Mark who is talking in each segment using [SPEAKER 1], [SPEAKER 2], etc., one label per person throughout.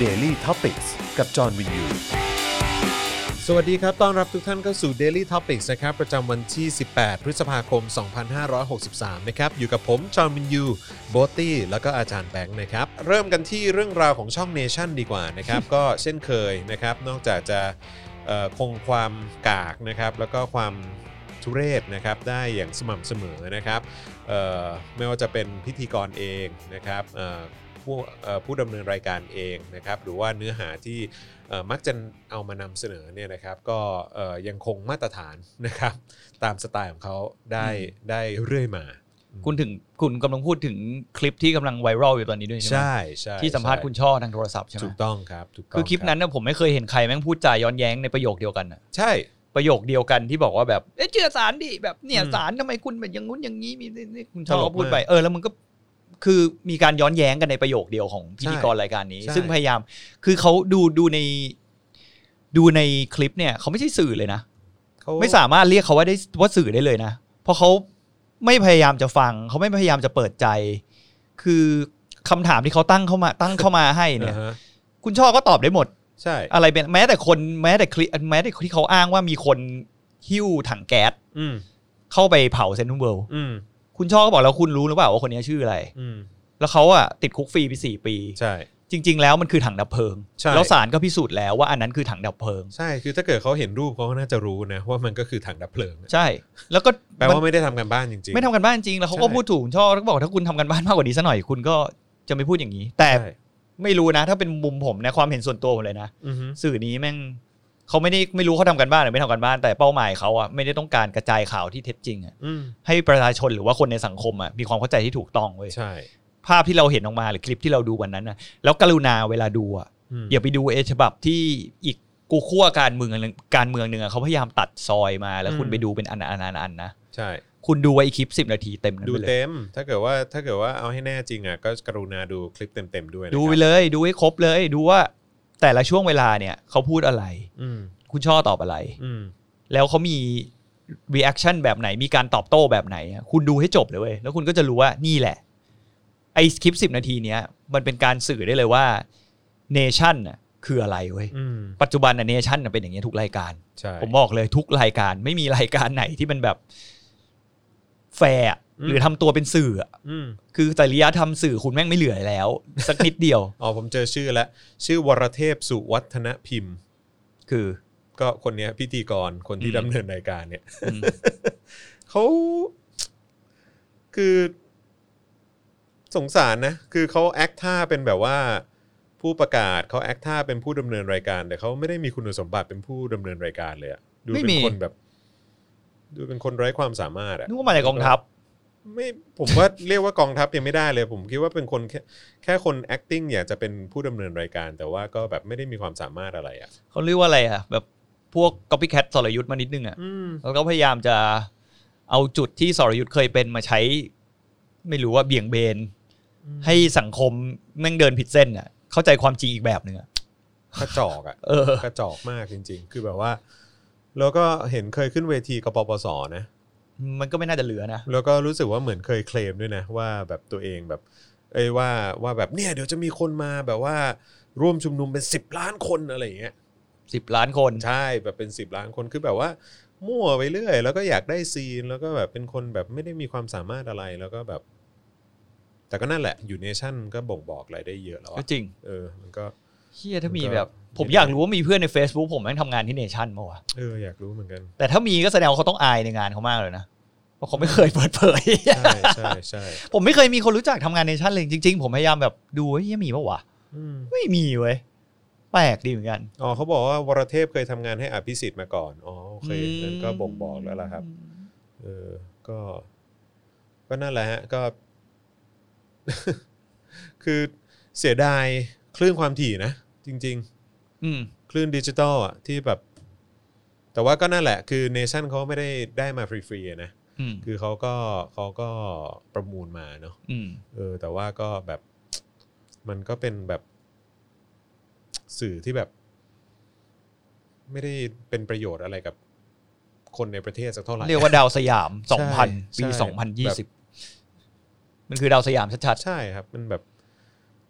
[SPEAKER 1] Daily Topics กับจอห์นวินยูสวัสดีครับต้อนรับทุกท่านเข้าสู่ Daily Topics นะครับประจำวันที่18พฤษภาคม2563นะครับอยู่กับผมจอห์นวินยูโบทตี้แล้วก็อาจารย์แบงค์นะครับเริ่มกันที่เรื่องราวของช่อง Nation ดีกว่านะครับ ก็เช่นเคยนะครับนอกจากจะคงความกากนะครับแล้วก็ความทุเรศนะครับได้อย่างสม่ำเสมอนะครับไม่ว่าจะเป็นพิธีกรเองนะครับผู้ดำเนินรายการเองนะครับหรือว่าเนื้อหาที่มักจะเอามานำเสนอเนี่ยนะครับก็ยังคงมาตรฐานนะครับตามสไตล์ของเขาได้เรื่อยมา
[SPEAKER 2] คุณกำลังพูดถึงคลิปที่กำลังไวรัลอยู่ตอนนี้ด้วยใช่ไหม
[SPEAKER 1] ใช่
[SPEAKER 2] ที่สัมภาษณ์คุณช่อทางโทรศัพท์ใช่ไหม
[SPEAKER 1] ถูกต้องครับ
[SPEAKER 2] คือคลิปนั้นนะผมไม่เคยเห็นใครแม่งพูดจาย้อนแย้งในประโยคเดียวกันนะ
[SPEAKER 1] ใช่
[SPEAKER 2] ประโยคเดียวกันที่บอกว่าแบบเชื่อสารดิแบบเนี่ยสารทำไมคุณแบบอย่างงู้นอย่างนี้มีคุณช่อก็พูดไปแล้วมึงก็คือมีการย้อนแย้งกันในประโยคเดียวของพิธีกรรายการนี้ซึ่งพยายามคือเขาดูในคลิปเนี่ยเขาไม่ใช่สื่อเลยนะไม่สามารถเรียกเขาว่าสื่อได้เลยนะเพราะเขาไม่พยายามจะฟังเขาไม่พยายามจะเปิดใจคือคำถามที่เขาตั้งเข้ามาให้เนี่ยคุณช่อก็ตอบได้หมด
[SPEAKER 1] ใช่
[SPEAKER 2] อะไรเป็นแม้แต่ที่เขาอ้างว่ามีคนหิ้วถังแก๊สเข้าไปเผาเซนทรัลเวิลด์คุณช่อก็บอกแล้วคุณรู้หรือเปล่าว่าคนนี้ชื่ออะไรแล้วเขาอะติดคุกฟรีไป4 ปี
[SPEAKER 1] ใช่
[SPEAKER 2] จริงๆแล้วมันคือถังดับเพลิงแล้วศาลก็พิสูจน์แล้วว่าอันนั้นคือถังดับเพลิง
[SPEAKER 1] ใช่คือถ้าเกิดเขาเห็นรูปเขาก็น่าจะรู้นะว่ามันก็คือถังดับเพลิง
[SPEAKER 2] ใช่แล้วก็
[SPEAKER 1] แปลว่าไม่ได้ทำกันบ้านจริงๆ
[SPEAKER 2] ไม่ทำกันบ้านจริงแล้วเขาก็พูดถูกช่อแล้วก็บอกถ้าคุณทำกันบ้านมากกว่านี้สักหน่อยคุณก็จะไม่พูดอย่างนี้แต่ไม่รู้นะถ้าเป็นมุมผมนะความเห็นส่วนตัวผมเลยนะสื่อนี้แม่งเขาไม่รู้เขาทำกันบ้านหรือไม่ทำกันบ้านแต่เป้าหมายเขาอะไม่ได้ต้องการกระจายข่าวที่เท็จจริงอะให้ประชาชนหรือว่าคนในสังคมอะมีความเข้าใจที่ถูกต้องเว้ย
[SPEAKER 1] ใช่
[SPEAKER 2] ภาพที่เราเห็นออกมาหรือคลิปที่เราดูวันนั้นนะแล้วกรุณาเวลาดูอ่ะอย่าไปดูฉบับที่อีกกูขั้วการเมืองนึงเขาพยายามตัดซอยมาแล้วคุณไปดูเป็นอันนะ
[SPEAKER 1] ใช่
[SPEAKER 2] คุณดูไอ้คลิป10 นาทีเต็ม
[SPEAKER 1] ดูเต็มถ้าเกิดว่าเอาให้แน่จริงอ่ะก็กรุณาดูคลิปเต็มๆด้วย
[SPEAKER 2] ดูไปเลยดูให้ครบเลยดูว่าแต่ละช่วงเวลาเนี่ยเขาพูดอะไรคุณช่อตอบอะไรแล้วเขามีreaction แบบไหนมีการตอบโต้แบบไหนคุณดูให้จบเลยเว้ยแล้วคุณก็จะรู้ว่านี่แหละไอ้คลิป10 นาทีเนี้ยมันเป็นการสื่อได้เลยว่า Nation น่ะคืออะไรเว้ยปัจจุบันน่ะ Nation น่ะเป็นอย่างเงี้ยทุกรายการผมบอกเลยทุกรายการไม่มีรายการไหนที่มันแบบแฟร์หรือทำตัวเป็นสื่อคือจริยธรรมสื่อคุณแม่งไม่เหลือแล้วสักนิดเดียว
[SPEAKER 1] อ๋อผมเจอชื่อแล้วชื่อวรเทพสุวัฒนพิมพ์
[SPEAKER 2] คือ
[SPEAKER 1] ก็คนนี้พิธีกรคนที่ดำเนินรายการเนี่ยเขาคือสงสารนะคือเขาแอคท่าเป็นแบบว่าผู้ประกาศเขาแอคท่าเป็นผู้ดำเนินรายการแต่เขาไม่ได้มีคุณสมบัติเป็นผู้ดำเนินรายการเลยอะดูเป็นคนแบบดูเป็นคนไร้ความสามารถอะ
[SPEAKER 2] นึกว่ามาจากกองทัพ
[SPEAKER 1] ไม่ผมว่าเรียกว่ากองทัพยังไม่ได้เลยผมคิดว่าเป็นคนแค่คน acting อยากจะเป็นผู้ดำเนินรายการแต่ว่าก็แบบไม่ได้มีความสามารถอะไรอะ
[SPEAKER 2] เขาเรียกว่าอะไรอะแบบพวก copycat สรยุทธมานิดนึงอะแล้วก็พยายามจะเอาจุดที่สรยุทธเคยเป็นมาใช้ไม่รู้ว่าเบี่ยงเบนให้สังคมแม่งเดินผิดเส้นอ่ะเข้าใจความจริงอีกแบบนึงอ่ะ
[SPEAKER 1] กระจอกอ่ะกระจอกมากจริงๆคือแบบว่าแล้วก็เห็นเคยขึ้นเวทีกปปสนะ
[SPEAKER 2] มันก็ไม่น่าจะเหลือนะ
[SPEAKER 1] แล้วก็รู้สึกว่าเหมือนเคยเคลมด้วยนะว่าแบบตัวเองแบบว่าแบบเนี่ยเดี๋ยวจะมีคนมาแบบว่าร่วมชุมนุมเป็น10 ล้านคนอะไรอย่างเงี้ย
[SPEAKER 2] 10 ล้านคน
[SPEAKER 1] ใช่แบบเป็น10 ล้านคนคือแบบว่ามั่วไปเรื่อยแล้วก็อยากได้ซีนแล้วก็แบบเป็นคนแบบไม่ได้มีความสามารถอะไรแล้วก็แบบแต่ก็นั่นแหละอยู่เนชั่นก็บ่งบอกอะไรได้เยอะแล้ว
[SPEAKER 2] ก็จริง
[SPEAKER 1] มันก็
[SPEAKER 2] เฮียถ้ามีแบบผมอยากรู้ว่ามีเพื่อนใน Facebook ผมแม่งทำงานที่เนชั่นมั้ยวะ
[SPEAKER 1] อยากรู้เหมือนกัน
[SPEAKER 2] แต่ถ้ามีก็แสดงว่าเขาต้องอายในงานเขามากเลยนะเพราะเขาไม่เคยเปิดเผย
[SPEAKER 1] ใช่
[SPEAKER 2] ผมไม่เคยมีคนรู้จักทำงานเนชั่นเลยจริงๆผมพยายามแบบดูว่าเฮียมีปะวะไม่มีเว้ยแปลกดีเหมือนกัน
[SPEAKER 1] อ๋อเขาบอกว่าวรเทพเคยทำงานให้อภิสิทธิ์มาก่อนอ๋อโอเคนั่นก็บ่งบอกแล้วล่ะครับก็นั่นแหละฮะก็คือเสียดายคลื่นความถี่นะจริงๆคลื่นดิจิตอลอ่ะที่แบบแต่ว่าก็นั่นแหละคือเนชั่นเขาไม่ได้มาฟรีๆนะคือเขาก็ประมูลมาเนาะแต่ว่าก็แบบมันก็เป็นแบบสื่อที่แบบไม่ได้เป็นประโยชน์อะไรกับคนในประเทศสักเท่าไหร่
[SPEAKER 2] เรียกว่าดาวสยาม2000ปี2020มันคือดาวสยามชัด
[SPEAKER 1] ๆใช่ครับมันแบบ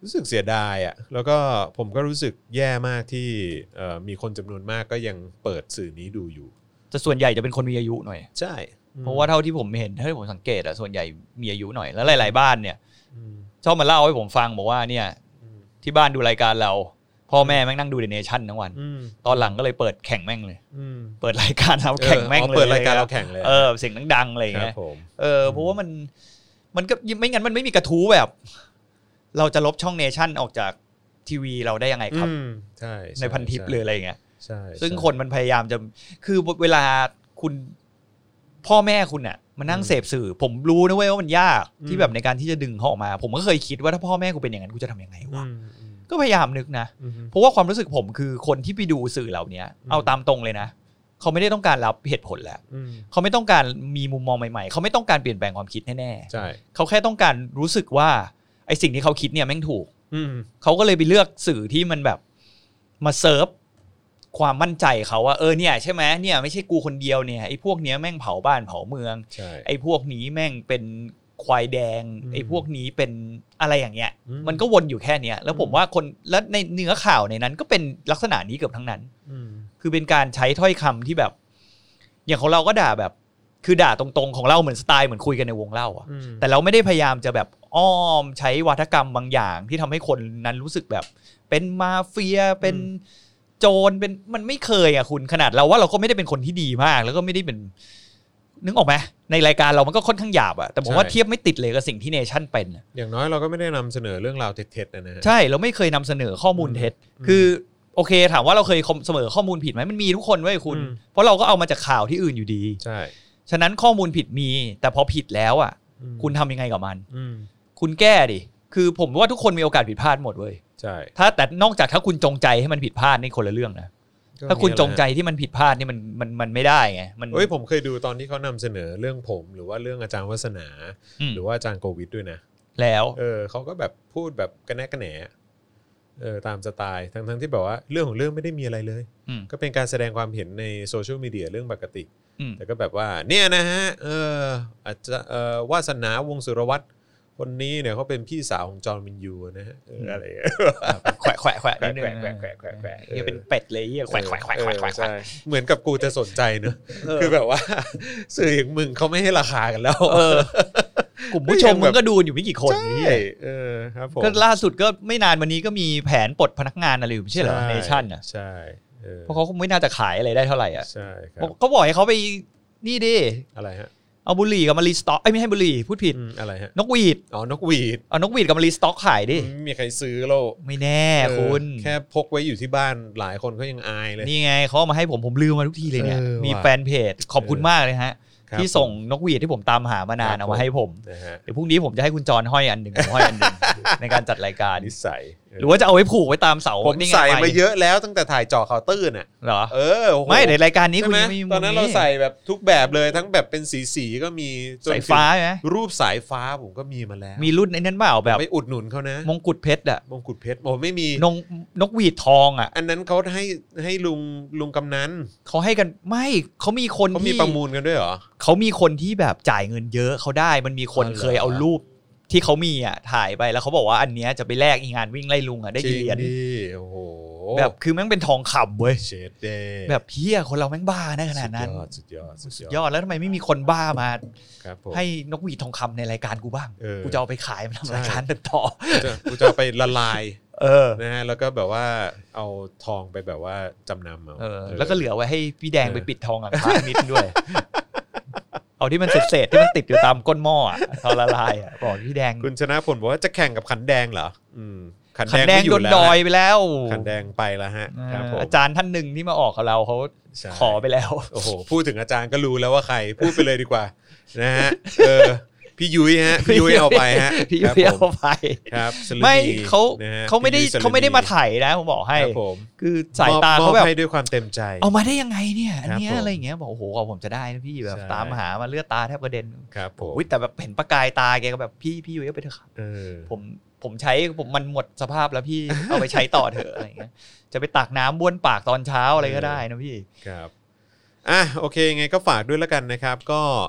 [SPEAKER 1] รู้สึกเสียดายอ่ะแล้วก็ผมก็รู้สึกแย่มากที่มีคนจำนวนมากก็ยังเปิดสื่อนี้ดูอยู่
[SPEAKER 2] แต่ส่วนใหญ่จะเป็นคนมีอายุหน่อย
[SPEAKER 1] ใช่
[SPEAKER 2] เพราะว่าเท่าที่ผมเห็นเท่าที่ผมสังเกตอะส่วนใหญ่มีอายุหน่อยแล้วหลายๆบ้านเนี่ยชอบมาเล่าให้ผมฟังบอกว่าเนี่ยที่บ้านดูรายการเราพ่อแม่แม่งนั่งดูเดอะเนชั่นทั้งวันตอนหลังก็เลยเปิดแข่งแม่งเลยเปิดรายการเราแข่งแม่งเลย
[SPEAKER 1] เปิดรายการเราแข่งเลย
[SPEAKER 2] เสียงดังๆอะไรอย่างเงี้ยเพราะว่ามันก็ไม่งั้นมันไม่มีกระทู้แบบเราจะลบช่องเนชั่นออกจากทีวีเราได้ยังไงครับ
[SPEAKER 1] ใช่
[SPEAKER 2] ในพันทิปเลยอะไรอย่างเงี้ย
[SPEAKER 1] ใช่
[SPEAKER 2] ซึ่งคนมันพยายามจะคือเวลาคุณพ่อแม่คุณน่ะมานั่งเสพสื่อผมรู้นะเว้ยว่ามันยากที่แบบในการที่จะดึงเขาออกมาผมก็เคยคิดว่าถ้าพ่อแม่กูเป็นอย่างนั้นกูจะทำยังไงวะก็พยายามนึกนะเพราะว่าความรู้สึกผมคือคนที่ไปดูสื่อเหล่านี้เอาตามตรงเลยนะเขาไม่ได้ต้องการรับเหตุผลแล้วเขาไม่ต้องการมีมุมมองใหม่ๆเขาไม่ต้องการเปลี่ยนแปลงความคิดแน่
[SPEAKER 1] ๆใช่
[SPEAKER 2] เขาแค่ต้องการรู้สึกว่าไอ้สิ่งที่เขาคิดเนี่ยแม่งถูกเขาก็เลยไปเลือกสื่อที่มันแบบมาเซิร์ฟความมั่นใจเขาว่าเนี่ยใช่ไหมเนี่ยไม่ใช่กูคนเดียวเนี่ยไอ้พวกเนี้ยแม่งเผาบ้านเผาเมืองไอ้พวกนี้แม่งเป็นควายแดงไอ้พวกนี้เป็นอะไรอย่างเงี้ยมันก็วนอยู่แค่เนี้ยแล้วผมว่าคนแล้วในเนื้อข่าวในนั้นก็เป็นลักษณะนี้เกือบทั้งนั้นคือเป็นการใช้ถ้อยคำที่แบบอย่างของเราก็ด่าแบบคือด่าตรงๆของเราเหมือนสไตล์เหมือนคุยกันในวงเล่าอ่ะแต่เราไม่ได้พยายามจะแบบอ้อมใช้วาทกรรมบางอย่างที่ทำให้คนนั้นรู้สึกแบบเป็นมาเฟียเป็นโจรเป็นมันไม่เคยอ่ะคุณขนาดเราว่าเราก็ไม่ได้เป็นคนที่ดีมากแล้วก็ไม่ได้เป็นนึกออกไหมในรายการเรามันก็ค่อนข้างหยาบอ่ะแต่ผมว่าเทียบไม่ติดเลยกับสิ่งที่เนชั่นเป็น
[SPEAKER 1] อย่างน้อยเราก็ไม่ได้นำเสนอเรื่องราวเท็จๆนะฮะ
[SPEAKER 2] ใช่เราไม่เคยนำเสนอข้อมูลเท็จคือโอเคถามว่าเราเคยเสมอข้อมูลผิดไหมมันมีทุกคนเว้ยคุณเพราะเราก็เอามาจากข่าวที่อื่นอยู่ดี
[SPEAKER 1] ใช่
[SPEAKER 2] ฉะนั้นข้อมูลผิดมีแต่พอผิดแล้วอ่ะคุณทำยังไงกับมันคุณแก้ดิคือผมว่าทุกคนมีโอกาสผิดพลาดหมดเว้ย
[SPEAKER 1] ใช่
[SPEAKER 2] แต่นอกจากถ้าคุณจงใจให้มันผิดพลาดนี่คนละเรื่องนะถ้าคุณจงใจที่มันผิดพลาดนี่มันไม่ได้ไง
[SPEAKER 1] ผมเคยดูตอนที่เขานำเสนอเรื่องผมหรือว่าเรื่องอาจารย์วัฒนาหรือว่าอาจารย์โควิดด้วยนะ
[SPEAKER 2] แล้ว
[SPEAKER 1] เขาก็แบบพูดแบบกระแนะกระแหนตามสไตล์ทั้งที่แบบว่าเรื่องของเรื่องไม่ได้มีอะไรเลยก็เป็นการแสดงความเห็นในโซเชียลมีเดียเรื่องปกติแต่ก็แบบว่าเนี่ยนะฮะอาจจะวาสนาวงศ์สุรวัตรคนนี้เนี่ยเขาเป็นพี่สาวของจอห์นวินยูนะฮะอะไร
[SPEAKER 2] แขวะแขวะแขวะนิดนึงเนี่ยเป็นเป็ดเลยแขวะแขวะแขวะแขวะ
[SPEAKER 1] เหมือนกับกูจะสนใจเนอะคือแบบว่าสื่ออย่างมึงเขาไม่ให้ราคากันแล้ว
[SPEAKER 2] กลุ่มผู้ชมมึงก็ดูอยู่ไม่กี่คนนี่
[SPEAKER 1] ครับผม
[SPEAKER 2] ก็ล่าสุดก็ไม่นานวันนี้ก็มีแผนปลดพนักงานอะไรอยู่ไม่ใช่เหรอเนชั่นอ่ะ
[SPEAKER 1] ใช่
[SPEAKER 2] เพราะเขาไม่น่าจะขายอะไรได้เท่าไหร่อ่ะ
[SPEAKER 1] ใช่ครับ
[SPEAKER 2] เขาบอกให้เขาไปนี่ดิ
[SPEAKER 1] อะไรฮะ
[SPEAKER 2] เอาบุหรี่กับมารีสต็อกไม่ให้บุหรี่พูดผิด
[SPEAKER 1] อะไรฮะ
[SPEAKER 2] นกหวีด
[SPEAKER 1] นกหวีด
[SPEAKER 2] เอานกหวีดกับมารีสต็อกขายดิ
[SPEAKER 1] ไม่มีใครซื้อโล
[SPEAKER 2] ไม่แน่คุณ
[SPEAKER 1] แค่พกไว้อยู่ที่บ้านหลายคนก็ยังอายเลย
[SPEAKER 2] นี่ไงเขาเอามาให้ผมลืมมาทุกทีเลยเนี่ยมีแฟนเพจขอบคุณมากเลยฮะที่ส่งนกหวีดที่ผมตามหามานานเอามาให้ผมเดี๋ยวพรุ่งนี้ผมจะให้คุณจรห้อยอันหนึ่งห้อยอันหนึ่งในการจัดรายการ
[SPEAKER 1] นิสัย
[SPEAKER 2] หรือว่าจะเอาไว้ผูกไว้ตามเสา
[SPEAKER 1] ผมใส่มาเยอะแล้วตั้งแต่ถ่ายเจาะข่าวตื้นอ่ะ
[SPEAKER 2] เหรอไม่ในรายการนี้คุณ
[SPEAKER 1] ไม่ตอนนั้นเราใส่แบบทุกแบบเลยทั้งแบบเป็นสีก็มี
[SPEAKER 2] สายฟ้าไหม
[SPEAKER 1] รูปสายฟ้าผมก็มีมาแล้ว
[SPEAKER 2] มีรุ่นในนั้นเปล่าแบบ
[SPEAKER 1] ไปอุดหนุนเขานะ
[SPEAKER 2] มงกุฎเพชรอ่ะ
[SPEAKER 1] มงกุฎเพชรโอ้ไม่มี
[SPEAKER 2] นกหวีดทองอ่ะ
[SPEAKER 1] อันนั้นเขาให้ลุงกำนัน
[SPEAKER 2] เขาให้กันไม่เขามีคน
[SPEAKER 1] ที่ประมูลกันด้วยเหรอ
[SPEAKER 2] เขามีคนที่แบบจ่ายเงินเยอะเขาได้มันมีคนเคยเอารูปที่เขามีอ่ะถ่ายไปแล้วเขาบอกว่าอันเนี้ยจะไปแลกงานวิ่งไล่ลุงอ่ะได้เหรียญ
[SPEAKER 1] โอ้โห
[SPEAKER 2] แบบคือแม่งเป็นทองคำเว้ยแบบเพี้ยคนเราแม่งบ้านะขนาดนั้น
[SPEAKER 1] สุด
[SPEAKER 2] ยอดแล้วทำไมไม่มีคนบ้ามาให้นกหวีดทองคำในรายการกูบ้างกูจะเอาไปขายมันทำรายการต่อ
[SPEAKER 1] กูจะไปละลายนะฮะแล้วก็แบบว่าเอาทองไปแบบว่าจำนำ
[SPEAKER 2] แล้วก็เหลือไว้ให้พี่แดงไปปิดทองอ่ะพานิดด้วยเอาที่มันเศษที่มันติดอยู่ตามก้นหม้ออ่ะทอละลายอ่ะบอกพี่แดง
[SPEAKER 1] คุณชนะผลบอกว่าจะแข่งกับขันแดงเหรอ
[SPEAKER 2] ขันแดงโดนดอยไปแล้ว
[SPEAKER 1] ขันแดงไปแล้วฮะ
[SPEAKER 2] อาจารย์ท่านหนึ่งที่มาออกกับเราเขาขอไปแล้ว
[SPEAKER 1] โอ้โหพูดถึงอาจารย์ก็รู้แล้วว่าใครพูดไปเลยดีกว่านะฮะพี่ยุ้ยฮะพี่ยุ้ยเอาไปฮะ
[SPEAKER 2] พี่ยุ้ยเอาไป
[SPEAKER 1] ครับ
[SPEAKER 2] ไม่เขาไม่ได้มาไถนะผมบอกให้คือสายตาเขาแบบ
[SPEAKER 1] ให้ด้วยความเต็มใจ
[SPEAKER 2] เอามาได้ยังไงเนี่ยอันนี้อะไรอย่างเงี้ยบอกโอ้โหผมจะได้นะพี่แบบตามหามาเลือดตาแทบกระเด็น
[SPEAKER 1] ครับผม
[SPEAKER 2] แต่แบบเห็นประกายตาแกก็แบบพี่ยุ้ยเอาไปเถอะครับผมใช้มันหมดสภาพแล้วพี่เอาไปใช้ต่อเถอะอะไรอย่างเงี้ยจะไปตักน้ำบ้วนปากตอนเช้าอะไรก็ได้นะพี่
[SPEAKER 1] ครับโอเคไงก็ฝากด้วยแล้วกันนะครับก็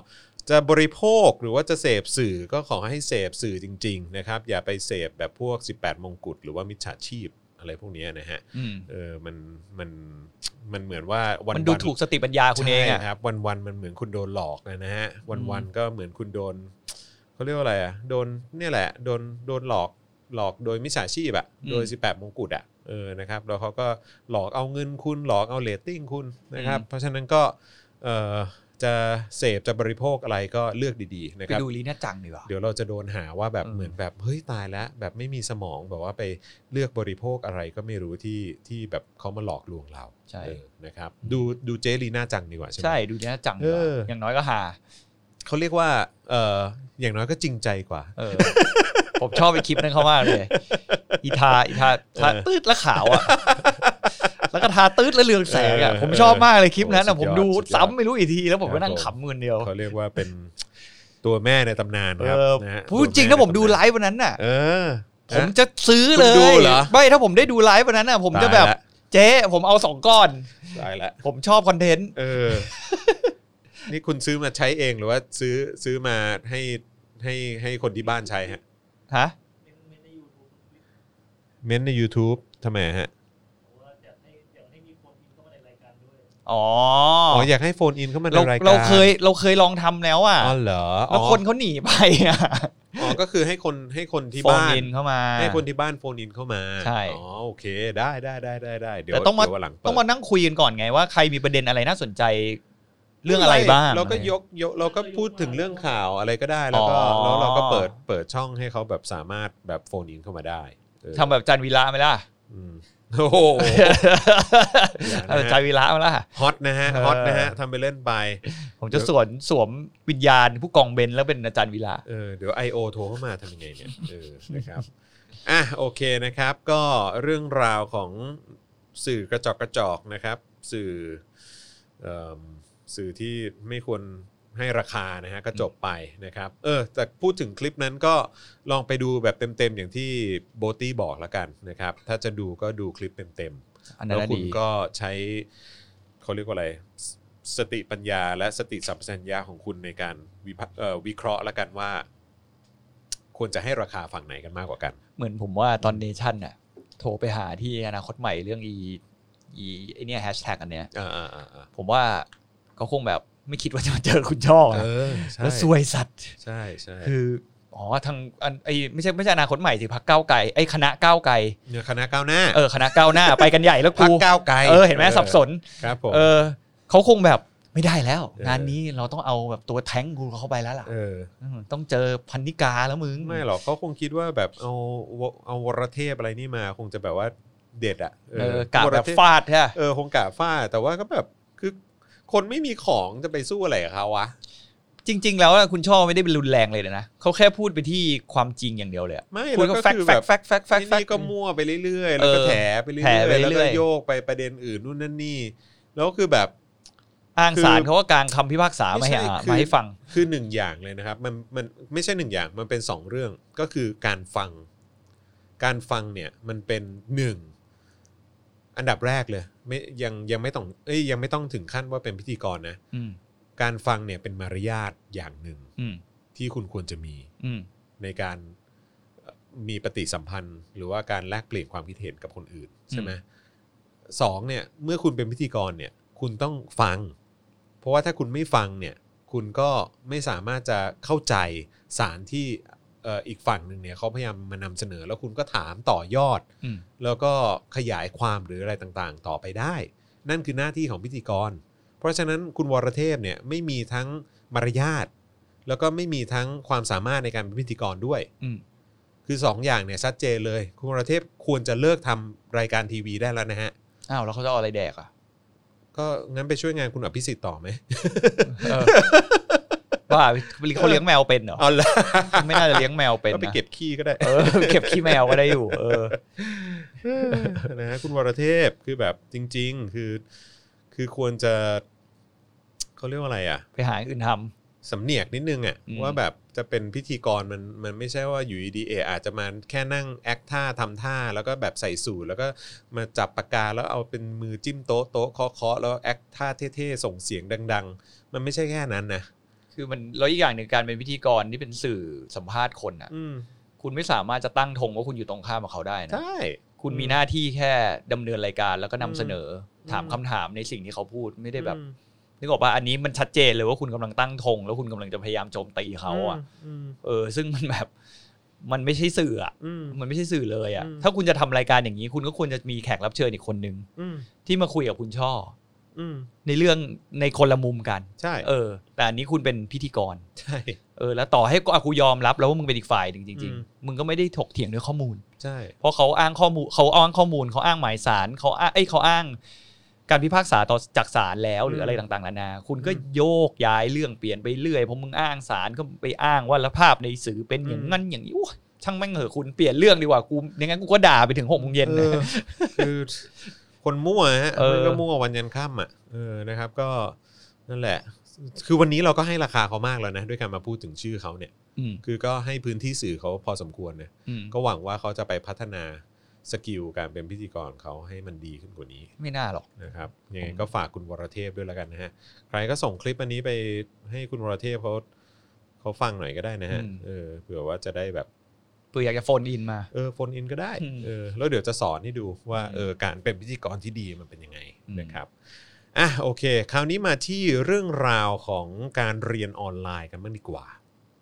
[SPEAKER 1] จะบริโภคหรือว่าจะเสพสื่อก็ขอให้เสพสื่อจริงๆนะครับอย่าไปเสพแบบพวก18มงกุฎหรือว่ามิจฉาชีพอะไรพวกนี้นะฮะมันเหมือนว่าวัน
[SPEAKER 2] มันดูถูกสติปัญญาคุณเอง
[SPEAKER 1] ครับวันมันเหมือนคุณโดนหลอกนะฮะวันก็เหมือนคุณโดนเขาเรียกว่าอะไรอ่ะโดนเนี่ยแหละโดนหลอกโดยมิจฉาชีพอ่ะโดย18มงกุฎอ่ะนะครับแล้วเขาก็หลอกเอาเงินคุณหลอกเอาเรตติ้งคุณนะครับเพราะฉะนั้นก็จะเสพจะบริโภคอะไรก็เลือกดีๆนะครับ
[SPEAKER 2] ไปดูลีน่าจังดีกว่า
[SPEAKER 1] เดี๋ยวเราจะโดนหาว่าแบบเหมือนแบบเฮ้ยตายแล้วแบบไม่มีสมองแบบว่าไปเลือกบริโภคอะไรก็ไม่รู้ที่แบบเขามาหลอกลวงเรา
[SPEAKER 2] ใช่
[SPEAKER 1] นะครับดูเจลีน่าจังดีกว่าใช่ไหม
[SPEAKER 2] ใช่ดูลีน่าจังดีกว่าอย่างน้อยก็หา
[SPEAKER 1] เขาเรียกว่าอย่างน้อยก็จริงใจกว่า
[SPEAKER 2] ผมชอบไปคลิปนั้นเขามากเลยอีทาตืดและขาวอ่ะแล้วก็ทาตืดและเรืองแสงอ่ะผมชอบมากเลยคลิปนั้นอ่ะผมดูซ้ำไม่รู้อีกทีแล้วผมก็นั่งขำมือเดียว
[SPEAKER 1] เขาเรียกว่าเป็นตัวแม่ในตำนานครับนะ
[SPEAKER 2] พูดจริงถ้าผมดูไลฟ์วันนั้นน่ะผมจะซื้อเลยไม่ถ้าผมได้ดูไลฟ์วันนั้นน่ะผมจะแบบเจ๊ผมเอา2ก้อน
[SPEAKER 1] ได้แล้ว
[SPEAKER 2] ผมชอบคอนเทนต์
[SPEAKER 1] นี่คุณซื้อมาใช้เองหรือว่าซื้อมาให้คนที่บ้านใช้ฮะเม้นใน YouTube ทำไมฮะ
[SPEAKER 2] อ๋อ
[SPEAKER 1] อยากให้โฟนอินเข้ามาในรายการ
[SPEAKER 2] เราเคยลองทำแล้วอ่ะ
[SPEAKER 1] อ๋อเหรอ
[SPEAKER 2] แล้วคนเขาหนีไปอ่ะ
[SPEAKER 1] ก็คือให้คนที่บ้าน
[SPEAKER 2] โฟนอินเข้ามา
[SPEAKER 1] ให้คนที่บ้านโฟนอินเข้ามา
[SPEAKER 2] ใช่
[SPEAKER 1] โอเคได้เดี๋ยว
[SPEAKER 2] ต้องมานั่งคุยกันก่อนไงว่าใครมีประเด็นอะไรน่าสนใจเรื่องอะไรบ้าง
[SPEAKER 1] เราก็เราก็พูดถึงเรื่องข่าวอะไรก็ได้แล้วเราก็เปิดช่องให้เขาแบบสามารถแบบโฟนอินเข้ามาได้
[SPEAKER 2] ทำแบบจันวีระไหมล่ะ
[SPEAKER 1] โอ้โห
[SPEAKER 2] จันวีระไหมล่ะ
[SPEAKER 1] ฮอตนะฮะทำไปเล่นไป
[SPEAKER 2] ผมจะสวมวิญญาณผู้กองเบนแล้วเป็นอาจารย์วีระ
[SPEAKER 1] เดี๋ยว IO โทรเข้ามาทำยังไงเนี่ยนะครับโอเคนะครับก็เรื่องราวของสื่อกระจอกนะครับสื่อที่ไม่ควรให้ราคานะฮะก็จบไปนะครับแต่พูดถึงคลิปนั้นก็ลองไปดูแบบเต็มๆอย่างที่โบตี้บอกแล้วกันนะครับถ้าจะดูก็ดูคลิปเต็มๆแล้วคุณก็ใช้เขาเรียกว่าอะไรสติปัญญาและสติสัมปชัญญะของคุณในการวิเคราะห์แล้วกันว่าควรจะให้ราคาฝั่งไหนกันมากกว่ากัน
[SPEAKER 2] เหมือนผมว่าตอนเนชั่นน่ะโทรไปหาที่อนาคตใหม่เรื่องไอเนี่ยแฮชแท็กอันเนี้ยผมว่าเขาคงแบบไม่คิดว่าจะมาเจอคุณช่อแล้วซวยสัตว์
[SPEAKER 1] ใช่
[SPEAKER 2] คือทางไอไม่ใช่อนาคตใหม่สิพรรคก้าวไกลไอคณะก้าวไกล
[SPEAKER 1] เนี่ยคณะก้าวหน้า
[SPEAKER 2] คณะก้าวหน้าไปกันใหญ่แล้วกู
[SPEAKER 1] พรรคก้าวไกล
[SPEAKER 2] เห็นไหมสับสน
[SPEAKER 1] ครับผม
[SPEAKER 2] เขาคงแบบไม่ได้แล้วงานนี้เราต้องเอาแบบตัวแท้งกูเข้าไปแล้วล่ะต้องเจอพันนิกาแล้วมึง
[SPEAKER 1] ไม่หรอกเขาคงคิดว่าแบบเอาวรเทพอะไรนี่มาคงจะแบบว่าเด็ด
[SPEAKER 2] กะแบบฟาดใช่
[SPEAKER 1] คงกะฟาดแต่ว่าก็แบบคือคนไม่มีของจะไปสู้อะไรกับเขาวะ
[SPEAKER 2] จริงๆแล้วคุณช่อไม่ได้เป็นรุนแรงเลยนะเขาแค่พูดไปที่ความจริงอย่างเดียวเลย
[SPEAKER 1] ไม่แล้วก็คือแบบแฟกก็มั่วไปเรื่อยๆแล้วก็แถไปเรื่อยๆแล้วก็โยกไปประเด็นอื่นนู่นนั่นนี่แล้วคือแบบ
[SPEAKER 2] อ้างศาลเขาก็กางคำพิพากษามาให้ฟัง
[SPEAKER 1] คือหนึ่งอย่างเลยนะครับมันไม่ใช่หนึ่งอย่างมันเป็น2เรื่องก็คือการฟังเนี่ยมันเป็น1อันดับแรกเลยยังไม่ต้องถึงขั้นว่าเป็นพิธีกรนะการฟังเนี่ยเป็นมารยาทอย่างหนึ่งที่คุณควรจะมีในการมีปฏิสัมพันธ์หรือว่าการแลกเปลี่ยนความคิดเห็นกับคนอื่นใช่ไหม2เนี่ยเมื่อคุณเป็นพิธีกรเนี่ยคุณต้องฟังเพราะว่าถ้าคุณไม่ฟังเนี่ยคุณก็ไม่สามารถจะเข้าใจสารที่อีกฝั่งหนึ่งเนี่ยเขาพยายามมานำเสนอแล้วคุณก็ถามต่อยอดแล้วก็ขยายความหรืออะไรต่างๆต่อไปได้นั่นคือหน้าที่ของพิธีกรเพราะฉะนั้นคุณวรเทพเนี่ยไม่มีทั้งมารยาทแล้วก็ไม่มีทั้งความสามารถในการเป็นพิธีกรด้วยคือ2อย่างเนี่ยชัดเจนเลยคุณวรเทพควรจะเลิกทำรายการทีวีได้แล้วนะฮะ
[SPEAKER 2] แล้วเขาจะเอาอะไรแดกอ่ะ
[SPEAKER 1] ก็งั้นไปช่วยงานคุณอภิสิทธิ์ต่อไหม
[SPEAKER 2] ว่าเขาเลี้ยงแมวเป็นเหรอไม่น่าจะเลี้ยงแมวเป็น
[SPEAKER 1] ก็ไปเก็บขี้ก็ได้
[SPEAKER 2] เก็บขี้แมวก็ได้อยู่
[SPEAKER 1] นะคุณวรเทพคือแบบจริงๆคือควรจะเขาเรียกว่าอะไรอ่ะ
[SPEAKER 2] ไปหาอื่นทำ
[SPEAKER 1] สำเนียกนิดนึงอ่ะว่าแบบจะเป็นพิธีกรมันไม่ใช่ว่าอยู่ดีๆอาจจะมาแค่นั่งแอคท่าทำท่าแล้วก็แบบใส่สูทแล้วก็มาจับปากกาแล้วเอาเป็นมือจิ้มโต๊ะเคาะแล้วแอคท่าเท่ๆส่งเสียงดังๆมันไม่ใช่แค่นั้นนะ
[SPEAKER 2] คือมันแล้วอีกอย่างหนึ่งการเป็นพิธีกรที่เป็นสื่อสัมภาษณ์คนอ่ะคุณไม่สามารถจะตั้งธงว่าคุณอยู่ตรงข้ามกับเขาได้นะ
[SPEAKER 1] ใช่
[SPEAKER 2] คุณมีหน้าที่แค่ดำเนินรายการแล้วก็นำเสนอถามคำถามในสิ่งที่เขาพูดไม่ได้แบบนึกออกป่ะอันนี้มันชัดเจนเลยว่าคุณกำลังตั้งธงแล้วคุณกำลังจะพยายามโจมตีเขาอ่ะซึ่งมันแบบมันไม่ใช่สื่ออ่ะมันไม่ใช่สื่อเลยอ่ะถ้าคุณจะทำรายการอย่างนี้คุณก็ควรจะมีแขกรับเชิญอีกคนนึงที่มาคุยกับคุณช่อในเรื่องในคนละมุมกัน
[SPEAKER 1] ใช่
[SPEAKER 2] แต่อันนี้คุณเป็นพิธีกร
[SPEAKER 1] ใช่
[SPEAKER 2] แล้วต่อให้กูยอมรับแล้วว่ามึงเป็นอีกฝ่ายจริงๆมึงก็ไม่ได้ถกเถียงด้วยข้อมูล
[SPEAKER 1] ใช่
[SPEAKER 2] เพราะเขาอ้างข้อมูลเขาอ้างหมายสารเขาอ้างการพิพากษาต่อจากศาลแล้วหรืออะไรต่างๆนานาคุณก็โยกย้ายเรื่องเปลี่ยนไปเรื่อยเพราะมึงอ้างศาลก็ไปอ้างว่าแล้วภาพในสื่อเป็นอย่างนั้นอย่างนี้ช่างแม่งเหอะคุณเปลี่ยนเรื่องดีกว่ากูอย่างงั้นกูก็ด่าไปถึง 6:00 น
[SPEAKER 1] คือคนมั่วฮะมันก็มั่ววันยันค่ำอ่ะนะครับก็นั่นแหละคือวันนี้เราก็ให้ราคาเขามากแล้วนะด้วยการมาพูดถึงชื่อเขาเนี่ยคือก็ให้พื้นที่สื่อเขาพอสมควรนะก็หวังว่าเขาจะไปพัฒนาสกิลการเป็นพิธีกรเขาให้มันดีขึ้นกว่านี้
[SPEAKER 2] ไม่น่าหรอก
[SPEAKER 1] นะครับยังไงก็ฝากคุณวรเทพด้วยแล้วกันนะฮะใครก็ส่งคลิปอันนี้ไปให้คุณวรเทพเขาฟังหน่อยก็ได้นะฮะเผื่อว่าจะได้แบบ
[SPEAKER 2] เผื่ออยากจะโฟนอินมา
[SPEAKER 1] โฟนอินก็ได้แล้วเดี๋ยวจะสอนให้ดูว่าการเป็นพิธีกรที่ดีมันเป็นยังไงนะครับโอเคคราวนี้มาที่เรื่องราวของการเรียนออนไลน์กันบ้างดีกว่า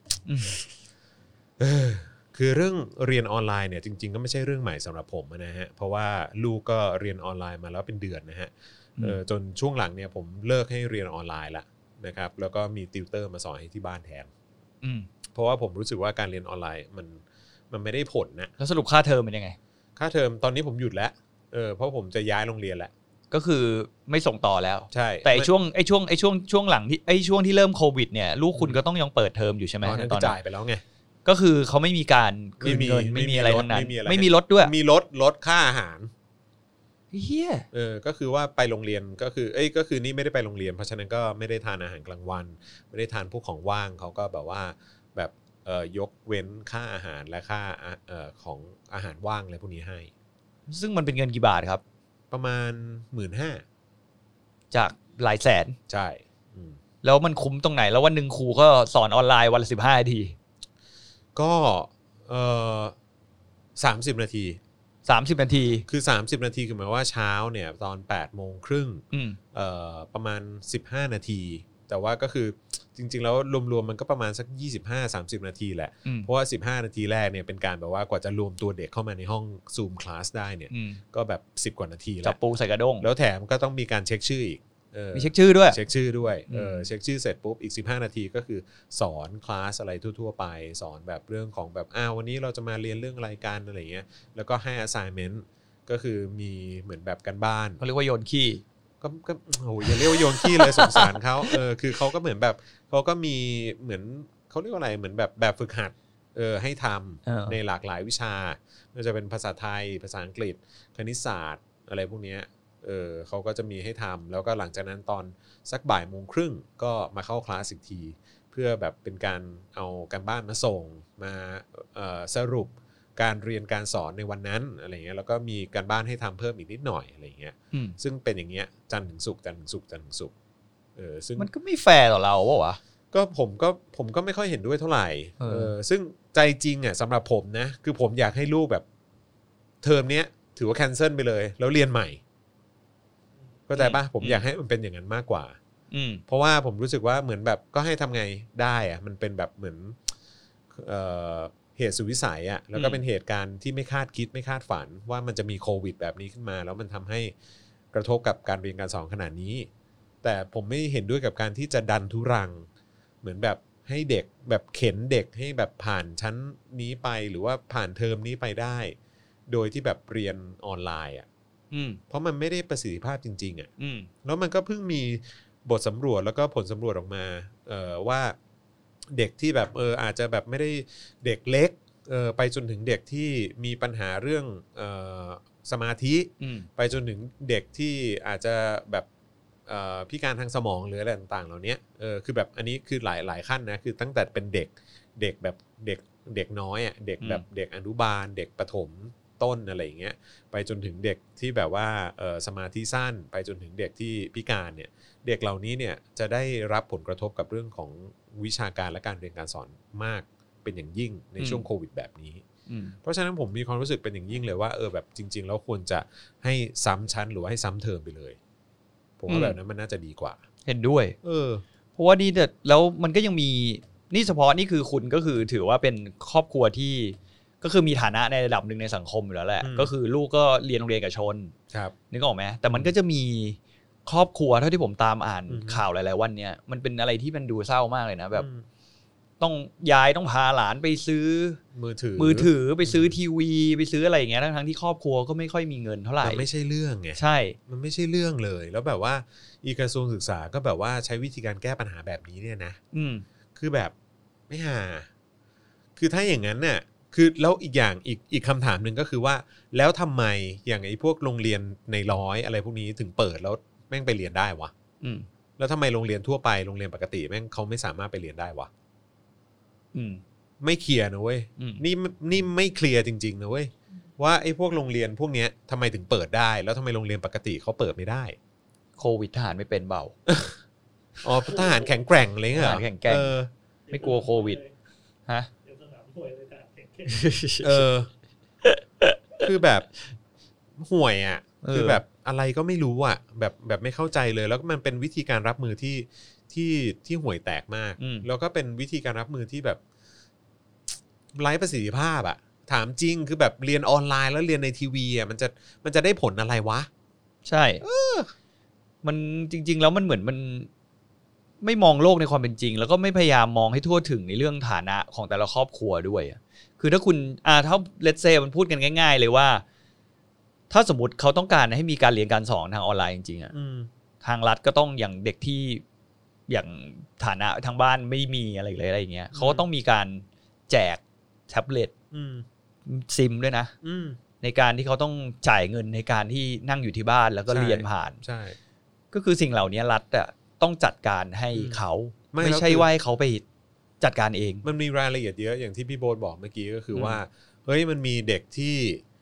[SPEAKER 1] คือเรื่องเรียนออนไลน์เนี่ยจริงๆก็ไม่ใช่เรื่องใหม่สำหรับผมนะฮะเพราะว่าลูกก็เรียนออนไลน์มาแล้วเป็นเดือนนะฮะจนช่วงหลังเนี่ยผมเลิกให้เรียนออนไลน์ละนะครับแล้วก็มีติวเตอร์มาสอนให้ที่บ้านแทนเพราะว่าผมรู้สึกว่าการเรียนออนไลน์มันไม่ได้ผลนะ
[SPEAKER 2] แล้วสรุปค่าเทอมเป็นยังไง
[SPEAKER 1] ค่าเทอมตอนนี้ผมหยุดแล้วเพราะผมจะย้ายโรงเรียนแหละ
[SPEAKER 2] ก็คือไม่ส่งต่อแล้ว
[SPEAKER 1] ใช่
[SPEAKER 2] แต่ช่วงหลังที่ช่วงที่เริ่มโควิดเนี่ยลูกคุณก็ต้องยังเปิดเทอมอยู่ใช่ไหม
[SPEAKER 1] ตอนนั้นจ่ายไปแล้วไง
[SPEAKER 2] ก็คือเขาไม่มีการคืนเงินไม่มีอะไรทั้งนั้นไม่มีลดด้วย
[SPEAKER 1] มีลดค่าอาหาร
[SPEAKER 2] เฮีย
[SPEAKER 1] ก็คือว่าไปโรงเรียนก็คือก็คือนี่ไม่ได้ไปโรงเรียนเพราะฉะนั้นก็ไม่ได้ทานอาหารกลางวันไม่ได้ทานพวกของว่างเขาก็แบบว่าแบบยกเว้นค่าอาหารและค่าของอาหารว่างอะไรพวกนี้ให้
[SPEAKER 2] ซึ่งมันเป็นเงินกี่บาทครับ
[SPEAKER 1] ประมาณ 15,000
[SPEAKER 2] จากหลายแสน
[SPEAKER 1] ใช่
[SPEAKER 2] แล้วมันคุ้มตรงไหนแล้ววันนึงครูก็สอนออนไลน์วันละ15 นาที
[SPEAKER 1] ก็30 นาที
[SPEAKER 2] 30 นาที
[SPEAKER 1] คือ30 นาทีคือหมายว่าเช้าเนี่ยตอน 8:30 นประมาณ15 นาทีแต่ว่าก็คือจริงๆแล้วรวมๆมันก็ประมาณสัก 25-30 นาทีแหละเพราะว่า15 นาทีแรกเนี่ยเป็นการแบบว่ากว่าจะรวมตัวเด็กเข้ามาในห้อง Zoom Class ได้เนี่ยก็แบบ10 กว่านาทีแล้ว
[SPEAKER 2] จับปูใส่กระด้ง
[SPEAKER 1] แล้วแถมก็ต้องมีการเช็คชื่ออีก
[SPEAKER 2] มีเช็คชื่อด้วย
[SPEAKER 1] เช็คชื่อด้วยเช็คชื่อเสร็จปุ๊บอีก15 นาทีก็คือสอนคลาสอะไรทั่วๆไปสอนแบบเรื่องของแบบวันนี้เราจะมาเรียนเรื่องรายการอะไรเงี้ยแล้วก็ให้ assignment ก็คือมีเหมือนแบบกันบ้าน
[SPEAKER 2] เขาเรียกว่าโยนขี้
[SPEAKER 1] ก็โอ้ยอย่าเรียกว่าโยนขี้เลยสงสารเขาคือเขาก็เหมือนแบบเขาก็มีเหมือนเขาเรียกว่าอะไรเหมือนแบบฝึกหัดให้ทำในหลากหลายวิชาไม่ว่าจะเป็นภาษาไทยภาษาอังกฤษคณิตศาสตร์อะไรพวกนี้เขาก็จะมีให้ทำแล้วก็หลังจากนั้นตอนสัก 13:30 นก็มาเข้าคลาสอีกทีเพื่อแบบเป็นการเอาการบ้านมาส่งมาสรุปการเรียนการสอนในวันนั้นอะไรเงี้ยแล้วก็มีการบ้านให้ทำเพิ่มอีกนิดหน่อยอะไรเงี้ยซึ่งเป็นอย่างเงี้ยจันทร์ถึงศุกร์ซึ่ง
[SPEAKER 2] มันก็ไม่แฟร์ต่อเราป่ะวะ
[SPEAKER 1] ก็ผมก็ไม่ค่อยเห็นด้วยเท่าไหร่ซึ่งใจจริงอ่ะสำหรับผมนะคือผมอยากให้ลูกแบบเทอมเนี้ยถือว่าแคนเซิลไปเลยแล้วเรียนใหม่เข้าใจป่ะผมอยากให้มันเป็นอย่างนั้นมากกว่าเพราะว่าผมรู้สึกว่าเหมือนแบบก็ให้ทำไงได้อ่ะมันเป็นแบบเหมือนเหตุสุดวิสัยอ่ะแล้วก็เป็นเหตุการณ์ที่ไม่คาดคิดไม่คาดฝันว่ามันจะมีโควิดแบบนี้ขึ้นมาแล้วมันทำให้กระทบกับการเรียนการสอนขนาดนี้แต่ผมไม่เห็นด้วยกับการที่จะดันทุรังเหมือนแบบให้เด็กแบบเข็นเด็กให้แบบผ่านชั้นนี้ไปหรือว่าผ่านเทอมนี้ไปได้โดยที่แบบเรียนออนไลน์อ่ะเพราะมันไม่ได้ประสิทธิภาพจริงๆอ่ะแล้วมันก็เพิ่งมีบทสำรวจแล้วก็ผลสำรวจออกมาว่าเด็กที่แบบอาจจะแบบไม่ได้เด็กเล็กไปจนถึงเด็กที่มีปัญหาเรื่องสมาธิไปจนถึงเด็กที่อาจจะแบบพิการทางสมองหรืออะไรต่างๆเหล่านี้คือแบบอันนี้คือหลายขั้นนะคือตั้งแต่เป็นเด็กแบบเด็กน้อยอ่ะเด็กแบบเด็กอนุบาลเด็กประถมต้นอะไรอย่างเงี้ยไปจนถึงเด็กที่แบบว่าสมาธิสั้นไปจนถึงเด็กที่พิการเนี่ยเด็กเหล่านี้เนี่ยจะได้รับผลกระทบกับเรื่องของวิชาการและการเรียนการสอนมากเป็นอย่างยิ่งในช่วงโควิดแบบนี้เพราะฉะนั้นผมมีความรู้สึกเป็นอย่างยิ่งเลยว่าแบบจริงๆแล้วควรจะให้ซ้ำชั้นหรือว่าให้ซ้ำเทอมไปเลยผมว่าแบบนั้นมันน่าจะดีกว่า
[SPEAKER 2] เห็นด้วยเพราะว่านี่แล้วมันก็ยังมีนี่เฉพาะนี่คือคุณก็คือถือว่าเป็นครอบครัวที่ก็คือมีฐานะในระดับหนึ่งในสังคมอยู่แล้วแหละก็คือลูกก็เรียนโรงเรียนเอกชนนึกออกไหมแต่มันก็จะมีครอบครัวเท่าที่ผมตามอ่านข่าวหลายๆวันเนี้ยมันเป็นอะไรที่มันดูเศร้ามากเลยนะแบบต้องย้ายต้องพาหลานไปซื้อมือถือไปซื้อทีวีไปซื้ออะไรอย่างเงี้ยทั้งที่ครอบครัวก็ไม่ค่อยมีเงินเท่าไหร่
[SPEAKER 1] มันไม่ใช่เรื่องไง
[SPEAKER 2] ใช่
[SPEAKER 1] มันไม่ใช่เรื่องเลยแล้วแบบว่าอีกระทรวงศึกษาก็แบบว่าใช้วิธีการแก้ปัญหาแบบนี้เนี่ยนะคือแบบไม่หาคือถ้าอย่างนั้นเนี่ยคือแล้วอีกอย่างอีกคำถามหนึ่งก็คือว่าแล้วทำไมอย่างไอ้พวกโรงเรียนในร้อยอะไรพวกนี้ถึงเปิดแล้วแม่งไปเรียนได้วะแล้วทำไมโรงเรียนทั่วไปโรงเรียนปกติแม่งเขาไม่สามารถไปเรียนได้วะไม่เคลียร์นะเว้ยนี่ไม่เคลียร์จริงๆนะเว้ยว่าไอ้พวกโรงเรียนพวกเนี้ยทำไมถึงเปิดได้แล้วทำไมโรงเรียนปกติเขาเปิดไม่ได้
[SPEAKER 2] โควิดทหารไม่เป็นเบา
[SPEAKER 1] อ๋อทหารแข็งแกร่งเลยเหรอ
[SPEAKER 2] แข็งแกร่งไม่กลัวโควิดฮะ
[SPEAKER 1] คือแบบห่วยอ่ะคือแบบอะไรก็ไม่รู้อ่ะแบบไม่เข้าใจเลยแล้วมันเป็นวิธีการรับมือที่ห่วยแตกมากแล้วก็เป็นวิธีการรับมือที่แบบไร้ประสิทธิภาพอ่ะถามจริงคือแบบเรียนออนไลน์แล้วเรียนในทีวีอ่ะมันจะได้ผลอะไรวะ
[SPEAKER 2] ใช่มันจริงๆแล้วมันเหมือนมันไม่มองโลกในความเป็นจริงแล้วก็ไม่พยายามมองให้ทั่วถึงในเรื่องฐานะของแต่ละครอบครัวด้วยคือถ้าคุณถ้าเลทเซมันพูดกันง่ายๆเลยว่าถ้าสมมติเขาต้องการให้มีการเรียนการสอนทางออนไลน์จริงๆทางรัฐก็ต้องอย่างเด็กที่อย่างฐานะทางบ้านไม่มีอะไรอย่างเงี้ยเขาก็ต้องมีการแจกแท็บเล็ตซิมด้วยนะในการที่เขาต้องจ่ายเงินในการที่นั่งอยู่ที่บ้านแล้วก็เรียนผ่าน
[SPEAKER 1] ใช่
[SPEAKER 2] ก็คือสิ่งเหล่านี้รัฐต้องจัดการให้เขาไม่ใช่ว่าให้เขาไปจัดการเอง
[SPEAKER 1] มันมีรายละเอียดเยอะอย่างที่พี่โบ๊ทบอกเมื่อกี้ก็คือว่าเฮ้ยมันมีเด็กที่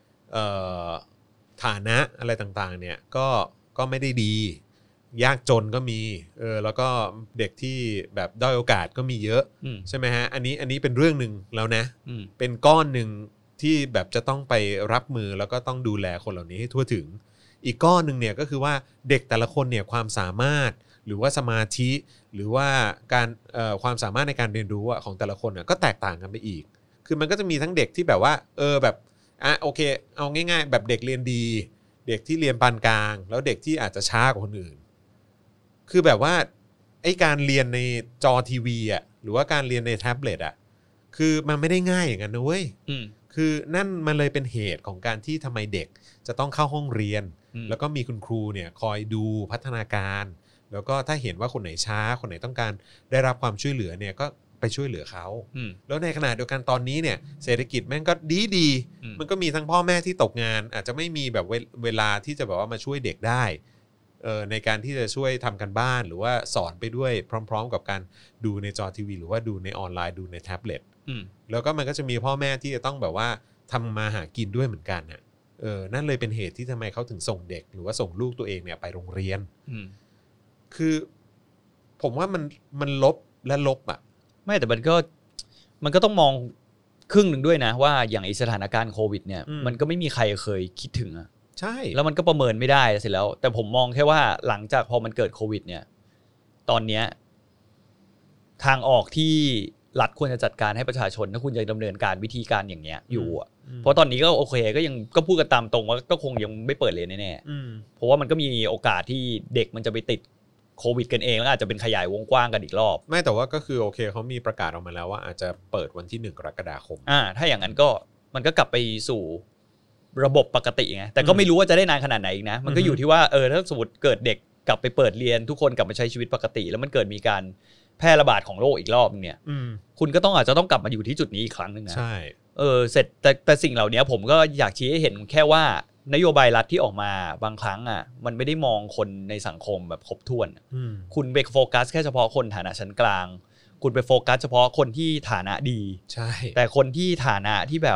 [SPEAKER 1] ฐานะอะไรต่างๆเนี่ยก็ไม่ได้ดียากจนก็มีแล้วก็เด็กที่แบบด้อยโอกาสก็มีเยอะใช่ไหมฮะอันนี้เป็นเรื่องนึงแล้วนะเป็นก้อนนึงที่แบบจะต้องไปรับมือแล้วก็ต้องดูแลคนเหล่านี้ให้ทั่วถึงอีกก้อนนึงเนี่ยก็คือว่าเด็กแต่ละคนเนี่ยความสามารถหรือว่าสมาธิหรือว่าการความสามารถในการเรียนรู้ของแต่ละคนก็แตกต่างกันไปอีกคือมันก็จะมีทั้งเด็กที่แบบว่าแบบโอเคเอาง่ายๆแบบเด็กเรียนดีเด็กที่เรียนปานกลางแล้วเด็กที่อาจจะช้ากว่าคนอื่นคือแบบว่าไอ้การเรียนในจอทีวีหรือว่าการเรียนในแท็บเล็ตคือมันไม่ได้ง่ายอย่างนั้นนะเว้ยคือนั่นมันเลยเป็นเหตุของการที่ทำไมเด็กจะต้องเข้าห้องเรียนแล้วก็มีคุณครูเนี่ยคอยดูพัฒนาการแล้วก็ถ้าเห็นว่าคนไหนช้าคนไหนต้องการได้รับความช่วยเหลือเนี่ยก็ไปช่วยเหลือเขาแล้วในขณะเดียวกันตอนนี้เนี่ยเศรษฐกิจแม่งก็ดีมันก็มีทั้งพ่อแม่ที่ตกงานอาจจะไม่มีแบบเวลาที่จะแบบว่ามาช่วยเด็กได้ในการที่จะช่วยทำกันบ้านหรือว่าสอนไปด้วยพร้อมๆกับการดูในจอทีวีหรือว่าดูในออนไลน์ดูในแท็บเล็ตแล้วก็มันก็จะมีพ่อแม่ที่จะต้องแบบว่าทำมาหากินด้วยเหมือนกันน่ะนั่นเลยเป็นเหตุที่ทำไมเขาถึงส่งเด็กหรือว่าส่งลูกตัวเองเนี่ยไปโรงเรียนคือผมว่ามันลบและลบ
[SPEAKER 2] ไม่แต่มันก็ต้องมองครึ่งหนึ่งด้วยนะว่าอย่างสถานการณ์โควิดเนี่ยมันก็ไม่มีใครเคยคิดถึง
[SPEAKER 1] ใช่
[SPEAKER 2] แล้วมันก็ประเมินไม่ได้เสร็จแล้วแต่ผมมองแค่ว่าหลังจากพอมันเกิดโควิดเนี่ยตอนเนี้ยทางออกที่รัฐควรจะจัดการให้ประชาชนถ้าคุณจะดำเนินการวิธีการอย่างเงี้ยอยู่เพราะตอนนี้ก็โอเคก็พูดกันตามตรงว่าก็คงยังไม่เปิดเรียนแน่ๆเพราะว่ามันก็มีโอกาสที่เด็กมันจะไปติดโควิดกันเองแล้วอาจจะเป็นขยายวงกว้างกันอีกรอบ
[SPEAKER 1] ไม่แต่ว่าก็คือโอเคเขามีประกาศออกมาแล้วว่าอาจจะเปิดวันที่1 กรกฎาคม
[SPEAKER 2] ถ้าอย่างนั้นก็มันก็กลับไปสู่ระบบปกติไงแต่ก็ไม่รู้ว่าจะได้นานขนาดไหนอีกนะมันก็อยู่ที่ว่าถ้าสมมติเกิดเด็กกลับไปเปิดเรียนทุกคนกลับมาใช้ชีวิตปกติแล้วมันเกิดมีการแพร่ระบาดของโรคอีกรอบเนี่ยคุณก็อาจจะต้องกลับมาอยู่ที่จุดนี้อีกครั้งนึงนะ
[SPEAKER 1] ใช่
[SPEAKER 2] เสร็จแต่สิ่งเหล่านี้ผมก็อยากชี้ให้เห็นแค่ว่านโยบายรัฐที่ออกมาบางครั้งมันไม่ได้มองคนในสังคมแบบครบถ้วนคุณไปโฟกัสแค่เฉพาะคนฐานะชั้นกลางคุณไปโฟกัสเฉพาะคนที่ฐานะดี
[SPEAKER 1] ใช่
[SPEAKER 2] แต่คนที่ฐานะที่แบบ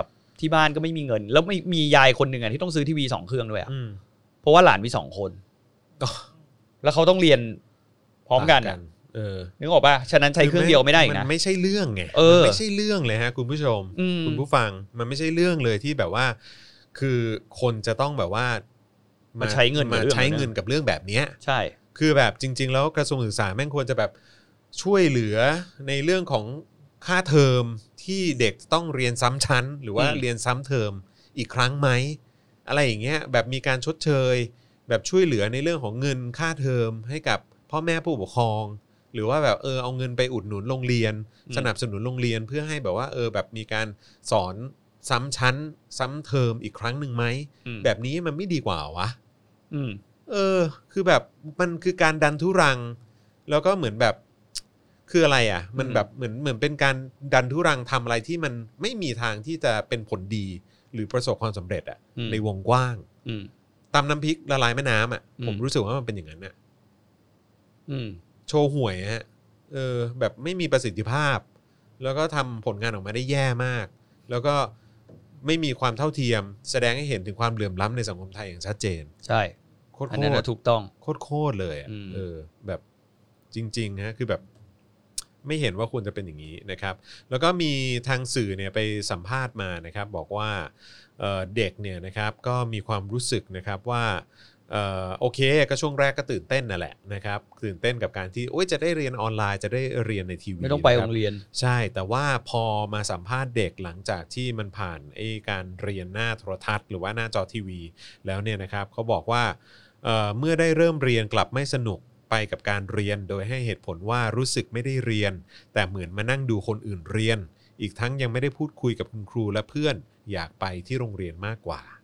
[SPEAKER 2] ที่บ้านก็ไม่มีเงินแล้วไม่มียายคนหนึ่งที่ต้องซื้อทีวี2เครื่องด้วยเพราะว่าหลานมี2คนแล้วเขาต้องเรียนพร้อมกันนึกออกป่ะฉะนั้นใช้เครื่องเดียวไม่ได้นะ
[SPEAKER 1] มันไม่ใช่เรื่องไงมันไม่ใช่เรื่องเลยฮะคุณผู้ชมคุณผู้ฟังมันไม่ใช่เรื่องเลยที่แบบว่าคือคนจะต้องแบบว่า
[SPEAKER 2] มาใช้เงิน
[SPEAKER 1] กับเรื่องแบบนี้
[SPEAKER 2] ใช่
[SPEAKER 1] คือแบบจริงๆแล้วกระทรวงศึกษาแม่งควรจะแบบช่วยเหลือในเรื่องของค่าเทอมที่เด็กต้องเรียนซ้ำชั้นหรือว่าเรียนซ้ำเทอมอีกครั้งไหมอะไรอย่างเงี้ยแบบมีการชดเชยแบบช่วยเหลือในเรื่องของเงินค่าเทอมให้กับพ่อแม่ผู้ปกครองหรือว่าแบบเอาเงินไปอุดหนุนโรงเรียนสนับสนุนโรงเรียนเพื่อให้แบบว่าแบบมีการสอนซ้ำชั้นซ้ำเทอมอีกครั้งหนึ่งไหมแบบนี้มันไม่ดีกว่าวะคือแบบมันคือการดันทุรังแล้วก็เหมือนแบบคืออะไรอ่ะมันแบบเหมือนเป็นการดันทุรังทำอะไรที่มันไม่มีทางที่จะเป็นผลดีหรือประสบความสำเร็จอ่ะในวงกว้างตำน้ำพริกละลายแม่น้ำอ่ะผมรู้สึกว่ามันเป็นอย่างนั้นน่ะโชว์ห่วยฮะแบบไม่มีประสิทธิภาพแล้วก็ทำผลงานออกมาได้แย่มากแล้วก็ไม่มีความเท่าเทียมแสดงให้เห็นถึงความเหลื่อมล้ำในสังคมไทยอย่างชัดเจน
[SPEAKER 2] ใช่อันนั้นถูกต้อง
[SPEAKER 1] โคตรเลยแบบจริงๆฮะคือแบบไม่เห็นว่าควรจะเป็นอย่างนี้นะครับแล้วก็มีทางสื่อเนี่ยไปสัมภาษณ์มานะครับบอกว่าเด็กเนี่ยนะครับก็มีความรู้สึกนะครับว่าโอเคก็ช่วงแรกก็ตื่นเต้นนั่นแหละนะครับตื่นเต้นกับการที่จะได้เรียนออนไลน์จะได้เรียนในทีวี
[SPEAKER 2] ไม่ต้องไปโรงเรียน
[SPEAKER 1] ใช่แต่ว่าพอมาสัมภาษณ์เด็กหลังจากที่มันผ่านการเรียนหน้าโทรทัศน์หรือว่าหน้าจอทีวีแล้วเนี่ยนะครับเขาบอกว่าเมื่อได้เริ่มเรียนกลับไม่สนุกไปกับการเรียนโดยให้เหตุผลว่ารู้สึกไม่ได้เรียนแต่เหมือนมานั่งดูคนอื่นเรียนอีกทั้งยังไม่ได้พูดคุยกับคุณครูและเพื่อนอยากไปที่โรงเรียนมากกว่า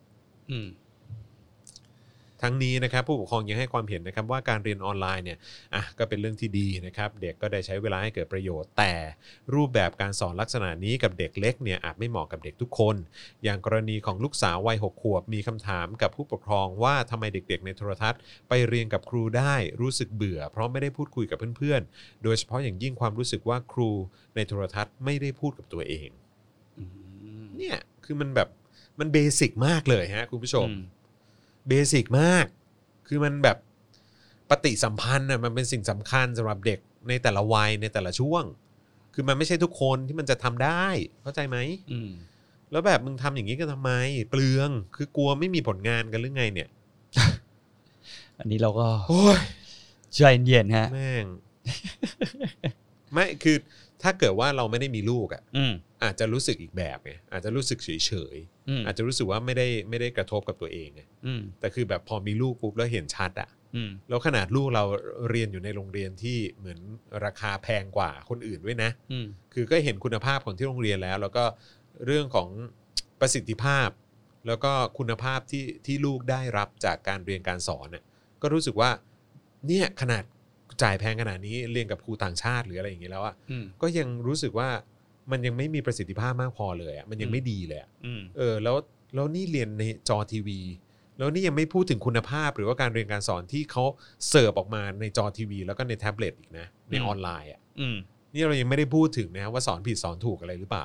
[SPEAKER 1] ทั้งนี้นะครับผู้ปกครองยังให้ความเห็นนะครับว่าการเรียนออนไลน์เนี่ยก็เป็นเรื่องที่ดีนะครับเด็กก็ได้ใช้เวลาให้เกิดประโยชน์แต่รูปแบบการสอนลักษณะนี้กับเด็กเล็กเนี่ยอาจไม่เหมาะกับเด็กทุกคนอย่างกรณีของลูกสาววัย6 ขวบมีคำถามกับผู้ปกครองว่าทำไมเด็กๆในโทรทัศน์ไปเรียนกับครูได้รู้สึกเบื่อเพราะไม่ได้พูดคุยกับเพื่อนๆโดยเฉพาะอย่างยิ่งความรู้สึกว่าครูในโทรทัศน์ไม่ได้พูดกับตัวเองเนี่ยคือมันแบบมันเบสิกมากเลยฮะคุณผู้ชมเบสิกมากคือมันแบบปฏิสัมพันธ์มันเป็นสิ่งสำคัญสำหรับเด็กในแต่ละวัยในแต่ละช่วงคือมันไม่ใช่ทุกคนที่มันจะทำได้เข้าใจไหมแล้วแบบมึงทำอย่างนี้กันทำไมเปลืองคือกลัวไม่มีผลงานกันหรือไงเนี่ย
[SPEAKER 2] อันนี้เราก็ใจเย็นฮะ
[SPEAKER 1] แม่ง ไม่คือถ้าเกิดว่าเราไม่ได้มีลูกอาจจะรู้สึกอีกแบบไงอาจจะรู้สึกเฉยๆอาจจะรู้สึกว่าไม่ได้กระทบกับตัวเองไงแต่คือแบบพอมีลูกปุ๊บแล้วเห็นชัดแล้วขนาดลูกเราเรียนอยู่ในโรงเรียนที่เหมือนราคาแพงกว่าคนอื่นด้วยนะคือก็เห็นคุณภาพของที่โรงเรียนแล้วก็เรื่องของประสิทธิภาพแล้วก็คุณภาพที่ลูกได้รับจากการเรียนการสอนก็รู้สึกว่าเนี่ยขนาดจ่ายแพงขนาดนี้เรียนกับครูต่างชาติหรืออะไรอย่างเงี้ยแล้วก็ยังรู้สึกว่ามันยังไม่มีประสิทธิภาพมากพอเลยมันยังไม่ดีเลยแล้วนี่เรียนในจอทีวีแล้วนี่ยังไม่พูดถึงคุณภาพหรือว่าการเรียนการสอนที่เขาเสิร์ฟออกมาในจอทีวีแล้วก็ในแท็บเล็ตอีกนะในออนไลน์นี่เรายังไม่ได้พูดถึงนะว่าสอนผิดสอนถูกอะไรหรือเปล่า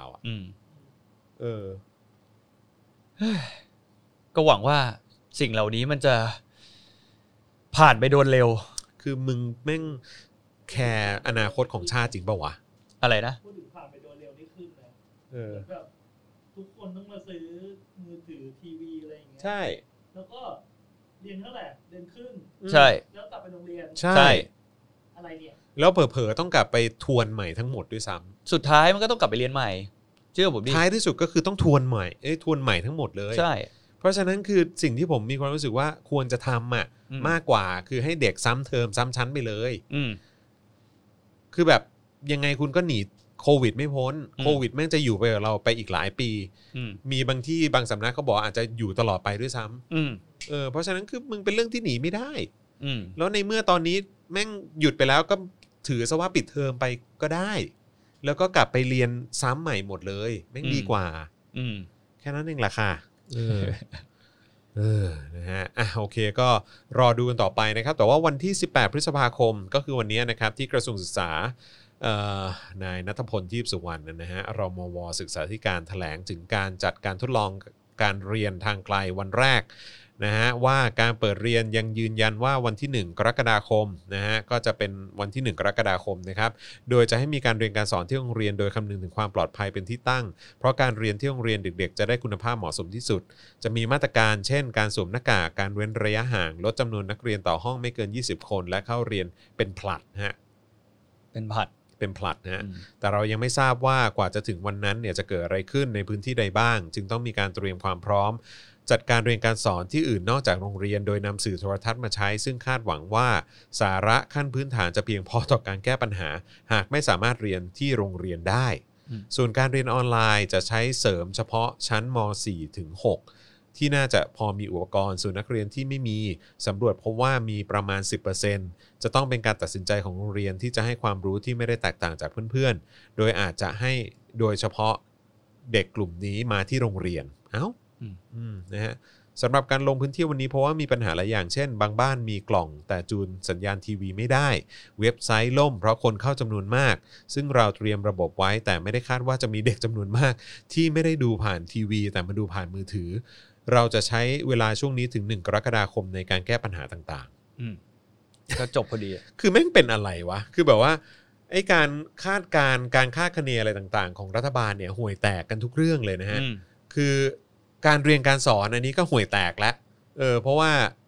[SPEAKER 2] ก็หวังว่าสิ่งเหล่านี้มันจะผ่านไปโดนเร็ว
[SPEAKER 1] คือมึงแม่งแคร์อนาคตของชาติจริงป่าววะ
[SPEAKER 2] อะไรนะ
[SPEAKER 3] พูดถึงผ่านไปโดนเร็วนี่ขึ้นนะแบบทุกคนต้องมาซื้อมือถือทีวีอะไรอย่างเงี้ย
[SPEAKER 1] ใช่
[SPEAKER 3] แล้วก็เรียนเท่าไหร่เรียนครึ่ง
[SPEAKER 2] ใช่
[SPEAKER 3] แล้วกลับไปโรงเรียน
[SPEAKER 1] ใช่
[SPEAKER 3] อะไรเนี่ย
[SPEAKER 1] แล้วเผลอๆต้องกลับไปทวนใหม่ทั้งหมดด้วยซ้
[SPEAKER 2] ำสุดท้ายมันก็ต้องกลับไปเรียนใหม่เชื่อผมดิ
[SPEAKER 1] ท้ายที่สุดก็คือต้องทวนใหม่ทวนใหม่ทั้งหมดเลย
[SPEAKER 2] ใช่
[SPEAKER 1] เพราะฉะนั้นคือสิ่งที่ผมมีความรู้สึกว่าควรจะทำมากกว่าคือให้เด็กซ้ำเทอมซ้ำชั้นไปเลยคือแบบยังไงคุณก็หนีโควิดไม่พ้นโควิดแม่งจะอยู่ไปกับเราไปอีกหลายปีมีบางที่บางสำนักเขาบอกอาจจะอยู่ตลอดไปด้วยซ้ำเพราะฉะนั้นคือมึงเป็นเรื่องที่หนีไม่ได้แล้วในเมื่อตอนนี้แม่งหยุดไปแล้วก็ถือซะว่าปิดเทอมไปก็ได้แล้วก็กลับไปเรียนซ้ำใหม่หมดเลยแม่งดีกว่าแค่นั้นเองแหละค่ะนะฮะโอเคก็รอดูกันต่อไปนะครับแต่ว่าวันที่18 พฤษภาคมก็คือวันนี้นะครับที่กระทรวงศึกษานายณัฐพลทีพสุวรรณนะฮะรมว.ศึกษาธิการแถลงถึงการจัดการทดลองการเรียนทางไกลวันแรกนะฮะว่าการเปิดเรียนยังยืนยันว่าวันที่1กรกฎาคมนะฮะก็จะเป็นวันที่1กรกฎาคมนะครับโดยจะให้มีการเรียนการสอนที่โรงเรียนโดยคำนึงถึงความปลอดภัยเป็นที่ตั้งเพราะการเรียนที่โรงเรียนเด็กๆจะได้คุณภาพเหมาะสมที่สุดจะมีมาตรการเช่นการสวมหน้ากากการเว้นระยะห่างลดจำนวนนักเรียนต่อห้องไม่เกิน20คนและเข้าเรียนเป็นผลัดฮะ
[SPEAKER 2] เป็นผลัด
[SPEAKER 1] นะฮะแต่เรายังไม่ทราบว่ากว่าจะถึงวันนั้นเนี่ยจะเกิดอะไรขึ้นในพื้นที่ใดบ้างจึงต้องมีการเตรียมความพร้อมจัดการเรียนการสอนที่อื่นนอกจากโรงเรียนโดยนำสื่อโทรทัศน์มาใช้ซึ่งคาดหวังว่าสาระขั้นพื้นฐานจะเพียงพอต่อการแก้ปัญหาหากไม่สามารถเรียนที่โรงเรียนได้ส่วนการเรียนออนไลน์จะใช้เสริมเฉพาะชั้นม.4 ถึง 6ที่น่าจะพอมีอุปกรณ์ส่วนนักเรียนที่ไม่มีสำรวจพบว่ามีประมาณ 10% จะต้องเป็นการตัดสินใจของโรงเรียนที่จะให้ความรู้ที่ไม่ได้แตกต่างจากเพื่อนๆโดยอาจจะให้โดยเฉพาะเด็กกลุ่มนี้มาที่โรงเรียนนะฮะสำหรับการลงพื้นที่วันนี้เพราะว่ามีปัญหาหลายอย่างเช่นบางบ้านมีกล่องแต่จูนสัญญาณทีวีไม่ได้เว็บไซต์ล่มเพราะคนเข้าจำนวนมากซึ่งเราเตรียมระบบไว้แต่ไม่ได้คาดว่าจะมีเด็กจำนวนมากที่ไม่ได้ดูผ่านทีวีแต่มาดูผ่านมือถือเราจะใช้เวลาช่วงนี้ถึง1กรกฎาคมในการแก้ปัญหาต่าง
[SPEAKER 2] ๆก็จบพอดี
[SPEAKER 1] คือแม่งเป็นอะไรวะคือแบบว่าไอ้การคาดการณ์การคาดคะเนอะไรต่างๆของรัฐบาลเนี่ยห่วยแตกกันทุกเรื่องเลยนะฮะคือการเรียนการสอนอันนี้ก็ห่วยแตกแล้วเพราะว่า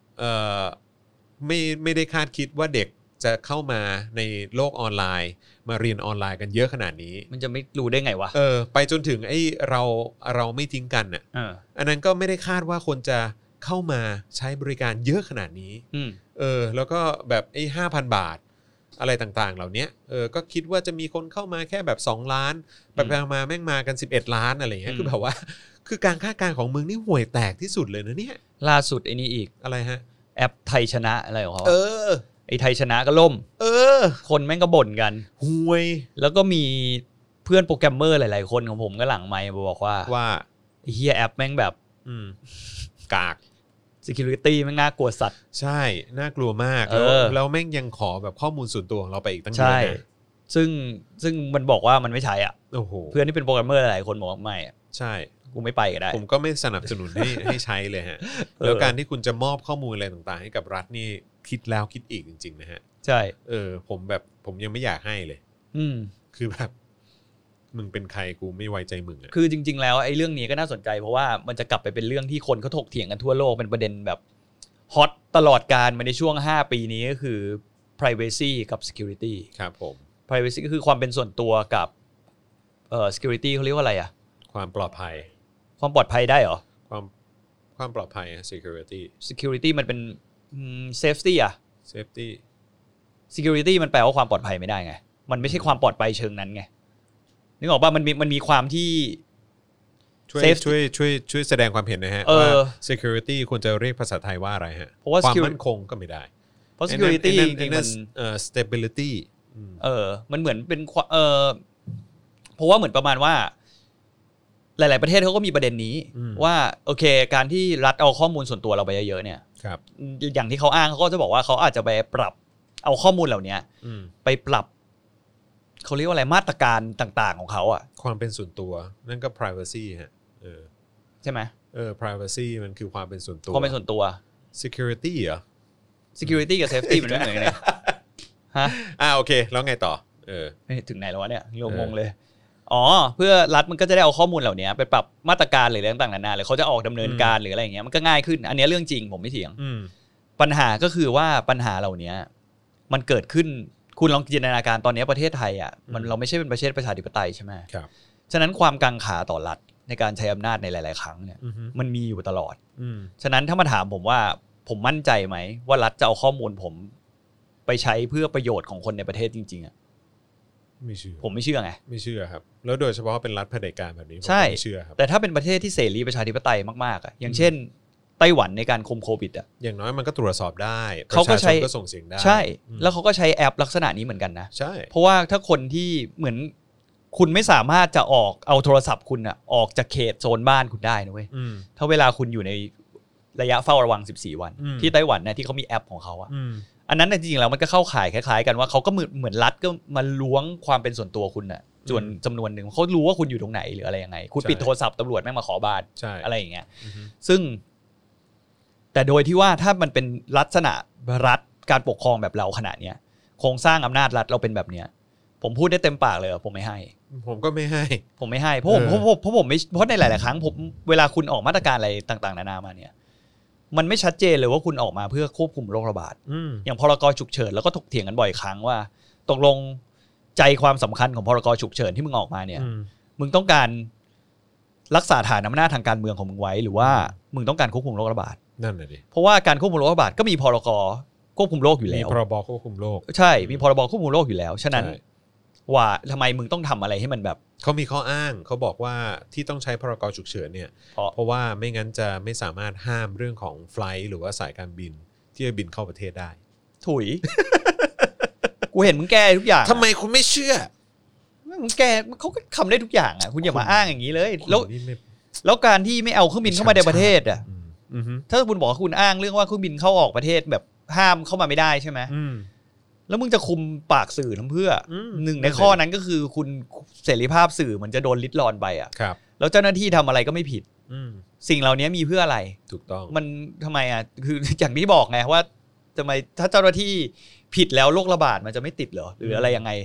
[SPEAKER 1] ไม่ได้คาดคิดว่าเด็กจะเข้ามาในโลกออนไลน์มาเรียนออนไลน์กันเยอะขนาดนี้
[SPEAKER 2] มันจะไม่รู้ได้ไงวะ
[SPEAKER 1] ไปจนถึงไอ้เราไม่ทิ้งกันน่ะอันนั้นก็ไม่ได้คาดว่าคนจะเข้ามาใช้บริการเยอะขนาดนี้แล้วก็แบบไอ้ 5,000 บาทอะไรต่างๆเหล่านี้ก็คิดว่าจะมีคนเข้ามาแค่แบบ2ล้านไปมาแม่งมากัน11ล้านอะไรอย่างเงี้ยคือแบบว่าคือการคาดการณ์ของมึงนี่ห่วยแตกที่สุดเลยนะเนี่ย
[SPEAKER 2] ล่าสุดไอ้นี่อีก
[SPEAKER 1] อะไรฮะ
[SPEAKER 2] แอปไทยชนะอะไรของเขาไอ้ไทยชนะก็ล่มคนแม่งก็บ่นกัน
[SPEAKER 1] ห่วย
[SPEAKER 2] แล้วก็มีเพื่อนโปรแกรมเมอร์หลายๆคนของผมก็หลังไมค์บอกว่าไอ้เหี้ยแอปแม่งแบบ
[SPEAKER 1] กาก
[SPEAKER 2] security แม่งน่ากลัวสัตว์
[SPEAKER 1] ใช่น่ากลัวมากแล้วแม่งยังขอแบบข้อมูลส่วนตัวของเราไปอีกตั้งเยอะนะ
[SPEAKER 2] ซึ่งมันบอกว่ามันไม่ใช่อ่ะเพื่อนที่เป็นโปรแกรมเมอร์หลายคนบอกว่าไม่
[SPEAKER 1] ใช่
[SPEAKER 2] กูไม่ไปก็ได้
[SPEAKER 1] ผมก็ไม่สนับสนุนให้ใช้เลยฮะแล้วการที่คุณจะมอบข้อมูลอะไรต่างๆให้กับรัฐนี่คิดแล้วคิดอีกจริงๆนะฮะ
[SPEAKER 2] ใช่
[SPEAKER 1] ผมยังไม่อยากให้เลยคือแบบมึงเป็นใครกูไม่ไว้ใจมึงอ่ะ
[SPEAKER 2] คือจริงๆแล้วไอ้เรื่องนี้ก็น่าสนใจเพราะว่ามันจะกลับไปเป็นเรื่องที่คนเขาถกเถียงกันทั่วโลกเป็นประเด็นแบบฮอตตลอดการมาในช่วง5ปีนี้ก็คือ privacy กับ security
[SPEAKER 1] ครับผม
[SPEAKER 2] privacy ก็คือความเป็นส่วนตัวกับsecurity เขาเรียกว่าอะไรอ่ะ
[SPEAKER 1] ความปลอดภัย
[SPEAKER 2] ได้เหรอ
[SPEAKER 1] ความปลอดภัย
[SPEAKER 2] security มันเป็นsafety อ่ะ security มันแปลว่าความปลอดภัยไม่ได้ไงมันไม่ใช่ความปลอดภัยเชิงนั้นไงนึกออกป่ะมันมีความที่
[SPEAKER 1] ช่วยแสดงความเห็นนะฮะว่า security ควรจะเรียกภาษาไทยว่าอะไรฮะความมั่นคงก็ไม่ได้
[SPEAKER 2] เพราะ security จริงๆมัน
[SPEAKER 1] stability
[SPEAKER 2] มันเหมือนเป็นเพราะว่าเหมือนประมาณว่าหลายๆประเทศเขาก็มีประเด็นนี้ว่าโอเคการที่รัฐเอาข้อมูลส่วนตัวเราไปเยอะๆเนี่ยอย่างที่เขาอ้างเขาก็จะบอกว่าเขาอาจจะไปปรับเอาข้อมูลเหล่านี้ไปปรับเขาเรียกว่าอะไรมาตรการต่างๆของเขาอ่ะ
[SPEAKER 1] ความเป็นส่วนตัวนั่นก็ privacy ฮะ
[SPEAKER 2] ใช่ไหม
[SPEAKER 1] privacy มันคือความเป็นส่วนตัว
[SPEAKER 2] ความเป็นส่วนตัว
[SPEAKER 1] security เหรอ
[SPEAKER 2] security กับ safety มันไม่เหมือนกันเลยฮะ
[SPEAKER 1] โอเคแล้วไงต่อ
[SPEAKER 2] ถึงไหนแล้ววะเนี่ยงงเลยเพื่อรัฐมันก็จะได้เอาข้อมูลเหล่านี้ไปปรับมาตรการหรืออะไรต่างๆนานาหรือเขาจะออกดำเนินการหรืออะไรอย่างเงี้ยมันก็ง่ายขึ้นอันนี้เรื่องจริงผมไม่เถียงปัญหาก็คือว่าปัญหาเหล่านี้มันเกิดขึ้นคุณลองจินตนาการตอนนี้ประเทศไทยอ่ะเราไม่ใช่เป็นประเทศประชาธิปไตยใช่ไหม
[SPEAKER 1] ครับ
[SPEAKER 2] ฉะนั้นความกังขาต่อรัฐในการใช้อำนาจในหลายๆครั้งเนี่ยมันมีอยู่ตลอดฉะนั้นถ้ามาถามผมว่าผมมั่นใจไหมว่ารัฐจะเอาข้อมูลผมไปใช้เพื่อประโยชน์ของคนในประเทศจริงๆอ่ะ
[SPEAKER 1] ไม่เชื่อ
[SPEAKER 2] ผมไม่เชื่อไง
[SPEAKER 1] ไม่เชื่อครับแล้วโดยเฉพาะเป็นรัฐเผด็จการแบบนี้ผมไม่เชื่อครับ
[SPEAKER 2] แต่ถ้าเป็นประเทศที่เสรีประชาธิปไตยมากๆอ่ะอย่างเช่นไต้หวันในการคุมโควิดอ่ะ
[SPEAKER 1] อย่างน้อยมันก็ตรวจสอบได้
[SPEAKER 2] เขาก็ใช้
[SPEAKER 1] ก็ส่งเสียงได้
[SPEAKER 2] ใช่แล้วเขาก็ใช้แอปลักษณะนี้เหมือนกันนะ
[SPEAKER 1] ใช่
[SPEAKER 2] เพราะว่าถ้าคนที่เหมือนคุณไม่สามารถจะเอาโทรศัพท์คุณอ่ะออกจากเขตโซนบ้านคุณได้นะเว้ยถ้าเวลาคุณอยู่ในระยะเฝ้าระวัง14วันที่ไต้หวันเนี่ยที่เขามีแอปของเขาอ่ะอันนั้นจริงๆแล้วมันก็เข้าข่ายคล้ายๆกันว่าเขาก็เหมือนรัฐก็มาล้วงความเป็นส่วนตัวคุณน่ะส่วนจำนวนหนึ่งเขารู้ว่าคุณอยู่ตรงไหนหรืออะไรยังไงคุณปิดโทรศัพท์ตำรวจแม่งมาขอบ้านอะไรอย่างเงี้ยซึ่งแต่โดยที่ว่าถ้ามันเป็นลักษณะรัฐการปกครองแบบเราขนาดเนี้ยโครงสร้างอำนาจรัฐเราเป็นแบบเนี้ยผมพูดได้เต็มปากเลยผมไม่ให้
[SPEAKER 1] ผมก็ไม่ให้
[SPEAKER 2] เพราะผมไม่เพราะในหลายๆครั้งผมเวลาคุณออกมาตรการอะไรต่างๆนานามาเนี่ยมันไม่ชัดเจนเลยว่าคุณออกมาเพื่อควบคุมโรคระบาดอย่างพรกฉุกเฉินแล้วก็ถกเถียงกันบ่อยครั้งว่าตกลงใจความสำคัญของพรกฉุกเฉินที่มึงออกมาเนี่ยมึงต้องการรักษาฐานอำนาจทางการเมืองของมึงไว้หรือว่ามึงต้องการควบคุมโรคระบาด
[SPEAKER 1] นั่นแหละดิ
[SPEAKER 2] เพราะว่าการควบคุมโรคระบาดก็มีพรกควบคุมโรคอยู่แล้ว
[SPEAKER 1] มีพรบควบคุมโรค
[SPEAKER 2] ใช่มีพรบควบคุมโรคอยู่แล้วฉะนั้นว่าทำไมมึงต้องทำอะไรให้มันแบบ
[SPEAKER 1] เขามีข้ออ้างเขาบอกว่าที่ต้องใช้พรกฉุกเฉินเนี่ยเพราะว่าไม่งั้นจะไม่สามารถห้ามเรื่องของไฟล์หรือว่าสายการบินที่จะบินเข้าประเทศได้
[SPEAKER 2] ถุย กูเห็นมึงแก้ทุกอย่าง
[SPEAKER 1] ทำไมคุณไม่เชื่อ
[SPEAKER 2] มึงแก้เขาก็ทำได้ทุกอย่างอ่ะคุณอย่ามาอ้างอย่างนี้เลยแล้วการที่ไม่เอาเครื่องบินเข้ามาในประเทศอ่ะถ้าคุณบอกว่าคุณอ้างเรื่องว่าเครื่องบินเข้าออกประเทศแบบห้ามเข้ามาไม่ได้ใช่ไหมแล้วมึงจะคุมปากสื่อทำเพื่อหนึ่งในข้อนั้นก็คือคุณเสรีภาพสื่อมันจะโดนลิดรอนไปอ่ะแล้วเจ้าหน้าที่ทำอะไรก็ไม่ผิดสิ่งเหล่านี้มีเพื่ออะไร
[SPEAKER 1] ถูกต้อง
[SPEAKER 2] มันทำไมอ่ะคืออย่างที่บอกไงว่าทำไมถ้าเจ้าหน้าที่ผิดแล้วโรคระบาดมันจะไม่ติดเหรอหรืออะไรยังไง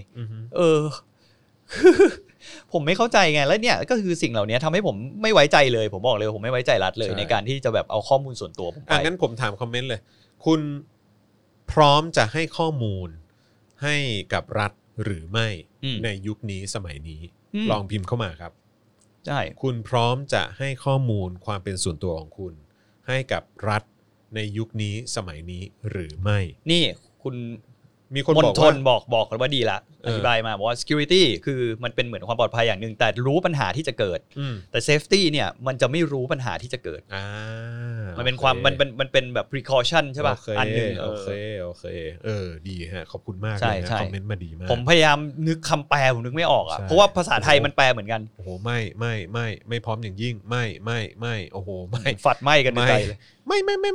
[SPEAKER 2] ผมไม่เข้าใจไงแล้วเนี่ยก็คือสิ่งเหล่านี้ทำให้ผมไม่ไว้ใจเลยผมบอกเลยผมไม่ไว้ใจรัฐเลยในการที่จะแบบเอาข้อมูลส่วนตัวผมไป
[SPEAKER 1] งั้นผมถามคอมเมนต์เลยคุณพร้อมจะให้ข้อมูลให้กับรัฐหรือไม่ในยุคนี้สมัยนี้ลองพิมพ์เข้ามาครับ
[SPEAKER 2] ใช่
[SPEAKER 1] คุณพร้อมจะให้ข้อมูลความเป็นส่วนตัวของคุณให้กับรัฐในยุคนี้สมัยนี้หรือไม่
[SPEAKER 2] นี่คุณ
[SPEAKER 1] มีคนบอก
[SPEAKER 2] ว่าดีละอธิบายมาบอกว่า security คือมันเป็นเหมือนความปลอดภัยอย่างนึงแต่รู้ปัญหาที่จะเกิดแต่ safety เนี่ยมันจะไม่รู้ปัญหาที่จะเกิดมันเป็นความมันเป็นแบบ precaution ใช่ป่ะอันนึง
[SPEAKER 1] โอเคดีฮะขอบคุณมากเลยนะคอมเมนต์มาดีมาก
[SPEAKER 2] ผมพยายามนึกคำแปลผมนึกไม่ออกอ่ะเพราะว่าภาษาไทยมันแปลเหมือนกัน
[SPEAKER 1] โอ้โหไม่พร้อมอย่างยิ่งไม่โอ้โหไม่
[SPEAKER 2] ฝัดไหม้กันใจเลย
[SPEAKER 1] ไม่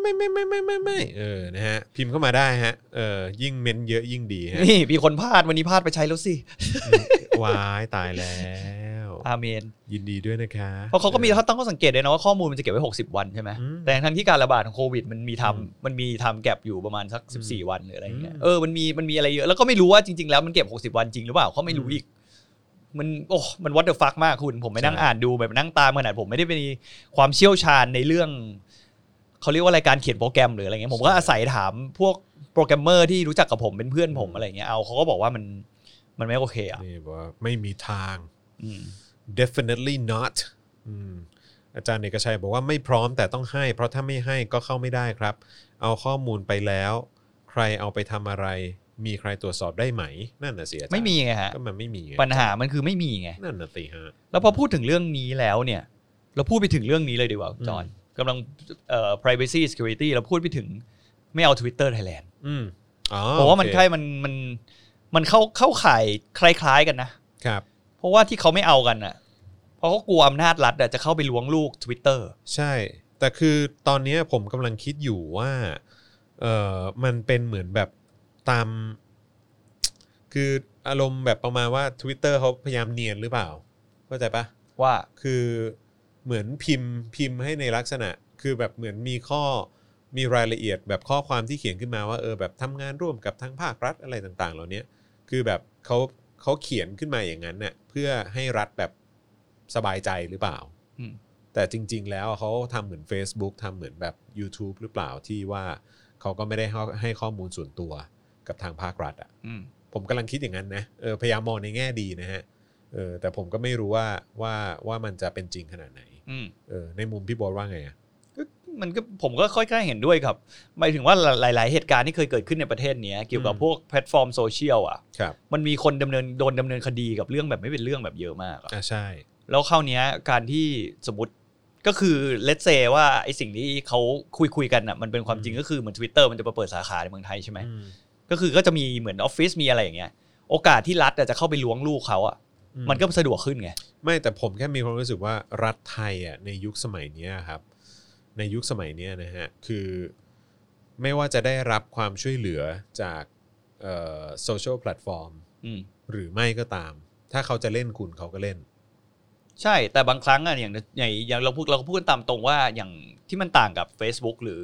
[SPEAKER 1] นะฮะพิมพ์เข้ามาได้ฮะยิ่งเม้นเยอะยิ่งดีฮะ
[SPEAKER 2] นี่มีคนพลาดวันนี้พลาดไปใช้แล้วสิ
[SPEAKER 1] วายตายแล้ว
[SPEAKER 2] อาเมน
[SPEAKER 1] ยินดีด้วยนะคะ
[SPEAKER 2] เพราะเขาก็มีเขาตั้งข้อสังเกตด้วยนะว่าข้อมูลมันจะเก็บไว้60วันใช่ไหมแต่ทั้งที่การระบาดของโควิดมันมีทำแก็บอยู่ประมาณสัก14วันหรืออะไรเงี้ยมันมีอะไรเยอะแล้วก็ไม่รู้ว่าจริงๆแล้วมันเก็บ60วันจริงหรือเปล่าเขาไม่รู้อีกมัน what the fuck มากคุณผมไม่นั่งอ่านดูแบบนั่งตามขนาดผมไม่ได้มีความเชี่ยวชาญในเรื่องเขาเรียกว่าอะไรการเขียนโปรแกรมหรืออะไรเงี้ยผมก็อาศัยถามพวกโปรแกรมเมอร์ที่รู้จักกับผมเป็นเพื่อนผมอะไรเงี้ยเขาก็บอกว่ามันไม่โอเคอ่ะ
[SPEAKER 1] นี่บอกว่าไม่มีทาง definitely not อาจารย์เอกชัยบอกว่าไม่พร้อมแต่ต้องให้เพราะถ้าไม่ให้ก็เข้าไม่ได้ครับเอาข้อมูลไปแล้วใครเอาไปทำอะไรมีใครตรวจสอบได้ไหมนั่นน่ะสิ
[SPEAKER 2] ไม่มีไงฮะ
[SPEAKER 1] ก็มันไม่มี
[SPEAKER 2] ปัญหามันคือไม่มีไง
[SPEAKER 1] นั่นน่ะสิฮะ
[SPEAKER 2] แล้วพอพูดถึงเรื่องนี้แล้วเนี่ยเราพูดไปถึงเรื่องนี้เลยดีกว่าจอห์นกำลังprivacy security เราพูดไปถึงไม่เอา Twitter Thailand เพราะว่ามันใกล้มันเข้าข่ายคล้ายๆกันนะครับเพราะว่าที่เขาไม่เอากันน่ะเพราะเขากลัวอำนาจรัฐจะเข้าไปล้วงลูก Twitter
[SPEAKER 1] ใช่แต่คือตอนนี้ผมกำลังคิดอยู่ว่ามันเป็นเหมือนแบบตามคืออารมณ์แบบประมาณว่า Twitter เขาพยายามเนียนหรือเปล่าเข้าใจปะ
[SPEAKER 2] ว่า
[SPEAKER 1] คือเหมือนพิมพ์ให้ในลักษณะคือแบบเหมือนมีรายละเอียดแบบข้อความที่เขียนขึ้นมาว่าแบบทำงานร่วมกับทางภาครัฐอะไรต่างๆเหล่านี้คือแบบเขาเขียนขึ้นมาอย่างนั้นเนี่ยเพื่อให้รัฐแบบสบายใจหรือเปล่าแต่จริงๆแล้วเขาทำเหมือน Facebook ทำเหมือนแบบ YouTube หรือเปล่าที่ว่าเขาก็ไม่ได้ให้ข้อมูลส่วนตัวกับทางภาครัฐอ่ะผมกำลังคิดอย่างนั้นนะพยายามมองในแง่ดีนะฮะแต่ผมก็ไม่รู้ว่ามันจะเป็นจริงขนาดไหนในมุมพี่โบ๊ทว่าไงอ่ะ
[SPEAKER 2] มันก็ผมก็ค่อยๆเห็นด้วยครับหมายถึงว่าหลายๆเหตุการณ์ที่เคยเกิดขึ้นในประเทศนี้เกี่ยวกับพวกแพลตฟอร์มโซเชียลอ่ะมันมีคนโดนดำเนินคดีกับเรื่องแบบไม่เป็นเรื่องแบบเยอะมาก
[SPEAKER 1] ใช่
[SPEAKER 2] แล้วคราวนี้การที่สมมติก็คือเลทเซว่าไอสิ่งที่เขาคุยกันอ่ะมันเป็นความจริงก็คือเหมือน Twitter มันจะเปิดสาขาในเมืองไทยใช่ไหมก็จะมีเหมือนออฟฟิศมีอะไรอย่างเงี้ยโอกาสที่รัฐจะเข้าไปล้วงลูกเขาอ่ะมันก็สะดวกขึ้นไง
[SPEAKER 1] ไม่แต่ผมแค่มีความรู้สึกว่ารัฐไทยอ่ะในยุคสมัยนี้ครับในยุคสมัยนี้นะฮะคือไม่ว่าจะได้รับความช่วยเหลือจากโซเชียลแพลตฟอร์มหรือไม่ก็ตามถ้าเขาจะเล่นคุณเขาก็เล่น
[SPEAKER 2] ใช่แต่บางครั้งอะอย่างเราก็พูดกันตามตรงว่าอย่างที่มันต่างกับ Facebook หรือ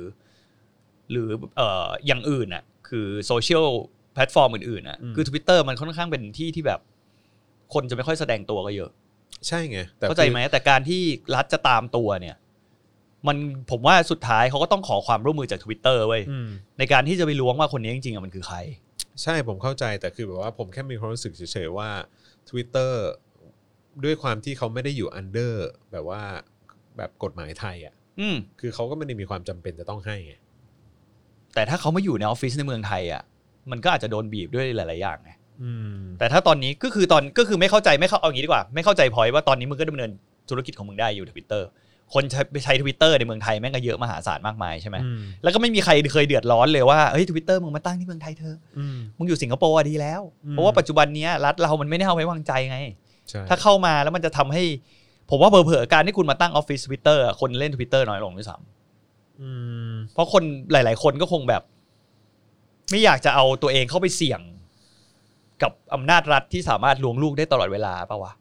[SPEAKER 2] อย่างอื่นน่ะคือโซเชียลแพลตฟอร์มอื่นๆน่ะคือ Twitter มันค่อนข้างเป็นที่ที่แบบคนจะไม่ค่อยแสดงตัวก็เยอะ
[SPEAKER 1] ใช่ไง
[SPEAKER 2] เข้าใจไหมแต่การที่รัฐจะตามตัวเนี่ยมันผมว่าสุดท้ายเขาก็ต้องขอความร่วมมือจาก Twitter เว้ยในการที่จะไปล้วงว่าคนนี้จริงๆมันคือใคร
[SPEAKER 1] ใช่ผมเข้าใจแต่คือแบบว่าผมแค่มีความรู้สึกเฉยๆว่า Twitter ด้วยความที่เขาไม่ได้อยู่ under แบบว่าแบบกฎหมายไทยอ่ะคือเขาก็ไม่ได้มีความจำเป็นจะต้องให้ไง
[SPEAKER 2] แต่ถ้าเขามาอยู่ในออฟฟิศในเมืองไทยอ่ะมันก็อาจจะโดนบีบด้วยหลายๆอย่างไงแต่ถ้าตอนนี้ก็คือไม่เข้าใจไม่เข้าเอางี้ดีกว่าไม่เข้าใจพอยว่าตอนนี้มึงก็ดำเนินธุรกิจของมึงได้อยู่ Twitter คนใช้ Twitter ในเมืองไทยแม่งก็เยอะมหาศาลมากมายใช่ไหมแล้วก็ไม่มีใครเคยเดือดร้อนเลยว่าเฮ้ย Twitter มึงมาตั้งที่เมืองไทยเถอะมึงอยู่สิงคโปร์ดีแล้วเพราะว่าปัจจุบันนี้รัฐเรามันไม่ได้เอาไว้วางใจไงถ้าเข้ามาแล้วมันจะทำให้ผมว่าเผลอๆการที่คุณมาตั้งออฟฟิศ Twitter คนเล่น Twitter น้อยลงด้วยซ้ำเพราะคนหลายๆคนก็คงแบบไม่อยากจะเอาตัวเองเข้าไปเสี่ยงกับอำนาจรัฐที่สามารถลวงลูกได้ตลอดเวลาป่ะวะ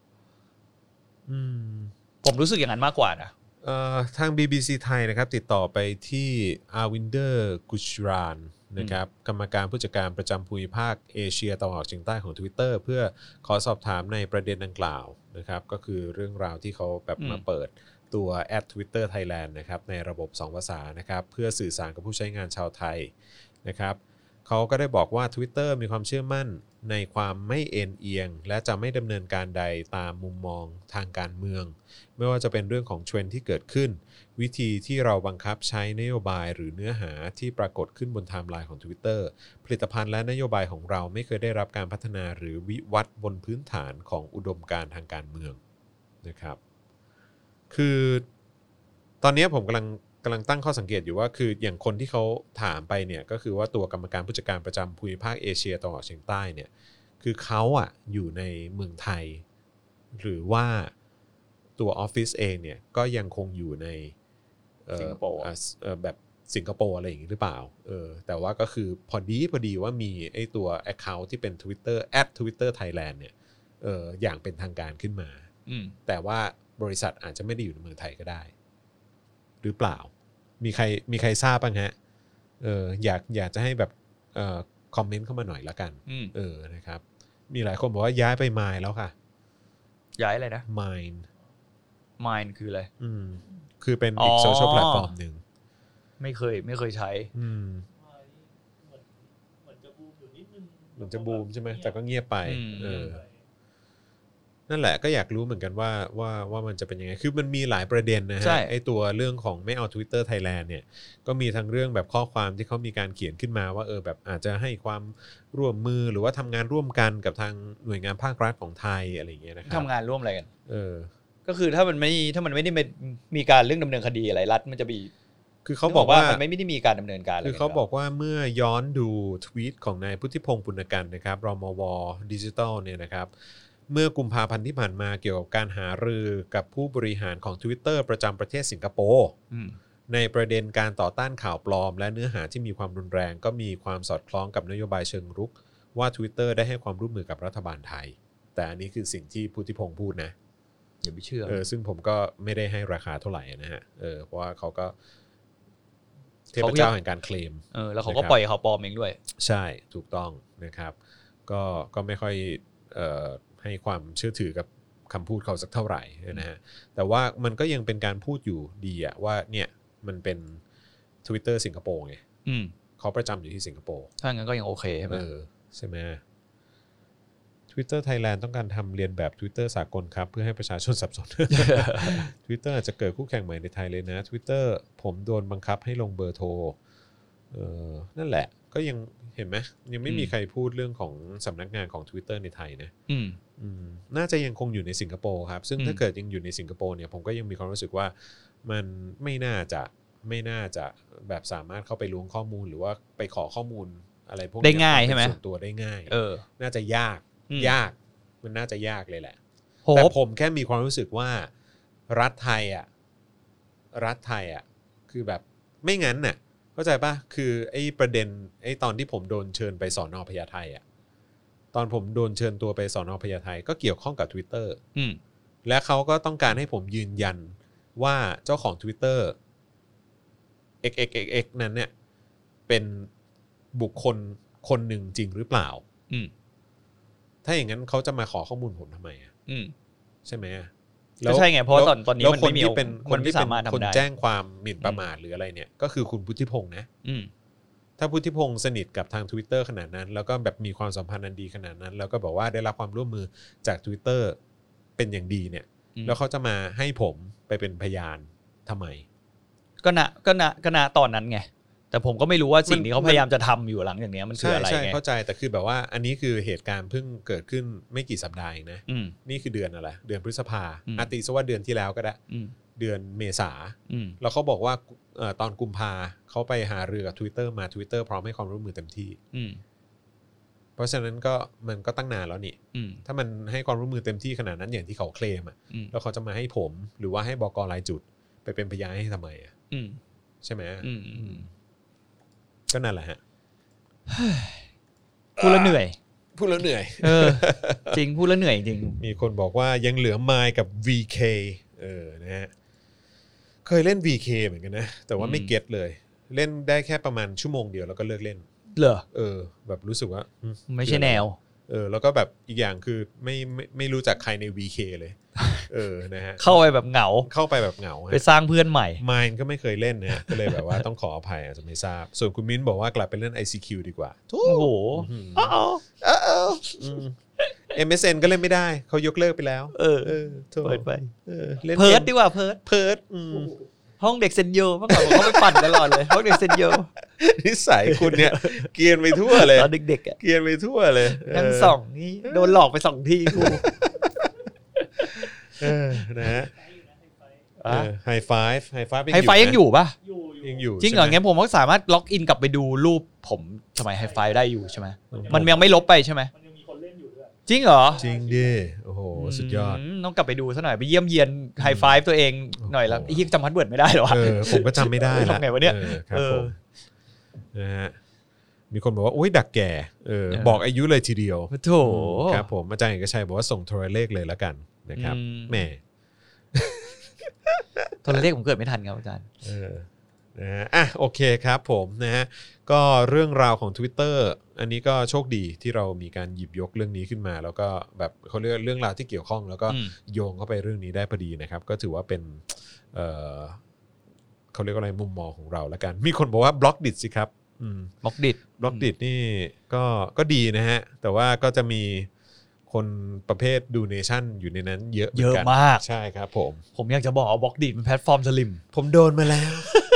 [SPEAKER 2] ผมรู้สึกอย่างนั้นมากกว่านะ
[SPEAKER 1] ทาง BBC ไทยนะครับติดต่อไปที่อาวินเดอร์กุชรานนะครับกรรมการผู้จัดการประจำภูมิภาคเอเชียตะวันออกเฉียงใต้ของ Twitter เพื่อขอสอบถามในประเด็นดังกล่าวนะครับก็คือเรื่องราวที่เขาแบบมาเปิดตัว @Twitter Thailand นะครับในระบบ2ภาษานะครับเพื่อสื่อสารกับผู้ใช้งานชาวไทยนะครับเขาก็ได้บอกว่า Twitter มีความเชื่อมั่นในความไม่เอ็นเอียงและจะไม่ดำเนินการใดตามมุมมองทางการเมืองไม่ว่าจะเป็นเรื่องของเทรนด์ที่เกิดขึ้นวิธีที่เราบังคับใช้นโยบายหรือเนื้อหาที่ปรากฏขึ้นบนไทม์ไลน์ของ Twitter ผลิตภัณฑ์และนโยบายของเราไม่เคยได้รับการพัฒนาหรือวิวัฒน์บนพื้นฐานของอุดมการณ์ทางการเมืองนะครับคือตอนนี้ผมกำลังตั้งข้อสังเกตอยู่ว่าคืออย่างคนที่เขาถามไปเนี่ยก็คือว่าตัวกรรมการผู้จัดการประจำภูมิภาคเอเชียตะวันออกเฉียงใต้เนี่ยคือเขาอ่ะอยู่ในเมืองไทยหรือว่าตัวออฟฟิศเองเนี่ยก็ยังคงอยู่ใน
[SPEAKER 2] สิงคโปร์
[SPEAKER 1] แบบสิงคโปร์อะไรอย่างนี้หรือเปล่าแต่ว่าก็คือพอดีว่ามีไอ้ตัว account ที่เป็น Twitter @Twitter Thailand เนี่ยอย่างเป็นทางการขึ้นมาแต่ว่าบริษัทอาจจะไม่ได้อยู่ในเมืองไทยก็ได้หรือเปล่ามีใครทราบบ้างฮะอยากจะให้แบบคอมเมนต์เข้ามาหน่อยละกันนะครับมีหลายคนบอกว่าย้ายไป Mind แล้วค่ะ
[SPEAKER 2] ย้ายอะไรนะ Mind คืออะไร
[SPEAKER 1] คือเป็นอีกโซเชียลแพลตฟอร์มนึง
[SPEAKER 2] ไม่เคยใช้
[SPEAKER 3] เหมือนจะบูมอยู่นิดนึง
[SPEAKER 1] เหมือนจะบูมใช่ไหมแต่ก็เงียบไปนั่นแหละก็อยากรู้เหมือนกันว่ามันจะเป็นยังไงคือมันมีหลายประเด็นนะฮะไอตัวเรื่องของไม่เอา Twitter Thailand เนี่ยก็มีทั้งเรื่องแบบข้อความที่เขามีการเขียนขึ้นมาว่าแบบอาจจะให้ความร่วมมือหรือว่าทำงานร่วมกันกับทางหน่วยงานภาครัฐของไทยอะไรอย่างเงี้ยนะครับ
[SPEAKER 2] ทำงานร่วมอะไรกันก็คือถ้ามันไม่ได้มีการเรื่องดำเนินคดีอะไรรัฐมันจะมี
[SPEAKER 1] คือเขาบอกว่า
[SPEAKER 2] มันไม่ได้มีการดำเนินการ
[SPEAKER 1] คือเขาบอกว่าเมื่อย้อนดูทวีตของนายพุทธิพงษ์ปุณกันนะครับรมว.ดิจิทัลเนี่ยนะครับเมื่อกุมภาพันธ์ที่ผ่านมาเกี่ยวกับการหารือกับผู้บริหารของ Twitter ประจำประเทศสิงคโปร์ในประเด็นการต่อต้านข่าวปลอมและเนื้อหาที่มีความรุนแรงก็มีความสอดคล้องกับนโยบายเชิงรุกว่า Twitter ได้ให้ความร่วมมือกับรัฐบาลไทยแต่อันนี้คือสิ่งที่พุทธิพงษ์พูดนะ
[SPEAKER 2] อย่าไปเชื่อ
[SPEAKER 1] ซึ่งผมก็ไม่ได้ให้ราคาเท่าไหร่นะฮะเพราะว่าเขาก็เทพเจ้าแห่งการเคลม
[SPEAKER 2] แล้วเขาก็ปล่อยข่าวปลอมเองด้วย
[SPEAKER 1] ใช่ถูกต้องนะครับก็ไม่ค่อยให้ความเชื่อถือกับคำพูดเขาสักเท่าไหร่นะฮะแต่ว่ามันก็ยังเป็นการพูดอยู่ดีอะว่าเนี่ยมันเป็น Twitter สิงคโปร์ไงเขาประจำอยู่ที่สิงคโปร์
[SPEAKER 2] ถ้างั้นก็ยังโอเคใช่ไหม
[SPEAKER 1] ใช่ไหม Twitter Thailand ต้องการทำเรียนแบบ Twitter สากลครับเพื่อให้ประชาชนสับสน Twitter อาจจะเกิดคู่แข่งใหม่ในไทยเลยนะ Twitter ผมโดนบังคับให้ลงเบอร์โทรนั่นแหละก็ยังเห็นไหมยังไม่มีใครพูดเรื่องของสำนักงานของ Twitter ในไทยนะน่าจะยังคงอยู่ในสิงคโปร์ครับซึ่งถ้าเกิดยังอยู่ในสิงคโปร์เนี่ยผมก็ยังมีความรู้สึกว่ามันไม่น่าจะแบบสามารถเข้าไปล้วงข้อมูลหรือว่าไปขอข้อมูลอะไรพวกนี้
[SPEAKER 2] ได้ง่ายใช่ไหม
[SPEAKER 1] ส่วนตัวได้ง่ายน่าจะยากมันน่าจะยากเลยแหละแต่ผมแค่มีความรู้สึกว่ารัฐไทยอ่ะคือแบบไม่งั้นน่ะเข้าใจป่ะคือไอ้ประเด็นไอ้ตอนที่ผมโดนเชิญไปสน.พญาไทอ่ะตอนผมโดนเชิญตัวไปสน.พญาไทก็เกี่ยวข้องกับ Twitter และเขาก็ต้องการให้ผมยืนยันว่าเจ้าของ Twitter xxxx นั้นเนี่ยเป็นบุคคลคนหนึ่งจริงหรือเปล่าถ้าอย่างนั้นเขาจะมาขอข้อมูลผมทำไมอ่ะใช่ไหม
[SPEAKER 2] ก็ใช่ไงเพราะตอนนี้มันไม่มี
[SPEAKER 1] คนที่เป็นคนแจ้งความหมิ่นประมาทหรืออะไรเนี่ยก็คือคุณพุทธิพงษ์นะถ้าพุทธิพงษ์สนิทกับทาง Twitter ขนาดนั้นแล้วก็แบบมีความสัมพันธ์อันดีขนาดนั้นแล้วก็บอกว่าได้รับความร่วมมือจาก Twitter เป็นอย่างดีเนี่ยแล้วเขาจะมาให้ผมไปเป็นพยานทำไม
[SPEAKER 2] ก็ณตอนนั้นไงแต่ผมก็ไม่รู้ว่าสิ่งที่เขาพยายามจะทำอยู่หลังอย่างนี้มันคืออะไรไง
[SPEAKER 1] ใช่เข้าใจแต่คือแบบว่าอันนี้คือเหตุการณ์เพิ่งเกิดขึ้นไม่กี่สัปดาห์เองนะนี่คือเดือนอะไรเดือนพฤษภาอาติซะว่าเดือนที่แล้วก็ได้เดือนเมษาแล้วเขาบอกว่าตอนกุมภาเขาไปหารือกับ Twitter มา Twitter พร้อมให้ความร่วมมือเต็มที่เพราะฉะนั้นก็มันก็ตั้งนานแล้วนี่ถ้ามันให้ความร่วมมือเต็มที่ขนาดนั้นอย่างที่เขาเคลมอ่ะแล้วเขาจะมาให้ผมหรือว่าให้บก.รายจุดไปเป็นพยานให้ทำไมอ่ะใช่ไหมก็นั่นแหละฮะ
[SPEAKER 2] พูดแล้วเหนื่อยจริงพูดแล้วเหนื่อยจริง
[SPEAKER 1] มีคนบอกว่ายังเหลือไมล์กับ VK นะฮะเคยเล่น VK เหมือนกันนะแต่ว่าไม่เก็ตเลยเล่นได้แค่ประมาณชั่วโมงเดียวแล้วก็เลิกเล่น
[SPEAKER 2] เหรอ
[SPEAKER 1] แบบรู้สึกว่า
[SPEAKER 2] ไม่ใช่แนว
[SPEAKER 1] แล้วก็แบบอีกอย่างคือไม่รู้จักใครใน VK เลยนะฮะ
[SPEAKER 2] เข้าไปแบบเหงาไปสร้างเพื่อนใหม่
[SPEAKER 1] มายก็ไม่เคยเล่นนะก็เลยแบบว่าต้องขออภัยอาจจะไม่ทราบส่วนคุณมิ้นบอกว่ากลับไปเล่น ICQ ดีกว่า
[SPEAKER 2] โอ้โห
[SPEAKER 1] MSN ก็เล่นไม่ได้เขายกเลิกไปแล้ว
[SPEAKER 2] เปิดไปเพิร์ดดีกว่าเพิร์ดห้องเด็กเซนโยเมื่อก่อนเขาไปปั่นตลอดเลยห้องเด็กเซนโย
[SPEAKER 1] นิสัยคุณเนี่ยเกรียนไปทั่วเลย
[SPEAKER 2] ตอนเด็กๆอ่ะ
[SPEAKER 1] เกรียนไปทั่วเลย
[SPEAKER 2] นั่งส่องนี่โดนหลอกไป2 ทีกู
[SPEAKER 1] นะฮะไฮไฟฟ์
[SPEAKER 2] ยังอยู่ป่ะ
[SPEAKER 1] ยังอยู่
[SPEAKER 2] จริงเหรองั้นผมก็สามารถล็อกอินกลับไปดูรูปผมสมัยไฮไฟฟ์ได้อยู่ใช่ไหมมันยังไม่ลบไปใช่ไหม
[SPEAKER 3] มันยังมีคนเล่นอยู่ด้วย
[SPEAKER 2] จริงเหรอ
[SPEAKER 1] จริงดิโอ้โหสุดยอด
[SPEAKER 2] ต้องกลับไปดูซะหน่อยไปเยี่ยมเยียนไฮไฟฟ์ตัวเองหน่อยแล้วจำพาสเวิร์ดไม่ได้หรอ
[SPEAKER 1] ผมก็จำไม่ได้
[SPEAKER 2] ละทำไงวะเนี่ย
[SPEAKER 1] ครับผมนะฮะมีคนบอกว่าโอ๊ยดักแก่บอกอายุเลยทีเดียว
[SPEAKER 2] โถ
[SPEAKER 1] ครับผมอาจารย์เอกชัยบอกว่าส่งโทรเลขเลยแล้วกันนะครับแหม
[SPEAKER 2] โทรเลขผมเกิดไม่ทันครับอาจารย์
[SPEAKER 1] นะฮะโอเคครับผมนะฮะก็เรื่องราวของ Twitter อันนี้ก็โชคดีที่เรามีการหยิบยกเรื่องนี้ขึ้นมาแล้วก็แบบเขาเรียกเรื่องราวที่เกี่ยวข้องแล้วก็โยงเข้าไปเรื่องนี้ได้พอดีนะครับก็ถือว่าเป็นเขาเรียกอะไรมุมมองของเราแล้วกันมีคนบอกว่าบล็อกดิทสิครับ
[SPEAKER 2] บล็อกดิท
[SPEAKER 1] นี่ก็ดีนะฮะแต่ว่าก็จะมีคนประเภทดูเนชั่นอยู่ในนั้นเยอะ
[SPEAKER 2] มาก
[SPEAKER 1] ใช่ครับ
[SPEAKER 2] ผมอยากจะบอกเอาบล็อกดิทเป็นแพลตฟอร์มสลิม
[SPEAKER 1] ผมโดนมาแล้ว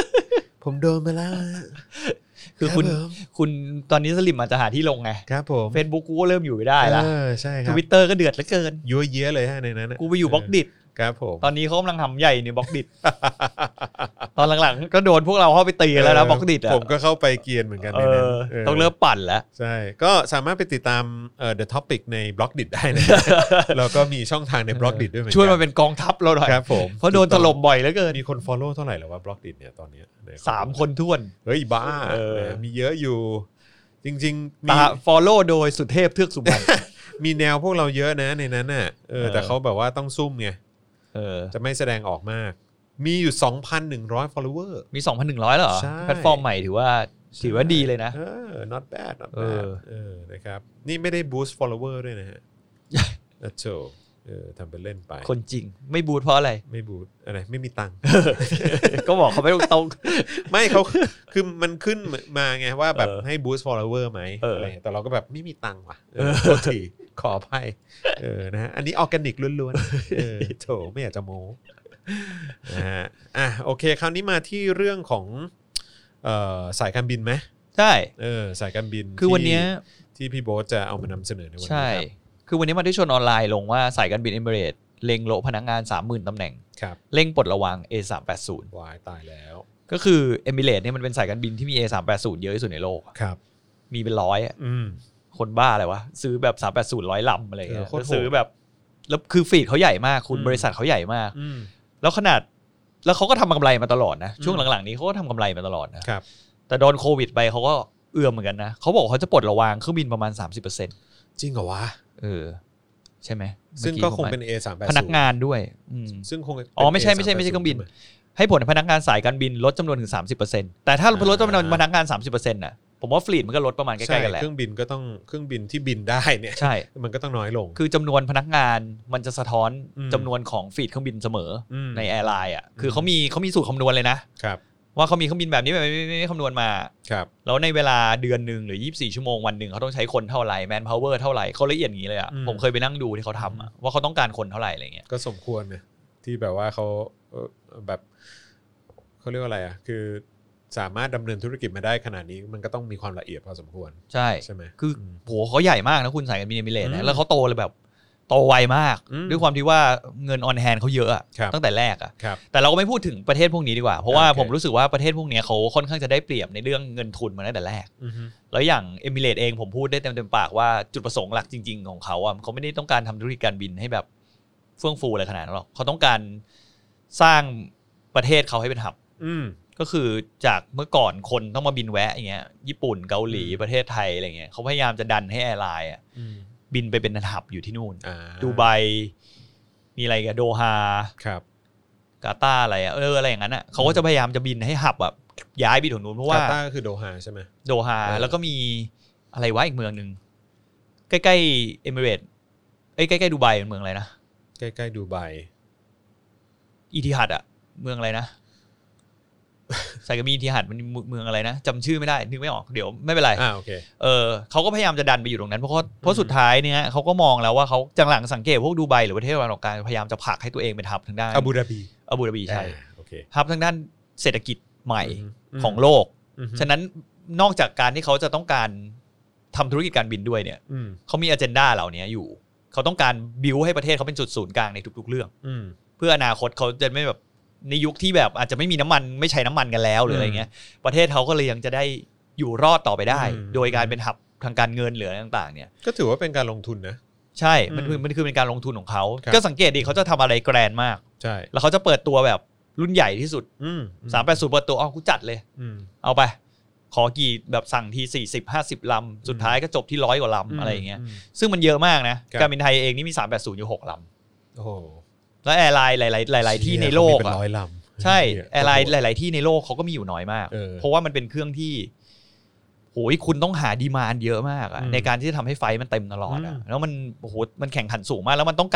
[SPEAKER 2] คือคุณตอนนี้สลิมอาจจะหาที่ลงไง
[SPEAKER 1] ครับผม
[SPEAKER 2] Facebook กูก็เริ่มอยู่ไม่ได้ละ
[SPEAKER 1] ใช่ครับ
[SPEAKER 2] Twitter ก็เดือดเหลือเกิน
[SPEAKER 1] ยั่วเย้ยเลยฮะในนั้น
[SPEAKER 2] กูไปอยู่บล็อกดิท
[SPEAKER 1] ครับผม
[SPEAKER 2] ตอนนี้เขากำลังทำใหญ่ในบล็อกดิทตอนหลังๆก็โดนพวกเราเข้าไปตีแล้วนะบล็อกดิทอ่ะ
[SPEAKER 1] ผมก็เข้าไปเกียนเหมือนกันในนั้น
[SPEAKER 2] ต้องเริ่มปั่นแล้ว
[SPEAKER 1] ใช่ก็สามารถไปติดตามThe Topic ในบล็อกดิทได้นะแล้วก็มีช่องทางในบล็อกดิทด้วยเหมือนกัน
[SPEAKER 2] ช่วยมาเป็นกองทัพเราหน่อย
[SPEAKER 1] ครับผม
[SPEAKER 2] เพราะโดนถล่มบ่อยเหลือเกิน
[SPEAKER 1] มีคน follow เท่าไหร่แล้วว่าบล็อกดิทเนี่ยตอนนี้
[SPEAKER 2] 3 คนท้วน
[SPEAKER 1] เฮ้ยบ้ามีเยอะอยู่จริงๆ
[SPEAKER 2] มี follow โดยสุเทพเทือกสุบรรณ
[SPEAKER 1] มีแนวพวกเราเยอะนะในนั้นน่ะแต่เขาแบบว่าต้องซุ่มไงจะไม่แสดงออกมากมีอยู่ 2,100 follower
[SPEAKER 2] มี 2,100 แล้วเหรอแพลตฟอร์มใหม่ถือว่าดีเลยนะ
[SPEAKER 1] not bad นะครับนี่ไม่ได้ boost follower ด้วยนะฮะโธ่ทำเป็นเล่นไป
[SPEAKER 2] คนจริงไม่บูทเพราะอะไร
[SPEAKER 1] ไม่บูทอะไรไม่มีตังค์
[SPEAKER 2] ก็บอกเขาไม่ตรง
[SPEAKER 1] ไม่เขาคือมันขึ้นมาไงว่าแบบให้ boost follower ไหมอะไรแต่เราก็แบบไม่มีตังค์ว่ะโทษทีขออภัยนะฮะอันนี้ออร์แกนิกล้วนๆโถไม่อยากจะโม้นะฮะโอเคคราวนี้มาที่เรื่องของสายการบินไหม
[SPEAKER 2] ใช่
[SPEAKER 1] สายการบิน
[SPEAKER 2] คือวันนี้
[SPEAKER 1] ที่พี่โบ๊ทจะเอามานำเสนอในวันนี้ครับ
[SPEAKER 2] คือวันนี้มาที่ชนออนไลน์ลงว่าสายการบินเอมิเรตส์เล็งโละพนักงาน 30,000 ตำแหน่งเร่งปลดระวาง A380
[SPEAKER 1] วายตายแล้ว
[SPEAKER 2] ก็คือเอมิเรตส์เนี่ยมันเป็นสายการบินที่มี A380 เยอะที่สุดในโลก
[SPEAKER 1] ครับ
[SPEAKER 2] มีเป็น100อ่ะคนบ้าอะไรวะซื้อแบบ380 100 ลำอะไรเงี้ยซื้อแบบแล้วคือฟีดเขาใหญ่มากคุณบริษัทเขาใหญ่มากแล้วขนาดแล้วเขาก็ทำกำไรมาตลอดนะช่วงหลังๆนี้เขาก็ทำกำไรมาตลอดนะครับแต่โดนโควิดไปเขาก็เอื้อมเหมือนกันนะเขาบอกเขาจะปลดระวางเครื่องบินประมาณ 30%
[SPEAKER 1] จริงเหรอวะ
[SPEAKER 2] ใช่ไหม
[SPEAKER 1] ซึ่งก็คงเป็น A380
[SPEAKER 2] พนักงานด้วย
[SPEAKER 1] ซึ่งคง
[SPEAKER 2] ไม่ใช่เครื่องบินให้ผลพนักงานสายการบินลดจำนวนถึง 30% แต่ถ้าลดจำนวนพนักงาน 30% น่ะผมว่าฟลีทมันก็ลดประมาณใกล้ๆกันแหละ
[SPEAKER 1] เครื่องบินก็ต้องเครื่องบินที่บินได้เนี่ย
[SPEAKER 2] ใช่
[SPEAKER 1] มันก็ต้องน้อยลง
[SPEAKER 2] คือจำนวนพนักงานมันจะสะท้อนจำนวนของฟลีทเครื่องบินเสมอในแอร์ไลน์อ่ะคือเขามีสูตรคำนวณเลยนะครับว่าเขามีเครื่องบินแบบนี้คำนวณมาแล้วในเวลาเดือนนึงหรือ24ชั่วโมงวันนึงเขาต้องใช้คนเท่าไหร่แมนพาวเวอร์เท่าไหร่เขาละเอียดอย่างนี้เลยอ่ะผมเคยไปนั่งดูที่เขาทำว่าเขาต้องการคนเท่าไหร่อะไรเงี้ย
[SPEAKER 1] ก็สมควรนะที่แบบว่าเขาแบบเขาเรียกว่าอะไรอ่ะคือสามารถดำเนินธุรกิจมาได้ขนาดนี้มันก็ต้องมีความละเอียดพอสมควร
[SPEAKER 2] ใช่
[SPEAKER 1] ไหม
[SPEAKER 2] คือโหเขาใหญ่มากนะคุณสายการบินเอมิเรตส์นะแล้วเขาโตเลยแบบโตไวมากด้วยความที่ว่าเงินออนแฮนด์เขาเยอะตั้งแต่แรกอ่ะแต่เราก็ไม่พูดถึงประเทศพวกนี้ดีกว่าเพราะว่าผมรู้สึกว่าประเทศพวกนี้เขาค่อนข้างจะได้เปรียบในเรื่องเงินทุนมาตั้งแต่แรกแล้วอย่างเอมิเรตส์เองผมพูดได้เต็มปากว่าจุดประสงค์หลักจริงๆของเขาอ่ะเขาไม่ได้ต้องการทำธุรกิจการบินให้แบบเฟื่องฟูอะไรขนาดนั้นหรอกเขาต้องการสร้างประเทศเขาให้เป็นหับก็คือจากเมื่อก่อนคนต้องมาบินแวะอย่างเงี้ยญี่ปุ่นเกาหลีประเทศไทยอะไรเงี้ยเขาพยายามจะดันให้แอร์ไลน์บินไปเป็นหับอยู่ที่นู่นดูไบมีอะไรกับโดฮา
[SPEAKER 1] ครับ
[SPEAKER 2] กาตาร์อะไรอะไรอย่างนั้นอ่ะเขาก็จะพยายามจะบินให้หับแบบย้ายไปถึงนู้นเพราะว่าก
[SPEAKER 1] าตาร์ก็คือโดฮาใช่ไหม
[SPEAKER 2] โดฮาแล้วก็มีอะไรวะอีกเมืองนึงใกล้ๆเอมิเรตส์ใกล้ๆดูไบเป็นเมืองอะไรนะ
[SPEAKER 1] ใกล้ๆดูไบ
[SPEAKER 2] อิทิฮัดอ่ะเมืองอะไรนะสายการบินอิทิฮัดมันเมืองอะไรนะจำชื่อไม่ได้นึกไม่ออกเดี๋ยวไม่เป็นไร
[SPEAKER 1] โอเค
[SPEAKER 2] เขาก็พยายามจะดันไปอยู่ตรงนั้นเพราะสุดท้ายเนี่ยเขาก็มองแล้วว่าเขาจังหลังสังเกตพวกดูไบหรือประเทศตะวันออกกลางพยายามจะผลักให้ตัวเองเป็นฮับทางด้าน
[SPEAKER 1] อาบูดาบี
[SPEAKER 2] ใช่ฮับทางด้านเศรษฐกิจใหม่ของโลกฉะนั้นนอกจากการที่เขาจะต้องการทำธุรกิจการบินด้วยเนี่ยเขามีอเจนดาเหล่านี้อยู่เขาต้องการบิวให้ประเทศเขาเป็นจุดศูนย์กลางในทุกๆเรื่องเพื่ออนาคตเขาจะไม่แบบในยุคที่แบบอาจจะไม่มีน้ำมันไม่ใช้น้ำมันกันแล้วหรืออะไรเงี้ยประเทศเขาก็เลยยังจะได้อยู่รอดต่อไปได้โดยการเป็นหับทางการเงินหรืออะไรต่างๆเนี่ย
[SPEAKER 1] ก็ถือว่าเป็นการลงทุนนะ
[SPEAKER 2] ใช่มันคือเป็นการลงทุนของเขาก็สังเกตดิเขาจะทำอะไรแกรนมาก
[SPEAKER 1] ใช่
[SPEAKER 2] แล้วเขาจะเปิดตัวแบบรุ่นใหญ่ที่สุด380เปิดตัวกูจัดเลยเอาไปขอกี่แบบสั่งที40-50 ลำสุดท้ายก็จบที่100 กว่าลำอะไรอย่างเงี้ยซึ่งมันเยอะมากนะการบินไทยเองนี่มี380อยู่6 ลำ
[SPEAKER 1] โอ้โห
[SPEAKER 2] แล้วแอร์ไลน์หลายๆที่ในโลก
[SPEAKER 1] เป็น100 ลำ
[SPEAKER 2] ใช่แอร์ไลน์หลายๆที่ในโลกเขาก็มีอยู่น้อยมากเพราะว่ามันเป็นเครื่องที่โหยคุณต้องหาดีมานด์เยอะมากในการที่จะทำให้ไฟมันเต็มตลอดแล้วมันโอ้โหมันแข่งขันสูงมากแล้วมันต้อง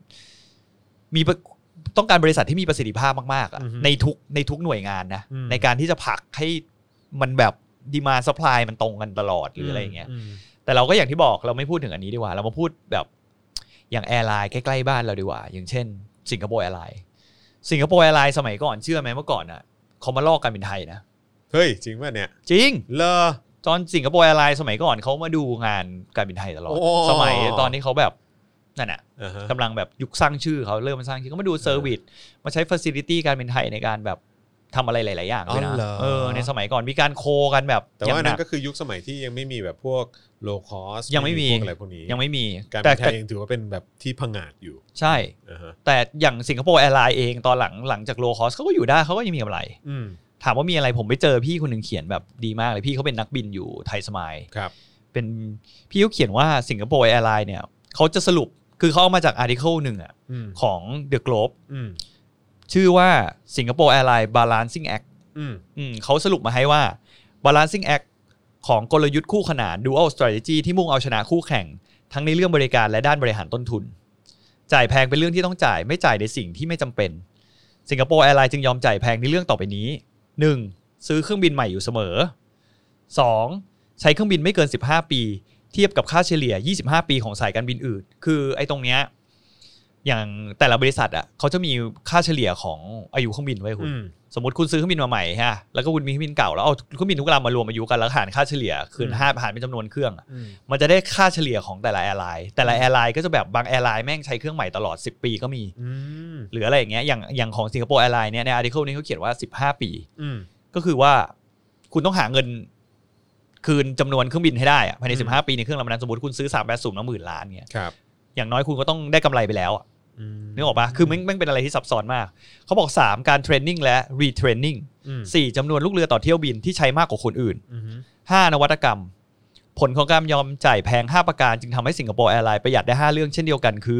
[SPEAKER 2] การบริษัทที่มีประสิทธิภาพมากๆในทุกหน่วยงานนะในการที่จะผลักให้มันแบบดีมานด์ซัพพลายมันตรงกันตลอดหรืออะไรอย่างเงี้ยแต่เราก็อย่างที่บอกเราไม่พูดถึงอันนี้ดีกว่าเรามาพูดแบบอย่างแอร์ไลน์ใกล้ๆบ้านเราดีกว่าอย่างเช่นสิงคโปร์แอร์ไลน์สมัยก่อนเชื่อไหมเมื่อก่อนอ่ะเขามาลอกการบินไทยนะ
[SPEAKER 1] เฮ้ยจริงป่ะเนี่ย
[SPEAKER 2] จริง
[SPEAKER 1] เหรอ
[SPEAKER 2] ตอนสิงคโปร์แอร์ไลน์สมัยก่อนเขามาดูงานการบินไทยตลอดสมัยตอนนี้เขาแบบนั่นน่ะกำลังแบบยุคสร้างชื่อเขาเริ่มมาสร้างชื่อเขามาดูเซอร์วิสมาใช้ฟาซิลิตี้การบินไทยในการแบบทำอะไรหลายๆอย่างเลยนะในสมัยก่อนมีการโคกันแบบ
[SPEAKER 1] แต่ว่านั้นก็คือยุคสมัยที่ยังไม่มีแบบพวกโลคอส
[SPEAKER 2] ยังไม่มี
[SPEAKER 1] อะไรพวกนี้
[SPEAKER 2] ยังไม่มี
[SPEAKER 1] การบินไทยเองถือว่าเป็นแบบที่ผงาดอยู่
[SPEAKER 2] ใช่แต่อย่างสิงคโปร์แอร์ไลน์เองตอนหลังจากโลคอสเขาก็อยู่ได้เขาก็ยังมีกำไรถามว่ามีอะไรผมไปเจอพี่คนหนึ่งเขียนแบบดีมากเลยพี่เขาเป็นนักบินอยู่ไทยสมายเป็นพี่เขาเขียนว่าสิงคโปร์แอร์ไลน์เนี่ยเขาจะสรุปคือเขาเอามาจากอาร์ติเคิลหนึ่งของ The Globe ชื่อว่า Singapore Airline Balancing Act เขาสรุปมาให้ว่า Balancing Act ของกลยุทธ์คู่ขนาน Dual Strategy ที่มุ่งเอาชนะคู่แข่งทั้งในเรื่องบริการและด้านบริหารต้นทุนจ่ายแพงเป็นเรื่องที่ต้องจ่ายไม่จ่ายในสิ่งที่ไม่จำเป็นสิงคโปร์แอร์ไลน์จึงยอมจ่ายแพงในเรื่องต่อไปนี้ 1. ซื้อเครื่องบินใหม่อยู่เสมอ 2. ใช้เครื่องบินไม่เกิน15 ปีเทียบกับค่าเฉลี่ย25 ปีของสายการบินอื่นคือไอ้ตรงเนี้ยอย่างแต่ละบริษัทอ่ะเขาจะมีค่าเฉลี่ยของอายุเครื่องบินไว้คุณสมมติคุณซื้อเครื่องบินมาใหม่ฮะแล้วก็คุณมีเครื่องบินเก่าแล้วเอาเครื่องบินทุกลำมารวมอายุกันแล้วหารค่าเฉลี่ยคืน5หารเป็นจำนวนเครื่องมันจะได้ค่าเฉลี่ยของแต่ละแอร์ไลน์ก็จะแบบบางแอร์ไลน์แม่งใช้เครื่องใหม่ตลอด10 ปีก็มีหรืออะไรอย่างเงี้ยอย่างของสิงคโปร์แอร์ไลน์เนี่ยในอาร์ติเคิลนี้เขาเขียนว่า15 ปีก็คือว่าคุณต้องหาเงินคืนจำนวนเครื่องบินให้ได้ภายใน15 ปีในเครื่องลำนั้นสมมติคุณซื้อ380 10,000 ล้านเงี้ยอย่างน้อยคุณก็ต้องได้กำไรไปแล้วนึกออกปะคือมันเป็นอะไรที่ซับซ้อนมากเขาบอก3การเทรนนิ่งและรีเทรนนิ่ง4จำนวนลูกเรือต่อเที่ยวบินที่ใช้มากกว่าคนอื่น5นวัตกรรมผลของการยอมจ่ายแพง5ประการจึงทำให้สิงคโปร์แอร์ไลน์ประหยัดได้5เรื่องเช่นเดียวกันคือ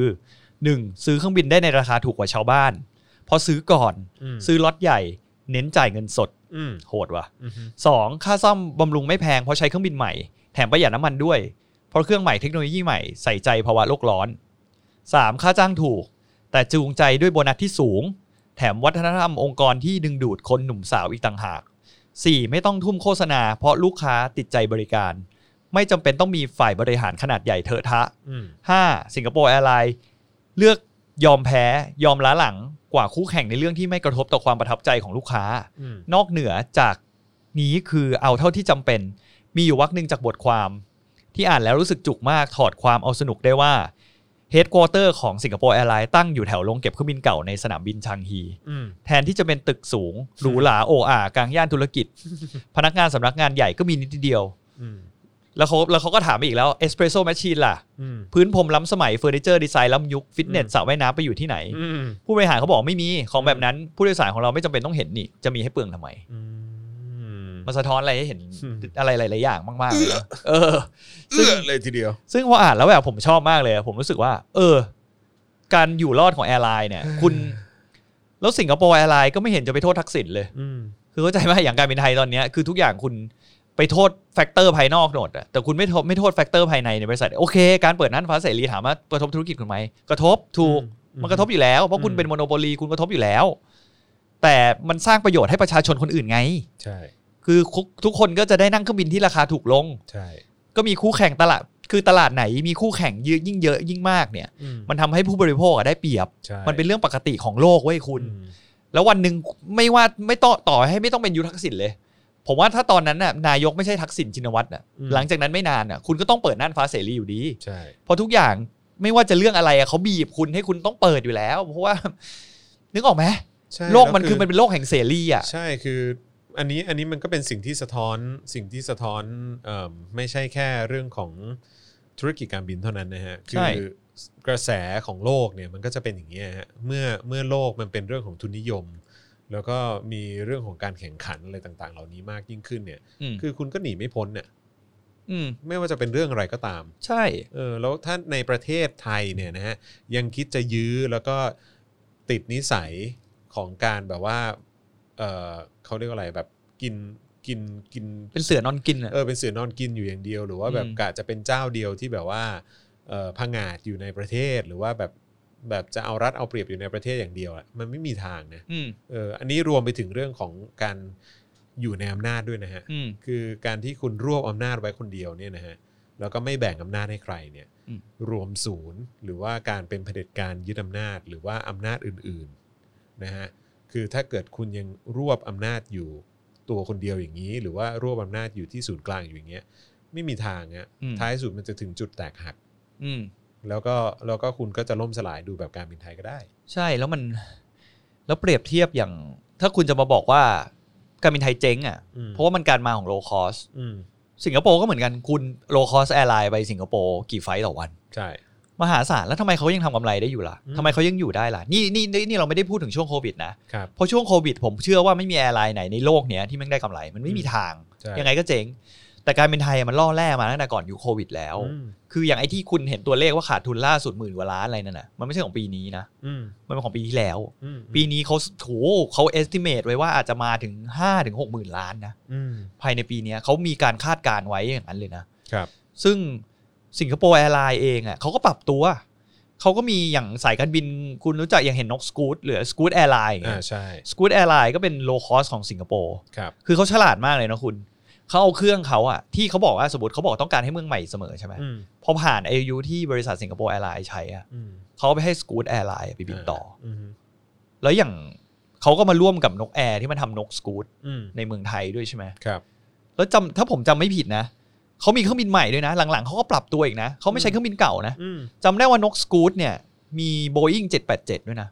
[SPEAKER 2] 1. ซื้อเครื่องบินได้ในราคาถูกกว่าชาวบ้านพอซื้อก่อนซื้อล็อตใหญ่เน้นจ่ายเงินสดโหดว่ะ 2. ค่าซ่อมบำรุงไม่แพงเพราะใช้เครื่องบินใหม่แถมประหยัดน้ำมันด้วยเพราะเครื่องใหม่เทคโนโลยีใหม่ใส่ใจภาวะโลกร้อน 3. ค่าจ้างถูกแต่จูงใจด้วยโบนัสที่สูงแถมวัฒนธรรมองค์กรที่ดึงดูดคนหนุ่มสาวอีกต่างหาก 4. ไม่ต้องทุ่มโฆษณาเพราะลูกค้าติดใจบริการไม่จำเป็นต้องมีฝ่ายบริหารขนาดใหญ่เถอะทะ 5. สิงคโปร์แอร์ไลน์เลือกยอมแพ้ยอมล้าหลังกว่าคู่แข่งในเรื่องที่ไม่กระทบต่อความประทับใจของลูกค้านอกเหนือจากนี้คือเอาเท่าที่จำเป็นมีอยู่วรรคนึงจากบทความที่อ่านแล้วรู้สึกจุกมากถอดความเอาสนุกได้ว่าเฮดควอเตอร์ของสิงคโปร์แอร์ไลน์ตั้งอยู่แถวโรงเก็บเครื่องบินเก่าในสนามบินชางฮีแทนที่จะเป็นตึกสูงหรูหราโอ้อากลางย่านธุรกิจพนักงานสำนักงานใหญ่ก็มีนิดเดียวแล้วเขาก็ถามอีกแล้วเอสเปรสโซ่แมชชีนล่ะพื้นพรมล้ำสมัยเฟอร์นิเจอร์ดีไซน์ล้ำยุคฟิตเนสสระว่ายน้ำไปอยู่ที่ไหนผู้บริหารเขาบอกไม่มีของแบบนั้นผู้โดยสารของเราไม่จำเป็นต้องเห็นนี่จะมีให้เปลืองทำไมมาสะท้อนอะไรให้เห็นอะไรหลายๆอย่างมากๆเลยนะ
[SPEAKER 1] ซึ่งเลยทีเดียว
[SPEAKER 2] ซึ่งพออ่านแล้วแบบผมชอบมากเลยผมรู้สึกว่าการอยู่รอดของแอร์ไลน์เนี่ยคุณแล้วสิงคโปร์แอร์ไลน์ก็ไม่เห็นจะไปโทษทักษิณเลยคือเข้าใจว่าอย่างการบินไทยตอนนี้คือทุกอย่างคุณไปโทษแฟกเตอร์ภายนอกโหนดแต่คุณไม่โทษแฟกเตอร์ภายในบริษัทโอเคการเปิดน่านฟ้าเสรีถามว่ากระทบธุรกิจคุณไหมกระทบถูกมันกระทบอยู่แล้วเพราะคุณเป็นโมโนโปลีคุณกระทบอยู่แล้วแต่มันสร้างประโยชน์ให้ประชาชนคนอื่นไง
[SPEAKER 1] ใช่
[SPEAKER 2] คือทุกคนก็จะได้นั่งเครื่องบินที่ราคาถูกลง
[SPEAKER 1] ใช่
[SPEAKER 2] ก็มีคู่แข่งตลาดคือตลาดไหนมีคู่แข่งยิ่งเยอะยิ่งมากเนี่ยมันทำให้ผู้บริโภคได้เปรียบมันเป็นเรื่องปกติของโลกเว้ยคุณแล้ววันนึงไม่ต่อให้ไม่ต้องเป็นยุทธทักษิณเลยผมว่าถ้าตอนนั้นน่ะนายกไม่ใช่ทักษิณชินวัตรน่ะหลังจากนั้นไม่นานน่ะคุณก็ต้องเปิดน่านฟ้าเสรีอยู่ดี
[SPEAKER 1] ใช่
[SPEAKER 2] เพราะทุกอย่างไม่ว่าจะเรื่องอะไรเขาบีบคุณให้คุณต้องเปิดอยู่แล้วเพราะว่านึกออกไหมโลกมันเป็นโลกแห่งเสรีอ่ะ
[SPEAKER 1] ใช่คืออันนี้มันก็เป็นสิ่งที่สะท้อนไม่ใช่แค่เรื่องของธุรกิจการบินเท่านั้นนะฮะคือกระแสของโลกเนี่ยมันก็จะเป็นอย่างนี้ฮะเมื่อโลกมันเป็นเรื่องของทุนนิยมแล้วก็มีเรื่องของการแข่งขันอะไรต่างๆเหล่านี้มากยิ่งขึ้นเนี่ยคือคุณก็หนีไม่พ้นเนี่ยไม่ว่าจะเป็นเรื่องอะไรก็ตาม
[SPEAKER 2] ใช่
[SPEAKER 1] แล้วถ้าในประเทศไทยเนี่ยนะฮะยังคิดจะยื้อแล้วก็ติดนิสัยของการแบบว่าเขาเรียกว่าอะไรแบบกิน
[SPEAKER 2] เป็นเสือนอนกิน
[SPEAKER 1] เป็นเสือนอนกินอยู่อย่างเดียวหรือว่าแบบกะจะเป็นเจ้าเดียวที่แบบว่าผงาดอยู่ในประเทศหรือว่าแบบจะเอารัดเอาเปรียบอยู่ในประเทศอย่างเดียวอ่ะมันไม่มีทางนะอันนี้รวมไปถึงเรื่องของการอยู่ในอำนาจด้วยนะฮะคือการที่คุณรวบอำนาจไว้คนเดียวเนี่ยนะฮะแล้วก็ไม่แบ่งอำนาจให้ใครเนี่ยรวมศูนย์หรือว่าการเป็นเผด็จการยึดอำนาจหรือว่าอำนาจอื่นๆนะฮะคือถ้าเกิดคุณยังรวบอำนาจอยู่ตัวคนเดียวอย่างนี้หรือว่ารวบอำนาจอยู่ที่ศูนย์กลางอยู่อย่างเงี้ยไม่มีทางฮะท้ายสุดมันจะถึงจุดแตกหักแล้วก็คุณก็จะล่มสลายดูแบบการบินไทยก็ได้
[SPEAKER 2] ใช่แล้วเปรียบเทียบอย่างถ้าคุณจะมาบอกว่าการบินไทยเจ๊งอ่ะเพราะว่ามันการมาของโลคอสสิงคโปร์ก็เหมือนกันคุณโลคอสแอร์ไลน์ไปสิงคโปร์กี่ไฟล์ต่อวัน
[SPEAKER 1] ใช่
[SPEAKER 2] มหาศาลแล้วทำไมเขายังทำกำไรได้อยู่ล่ะทำไมเขายังอยู่ได้ล่ะนี่เราไม่ได้พูดถึงช่วงโควิดนะเพราะช่วงโควิดผมเชื่อว่าไม่มีแอร์ไลน์ไหนในโลกเนี้ยที่ไม่ได้กำไรมันไม่มีทางยังไงก็เจ๊งแต่การบินไทยมันล่อแร่มาตั้งแต่ก่อนยุคโควิดแล้วคืออย่างไอ้ที่คุณเห็นตัวเลขว่าขาดทุนล่าสุด10,000 กว่าล้านอะไรนั่นน่ะมันไม่ใช่ของปีนี้นะมันเป็นของปีที่แล้วปีนี้เขา estimate ไว้ว่าอาจจะมาถึง 5-60,000 ล้านนะภายในปีนี้เขามีการคาดการไว้อย่างนั้นเลยนะครับซึ่งสิงคโปร์แอร์ไลน์เองอ่ะเขาก็ปรับตัวเขาก็มีอย่างสายการบินคุณรู้จักอย่างเห็นนกสกู๊ตหรือสกู๊ตแอร์ไลน์
[SPEAKER 1] ใช่
[SPEAKER 2] สกู๊ตแอร์ไลน์ก็เป็นโลคอสของสิงคโปร์คือเขาฉลาดมากเลยนะคุณเขาเอาเครื่องเขาอะที่เขาบอกว่าสมมติเขาบอกต้องการให้เมืองใหม่เสมอใช่ไหมพอผ่านAUที่บริษัทสิงคโปร์แอร์ไลน์ใช้อะเขาไปให้สกู๊ตแอร์ไลน์ไปบินต่อแล้วอย่างเขาก็มาร่วมกับนกแอร์ที่มันทำนกสกู๊ตในเมืองไทยด้วยใช่ไหม
[SPEAKER 1] ครับ
[SPEAKER 2] แล้วถ้าผมจำไม่ผิดนะเขามีเครื่องบินใหม่ด้วยนะหลังๆเขาก็ปรับตัวอีกนะเขาไม่ใช้เครื่องบินเก่านะจำได้ว่านกสกู๊ตเนี่ยมี Boeing 787ด้วยนะ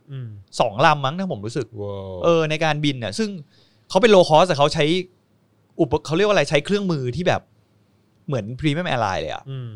[SPEAKER 2] 2 ลำมั้งถ้าผมรู้สึกในการบินเนี่ยซึ่งเขาเป็นโลคอสแต่เขาใช้เขาเรียกว่าอะไรใช้เครื่องมือที่แบบเหมือนพรีเมียมแอร์ไลน์เลยอ่ะ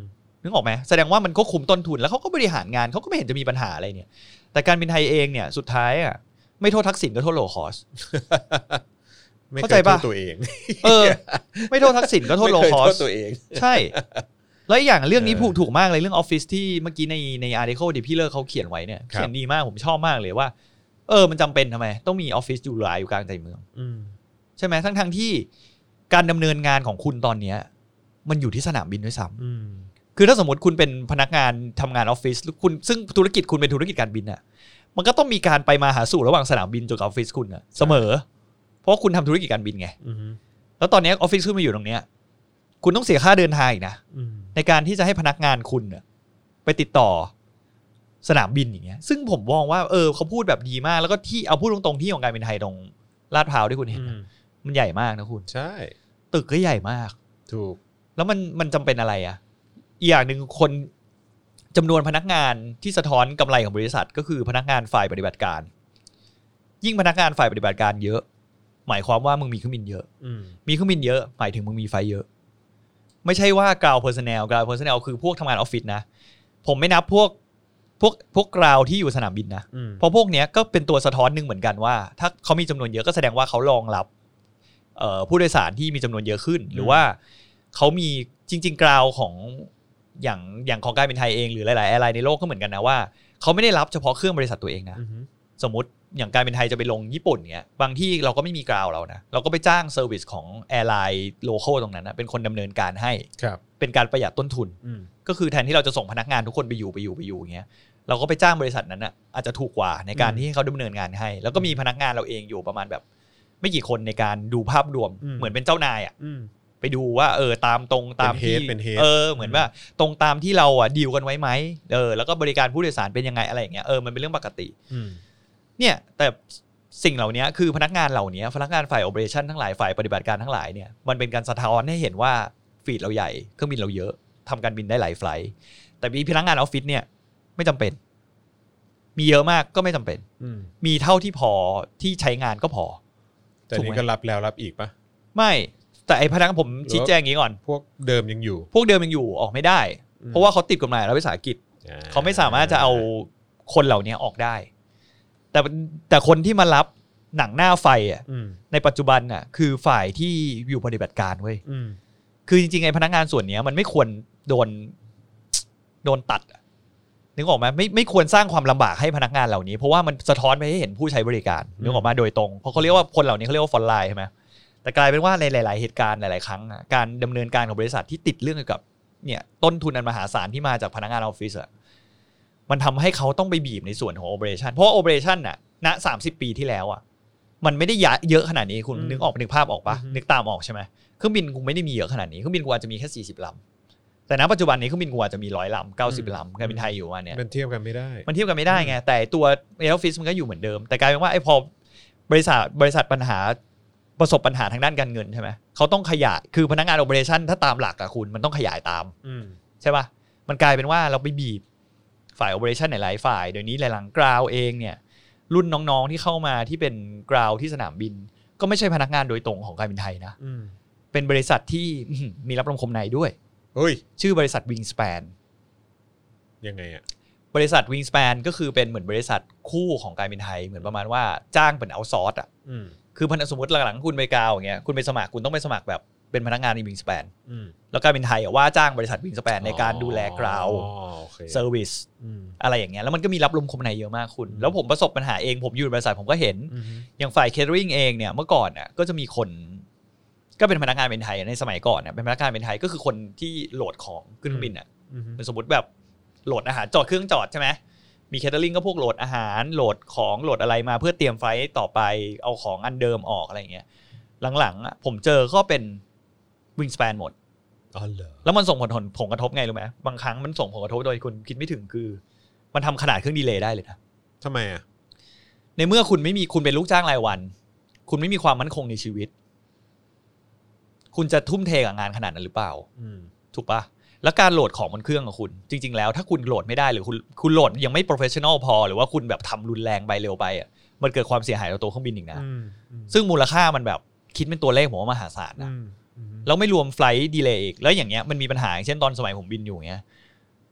[SPEAKER 2] นึกออกไหมแสดงว่ามันก็คุมต้นทุนแล้วเขาก็บริหารงานเขาก็ไม่เห็นจะมีปัญหาอะไรเนี่ยแต่การบินไทยเองเนี่ยสุดท้ายอ่ะไม่โทษทักษิณก็โทษโลคอสเข้าใจป่ะ
[SPEAKER 1] ตัวเอง
[SPEAKER 2] ไม่โทษทักษิณก็โทษโลคอส
[SPEAKER 1] ตัวเอง
[SPEAKER 2] ใช่แล้วอย่างเรื่องนี้ถูกมากเลยเรื่องออฟฟิศที่เมื่อกี้ในอาร์ติเคิลที่พี่เลิกเขาเขียนไว้เนี่ยเขียนดีมากผมชอบมากเลยว่ามันจำเป็นทำไมต้องมีออฟฟิศอยู่หลายอยู่กลางใจเมืองใช่ไหมทั้งที่การดำเนินงานของคุณตอนนี้มันอยู่ที่สนามบินด้วยซ้ำคือถ้าสมมติคุณเป็นพนักงานทำงานออฟฟิศคุณซึ่งธุรกิจคุณเป็นธุรกิจการบินอ่ะมันก็ต้องมีการไปมาหาสู่ระหว่างสนามบินจนกับออฟฟิศคุณอ่ะเสมอเพราะคุณทำธุรกิจการบินไงแล้วตอนนี้ออฟฟิศคุณมาอยู่ตรงเนี้ยคุณต้องเสียค่าเดินทางอีกนะในการที่จะให้พนักงานคุณไปติดต่อสนามบินอย่างเงี้ยซึ่งผมมองว่าเขาพูดแบบดีมากแล้วก็ที่เอาพูดตรงๆที่ของการบินไทยตรงลาดพร้าวที่คุณเห็นมันใหญ่มากนะคุณ
[SPEAKER 1] ใช่
[SPEAKER 2] ตึกก็ใหญ่มาก
[SPEAKER 1] ถูก
[SPEAKER 2] แล้วมันจำเป็นอะไรอ่ะอีกอย่างหนึ่งคนจำนวนพนักงานที่สะท้อนกำไรของบริษัทก็คือพนักงานฝ่ายปฏิบัติการยิ่งพนักงานฝ่ายปฏิบัติการเยอะหมายความว่ามึงมีเครื่องบินเยอะมีเครื่องบินเยอะหมายถึงมึงมีไฟเยอะไม่ใช่ว่ากราวเพอร์ซันแนลคือพวกทำงานออฟฟิศนะผมไม่นับพวกกราวที่อยู่สนามบินนะเพราะพวกเนี้ยก็เป็นตัวสะท้อนนึงเหมือนกันว่าถ้าเขามีจำนวนเยอะก็แสดงว่าเขารองรับผู้โดยสารที่มีจำนวนเยอะขึ้นหรือว่าเขามีจริงๆกราวของอย่างของการบินไทยเองหรือหลายๆแอร์ไลน์ในโลกก็เหมือนกันนะว่าเขาไม่ได้รับเฉพาะเครื่องบริษัทตัวเองนะสมมติอย่างการบินไทยจะไปลงญี่ปุ่นเงี้ยบางที่เราก็ไม่มีกราวเรานะเราก็ไปจ้างเซอร์วิสของแอร์ไลน์โลคอลตรงนั้นนะเป็นคนดำเนินการให้เป็นการประหยัดต้นทุนก็คือแทนที่เราจะส่งพนักงานทุกคนไปอยู่อย่างเงี้ยเราก็ไปจ้างบริษัทนั้นนะอาจจะถูกกว่าในการที่เขาดำเนินงานให้แล้วก็มีพนักงานเราเองอยู่ประมาณแบบไม่กี่คนในการดูภาพรวมเหมือนเป็นเจ้านายอ่ะไปดูว่าตามที่เหมือนว่าตรงตามที่เราดีลกันไว้ไหมแล้วก็บริการผู้โดยสารเป็นยังไงอะไรอย่างเงี้ยมันเป็นเรื่องปกติเนี่ยแต่สิ่งเหล่านี้คือพนักงานเหล่านี้พนักงานฝ่ายโอเปอเรชั่นทั้งหลายฝ่ายปฏิบัติการทั้งหลายเนี่ยมันเป็นการสะท้อนให้เห็นว่าฟีดเราใหญ่เครื่องบินเราเยอะทำการบินได้หลายไฟล์แต่มีพนักงานออฟฟิศเนี่ยไม่จำเป็นมีเยอะมากก็ไม่จำเป็นมีเท่าที่พอที่ใช้งานก็พอ
[SPEAKER 1] แต่นี่ก็รับแล้วรับอีกปะ
[SPEAKER 2] ไม่แต่ไอ้พนักงานผมชี้แจงอย่างนี้ก่อน
[SPEAKER 1] พวกเดิมยังอยู่
[SPEAKER 2] ออกไม่ได้เพราะว่าเขาติดกฎหมายรัฐวิสาหกิจเขาไม่สามารถจะเอาคนเหล่านี้ออกได้แต่คนที่มารับหนังหน้าไฟในปัจจุบันน่ะคือฝ่ายที่อยู่ปฏิบัติการเว้ยคือจริงๆไอ้พนักงานส่วนนี้มันไม่ควรโดนตัดนึกออกไหมไม่ควรสร้างความลำบากให้พนักงานเหล่านี้เพราะว่ามันสะท้อนไปให้เห็นผู้ใช้บริการนึกออกมาโดยตรงเพราะเขาเรียกว่าคนเหล่านี้เขาเรียกว่าฟอนไลน์ใช่ไหมแต่กลายเป็นว่าในหลายๆเหตุการณ์หลายๆครั้งการดำเนินการของบริษัทที่ติดเรื่องเกี่ยวกับเนี่ยต้นทุนอันมหาศาลที่มาจากพนักงานออฟฟิศมันทำให้เขาต้องไปบีบในส่วนของโอเปอเรชั่นเพราะโอเปอเรชั่นน่ะณ30 ปีที่แล้วมันไม่ได้เยอะขนาดนี้คุณนึกภาพออกปะนึกตามออกใช่ไหมเครื่องบินกูไม่ได้มีเยอะขนาดนี้เครื่องบินกูอาจจะมีแค่40 ลำแต่ณปัจจุบันนี้เครื่องบินกูอาจจะมี100 ลำ90 ลำการบินไทยอยู่วันเนี้ย
[SPEAKER 1] มันเทียบกันไม่
[SPEAKER 2] ได้ไงแต่ตัวแอร์ออฟฟิศมันก็อยู่เหมือนเดิมแต่กลายเป็นว่าไอ้พอบริษัทประสบปัญหาทางด้านการเงินใช่ไหมเขาต้องขยายคือพนักงานโอเปอเรชั่นถ้าตามหลักคุณมันต้องขยายตามใช่ป่ะมันกลายเป็นว่าเราไปบีบฝ่ายโอเปอเรชั่นหลายฝ่ายเดี๋ยวนี้หลังกราวเองเนี่ยรุ่นน้องๆที่เข้ามาที่เป็นกราวที่สนามบินก็ไม่ใช่พนักงานโดยตรงของการบินไทยนะเป็นบริษัทที่มีรับรองคมในด้วยชื่อบริษัท Wingspan
[SPEAKER 1] ยังไง
[SPEAKER 2] บริษัท Wingspan ก็คือเป็นเหมือนบริษัทคู่ของการบินไทยเหมือนประมาณว่าจ้างเป็นเอาท์ซอร์สคือสมมติหลังๆคุณไปกราวอย่างเงี้ยคุณไปสมัครคุณต้องไปสมัครแบบเป็นพนักงานใน Wingspan แล้วการบินไทยว่าจ้างบริษัท Wingspan ในการดูแลกราวเซอร์วิสอะไรอย่างเงี้ยแล้วมันก็มีรับลมคมในเยอะมากคุณแล้วผมประสบปัญหาเองผมอยู่ในบริษัทผมก็เห็นอย่างฝ่ายเคเทอริงเองเนี่ยเมื่อก่อนก็จะมีคนก็เป็นพนักงานเป็นไทยในสมัยก่อนเป็นพนักงานเป็นไทยก็คือคนที่โหลดของขึ้นเครื่องบินสมมติแบบโหลดอาหารจอดเครื่องจอดใช่ไหมมีเคเทอริงก็พวกโหลดอาหารโหลดของโหลดอะไรมาเพื่อเตรียมไฟล์ต่อไปเอาของอันเดิมออกอะไรอย่างเงี้ยหลังๆผมเจอก็เป็นWingspan หมดแล้วมันส่งผลกระทบไงรู้ไหมบางครั้งมันส่งผลกระทบโดยคุณคิดไม่ถึงคือมันทำขนาดเครื่องดีเลย์ได้เลยนะ
[SPEAKER 1] ทำไม
[SPEAKER 2] ในเมื่อคุณเป็นลูกจ้างรายวันคุณไม่มีความมั่นคงในชีวิตคุณจะทุ่มเทกับงานขนาดนั้นหรือเปล่าถูกปะแล้วการโหลดของบนเครื่องของคุณจริงๆแล้วถ้าคุณโหลดไม่ได้หรือคุณโหลดยังไม่โปรเฟสชั่นอลพอหรือว่าคุณแบบทำรุนแรงไปเร็วไปมันเกิดความเสียหายต่อตัวเครื่องบินอีกนะซึ่งมูลค่ามันแบบคิดเป็นตัวเลขผมว่ามหาศาลนะแล้วไม่รวมไฟล์ดีเลย์อีกแล้วอย่างเงี้ยมันมีปัญหาอย่างเช่นตอนสมัยผมบินอยู่เงี้ย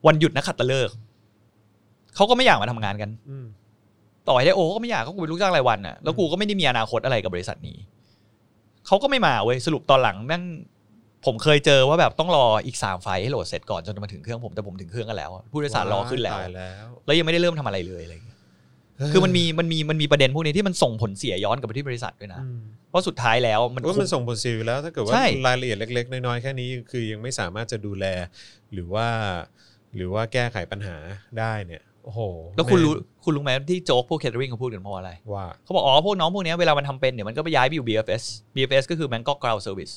[SPEAKER 2] วันหยุดนักขัตฤกษ์เขาก็ไม่อยากมาทำงานกันต่อให้ได้โอก็ไม่อยากเขาเป็นลูกจ้างรายวันน่ะแล้วกูก็ไม่ได้มีอนาคตอะไรกับบริษัทนี้เขาก็ไม่มาเว้ยสรุปตอนหลังแม่งผมเคยเจอว่าแบบต้องรออีก3ไฟล์ให้โหลดเสร็จก่อนจนมาถึงเครื่องผมแต่ผมถึงเครื่องกันแล้วผู้โดยสารรอขึ้นแล้วแล้วยังไม่ได้เริ่มทำอะไรเลยอะไรอย่างเงี้ยคือมันมีประเด็นพวกนี้ที่มันส่งผลเสียย้อนกลับไปที่บริษัทด้วยนะเพราะสุดท้ายแล้วมัน
[SPEAKER 1] ส่งผลเสียอยู่แล้วถ้าเกิดว่ารายละเอียดเล็กๆน้อยๆแค่นี้คือยังไม่สามารถจะดูแลหรือว่าแก้ไขปัญหาได้เนี่ยโอ้โห
[SPEAKER 2] แล้วคุณรู้ไหมที่โจ๊กพวกเคเทอริ่งเขาพูดกันเพราะอะไร
[SPEAKER 1] ว่า
[SPEAKER 2] เขาบอกพวกน้องพวกนี้เวลามันทำเป็นเนี่ยมันก็ไปย้ายไปอยู่ BFS ก็คือ Bangkok Ground Service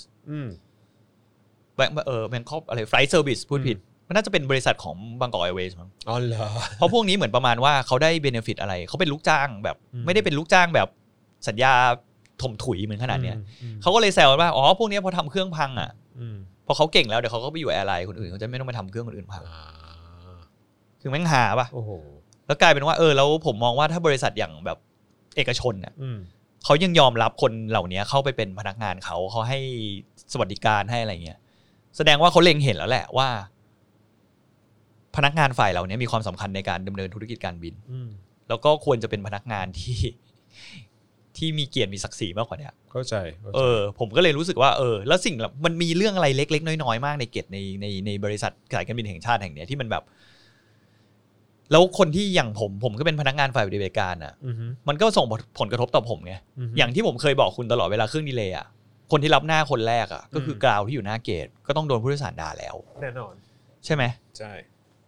[SPEAKER 2] Bangkok อะไร Flight Service พูดผิดมันน่าจะเป็นบริษัทของ Bangkok Airways มั้ง
[SPEAKER 1] อ๋อเหรอ
[SPEAKER 2] เพราะพวกนี้เหมือนประมาณว่าเขาได้ benefit อะไรเขาเป็นลูกจ้างแบบไม่ได้เป็นลูกจ้างแบบสัญญาถมถุยเหมือนขนาดเนี้ยเขาก็เลยแซวว่าพวกนี้พอทำเครื่องพังอ่ะพอเขาเก่งแล้วเดี๋ยวเขาก็ไปอยู่แอร์ไลน์คนอื่นเขาจะไม่ต้องมาทำเครื่องคนอื่นพังคือแม่งหาป่ะแล้วกลายเป็นว่าแล้วผมมองว่าถ้าบริษัทอย่างแบบเอกชนเนี่ยเขายังยอมรับคนเหล่านี้เข้าไปเป็นพนักงานเขาให้สวัสดิการให้อะไรเงี้ยแสดงว่าเขาเล็งเห็นแล้วแหละว่าพนักงานฝ่ายเหล่านี้มีความสำคัญในการดำเนินธุรกิจการบินแล้วก็ควรจะเป็นพนักงานที่มีเกียรติมีศักดิ์ศรีมากกว่านี้
[SPEAKER 1] เข้าใจ
[SPEAKER 2] ผมก็เลยรู้สึกว่าแล้วสิ่งมันมีเรื่องอะไรเล็กๆน้อยๆมากในเกียรติในบริษัทสายการบินแห่งชาติแห่งนี้ที่มันแบบแล้วคนที่อย่างผมก็เป็นพนักงานฝ่ายปฏิบัติการอ่ะมันก็ส่งผลกระทบต่อผมไงอย่างที่ผมเคยบอกคุณตลอดเวลาเครื่องดีเลย์อ่ะคนที่รับหน้าคนแรกอ่ะก็คือกราวที่อยู่หน้าเกตก็ต้องโดนผู้โดยสารด่าแล้ว
[SPEAKER 1] แน่นอน
[SPEAKER 2] ใช่ไหม
[SPEAKER 1] ใช่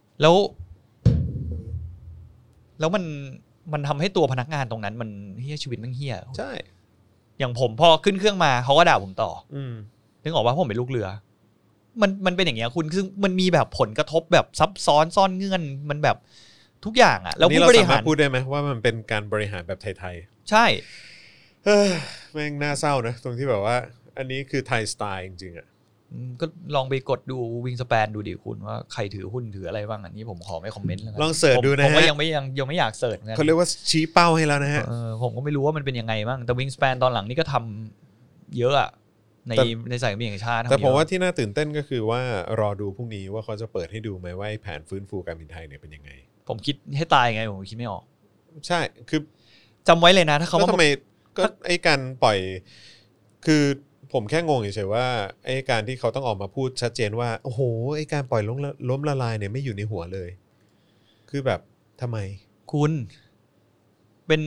[SPEAKER 2] แล้วมันทำให้ตัวพนักงานตรงนั้นมันเฮี้ยชีวิตมันเฮี้ย
[SPEAKER 1] ใช่
[SPEAKER 2] อย่างผมพอขึ้นเครื่องมาเขาก็ด่าผมต่อนึกออกว่าผมเป็นลูกเรือมันเป็นอย่างเงี้ยคุณคือมันมีแบบผลกระทบแบบซับซ้อนซ่อนเงื่อนมันแบบทุกอย่างอ่ะ
[SPEAKER 1] แล้วผู้บริหารพูดได้ไหมว่ามันเป็นการบริหารแบบไทย
[SPEAKER 2] ๆใช่
[SPEAKER 1] แม่งน่าเศร้านะตรงที่แบบว่าอันนี้คือไทยสไตล์จริงๆอ่ะ
[SPEAKER 2] ก็ลองไปกดดูวิงสแปนดูดิคุณว่าใครถือหุ้นถืออะไรบ้างอันนี้ผมขอไม่คอมเมนต์แล้วกัน
[SPEAKER 1] ลองเสิร์ชดูนะฮะ
[SPEAKER 2] ผมก็ยังไม่อยากเสิร์ช
[SPEAKER 1] เขาเรียกว่าชี้เป้าให้แล้วนะฮะ
[SPEAKER 2] ผมก็ไม่รู้ว่ามันเป็นยังไงบ้างแต่วิงสแปนตอนหลังนี่ก็ทำเยอะอะในสายการบินแห่งชาติ
[SPEAKER 1] แต่ผมว่าที่น่าตื่นเต้นก็คือว่ารอดูพรุ่งนี้ว่าเขาจะเปิดให้ดูไหมว่าแผนฟื้นฟูการบินไทยเนี่ยเป็นยังไง
[SPEAKER 2] ผมคิดให้ตายไงผมคิดไม่ออก
[SPEAKER 1] ใช่คือ
[SPEAKER 2] จำไว้เลยนะถ้าเขา
[SPEAKER 1] ทำไมก็ไอ้การปล่อยคือผมแค่งงเฉยๆว่าไอ้การที่เขาต้องออกมาพูดชัดเจนว่าโอ้โหไอ้การปล่อยล้มละลายเนี่ยไม่อยู่ในหัวเลยคือแบบทำไม
[SPEAKER 2] คุณเป็น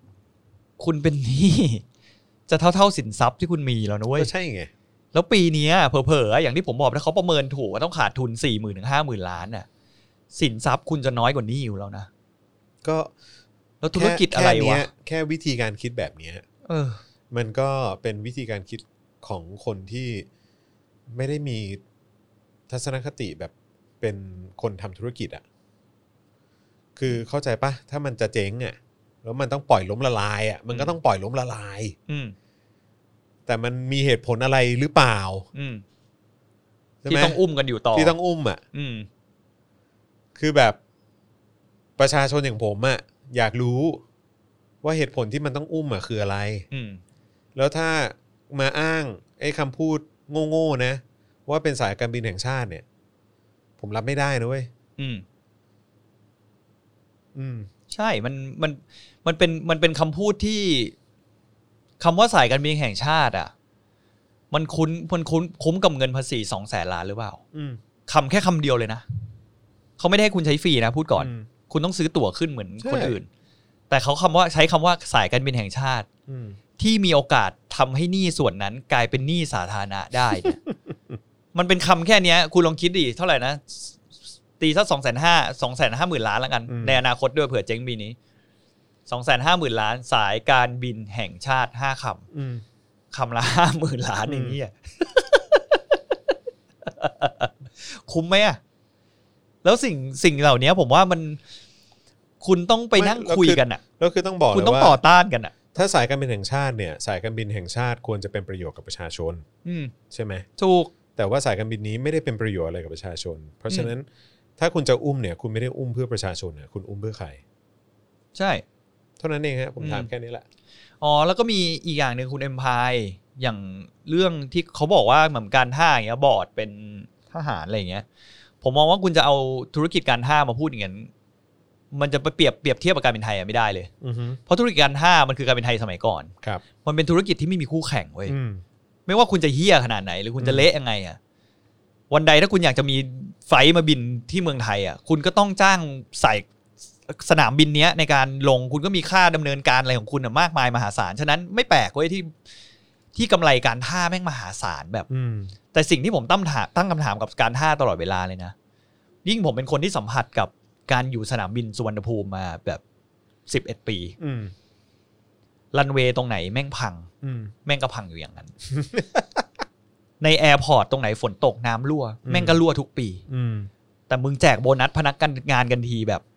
[SPEAKER 2] นี่จะเท่าสินทรัพย์ที่คุณมีแล้วนะเว้ย
[SPEAKER 1] ใช่ไง
[SPEAKER 2] แล้วปีนี้เผลอๆอย่างที่ผมบอกถ้าเขาประเมินถูกว่าต้องขาดทุน 40,000 ถึง 50,000 ล้านน่ะสินทรัพย์คุณจะน้อยกว่านี้อยู่แล้วนะ
[SPEAKER 1] ก็
[SPEAKER 2] แล้วธุรกิจอะไรวะ
[SPEAKER 1] แค่วิธีการคิดแบบนี้มันก็เป็นวิธีการคิดของคนที่ไม่ได้มีทัศนคติแบบเป็นคนทำธุรกิจอ่ะคือเข้าใจปะถ้ามันจะเจ๊งอ่ะแล้วมันต้องปล่อยล้มละลายอ่ะมันก็ต้องปล่อยล้มละลายแต่มันมีเหตุผลอะไรหรือเปล่า
[SPEAKER 2] ที่ต้องอุ้มกันอยู่ต่อ
[SPEAKER 1] ที่ต้องอุ้มอ่ะคือแบบประชาชนอย่างผมอ่ะอยากรู้ว่าเหตุผลที่มันต้องอุ้มอ่ะคืออะไรแล้วถ้ามาอ้างไอ้คำพูดโง่ๆนะว่าเป็นสายการบินแห่งชาติเนี่ยผมรับไม่ได้นะเว้ย
[SPEAKER 2] ใช่มันเป็นคำพูดที่คำว่าสายการบินแห่งชาติอ่ะมันคุ้มกับเงินภาษี 200,000 ล้านหรือเปล่าคำแค่คำเดียวเลยนะเขาไม่ได้ให้คุณใช้ฟรีนะพูดก่อนคุณต้องซื้อตั๋วขึ้นเหมือนคนอื่นแต่เขาใช้คำว่าสายการบินแห่งชาติที่มีโอกาสทำให้หนี้ส่วนนั้นกลายเป็นหนี้สาธารณะได้เนี่ยมันเป็นคำแค่นี้คุณลองคิดดิเท่าไหร่นะตีสัก 250,000 ล้านแล้วกันในอนาคตด้วยเผื่อเจ๊งปีนี้ 250,000 ล้านสายการบินแห่งชาติ5 คำละ 50,000 ล้านอย่างนี้คุ้มไหมอ่ะแล้วสิ่งเหล่านี้ผมว่ามันคุณต้องไปนั่งคุยกันอ่ะ
[SPEAKER 1] แล้วคือต้องบอก
[SPEAKER 2] คุณต้องต่อต้านกันอ่ะ
[SPEAKER 1] ถ้าสายการบินแห่งชาติเนี่ยสายการบินแห่งชาติควรจะเป็นประโยชน์กับประชาชนใช่ไหม
[SPEAKER 2] ถูก
[SPEAKER 1] แต่ว่าสายการบินนี้ไม่ได้เป็นประโยชน์อะไรกับประชาชนเพราะฉะนั้นถ้าคุณจะอุ้มเนี่ยคุณไม่ได้อุ้มเพื่อประชาชนเนี่ยคุณอุ้มเพื่อใคร
[SPEAKER 2] ใช่
[SPEAKER 1] เท่านั้นเองฮะผมถามแค่นี้แหละ
[SPEAKER 2] แล้วก็มีอีกอย่างนึงคุณเอ็มพายอย่างเรื่องที่เขาบอกว่าเหมือนการท่าอย่างเงี้ยบอร์ดเป็นทหารอะไรอย่างเงี้ยผมมองว่าคุณจะเอาธุรกิจการท่ามาพูดอย่างนั้นมันจะไปเปรียบเทียบกับการบินไทยไม่ได้เลยเพราะธุรกิจการท่ามันคือการบินไทยสมัยก่อนมันเป็นธุรกิจที่ไม่มีคู่แข่งเว้ยไม่ว่าคุณจะเหี้ยขนาดไหนหรือคุณจะเละยังไงอ่ะวันใดถ้าคุณอยากจะมีไฟล์มาบินที่เมืองไทยอ่ะคุณก็ต้องจ้างใส่สนามบินเนี้ยในการลงคุณก็มีค่าดำเนินการอะไรของคุณมากมายมหาศาลฉะนั้นไม่แปลกเว้ยที่กำไรการท่าแม่งมหาศาลแบบแต่สิ่งที่ผมตั้งคำถามกับการท่าตลอดเวลาเลยนะยิ่งผมเป็นคนที่สัมผัสกับการอยู่สนามบินสุวรรณภูมิมาแบบ11 ปีรันเวย์ตรงไหนแม่งพังแม่งก็พังอยู่อย่างนั้น ในแอร์พอร์ตตรงไหนฝนตกน้ำรั่วแม่งก็รั่วทุกปีแต่มึงแจกโบนัสพนักงานกันทีแบบ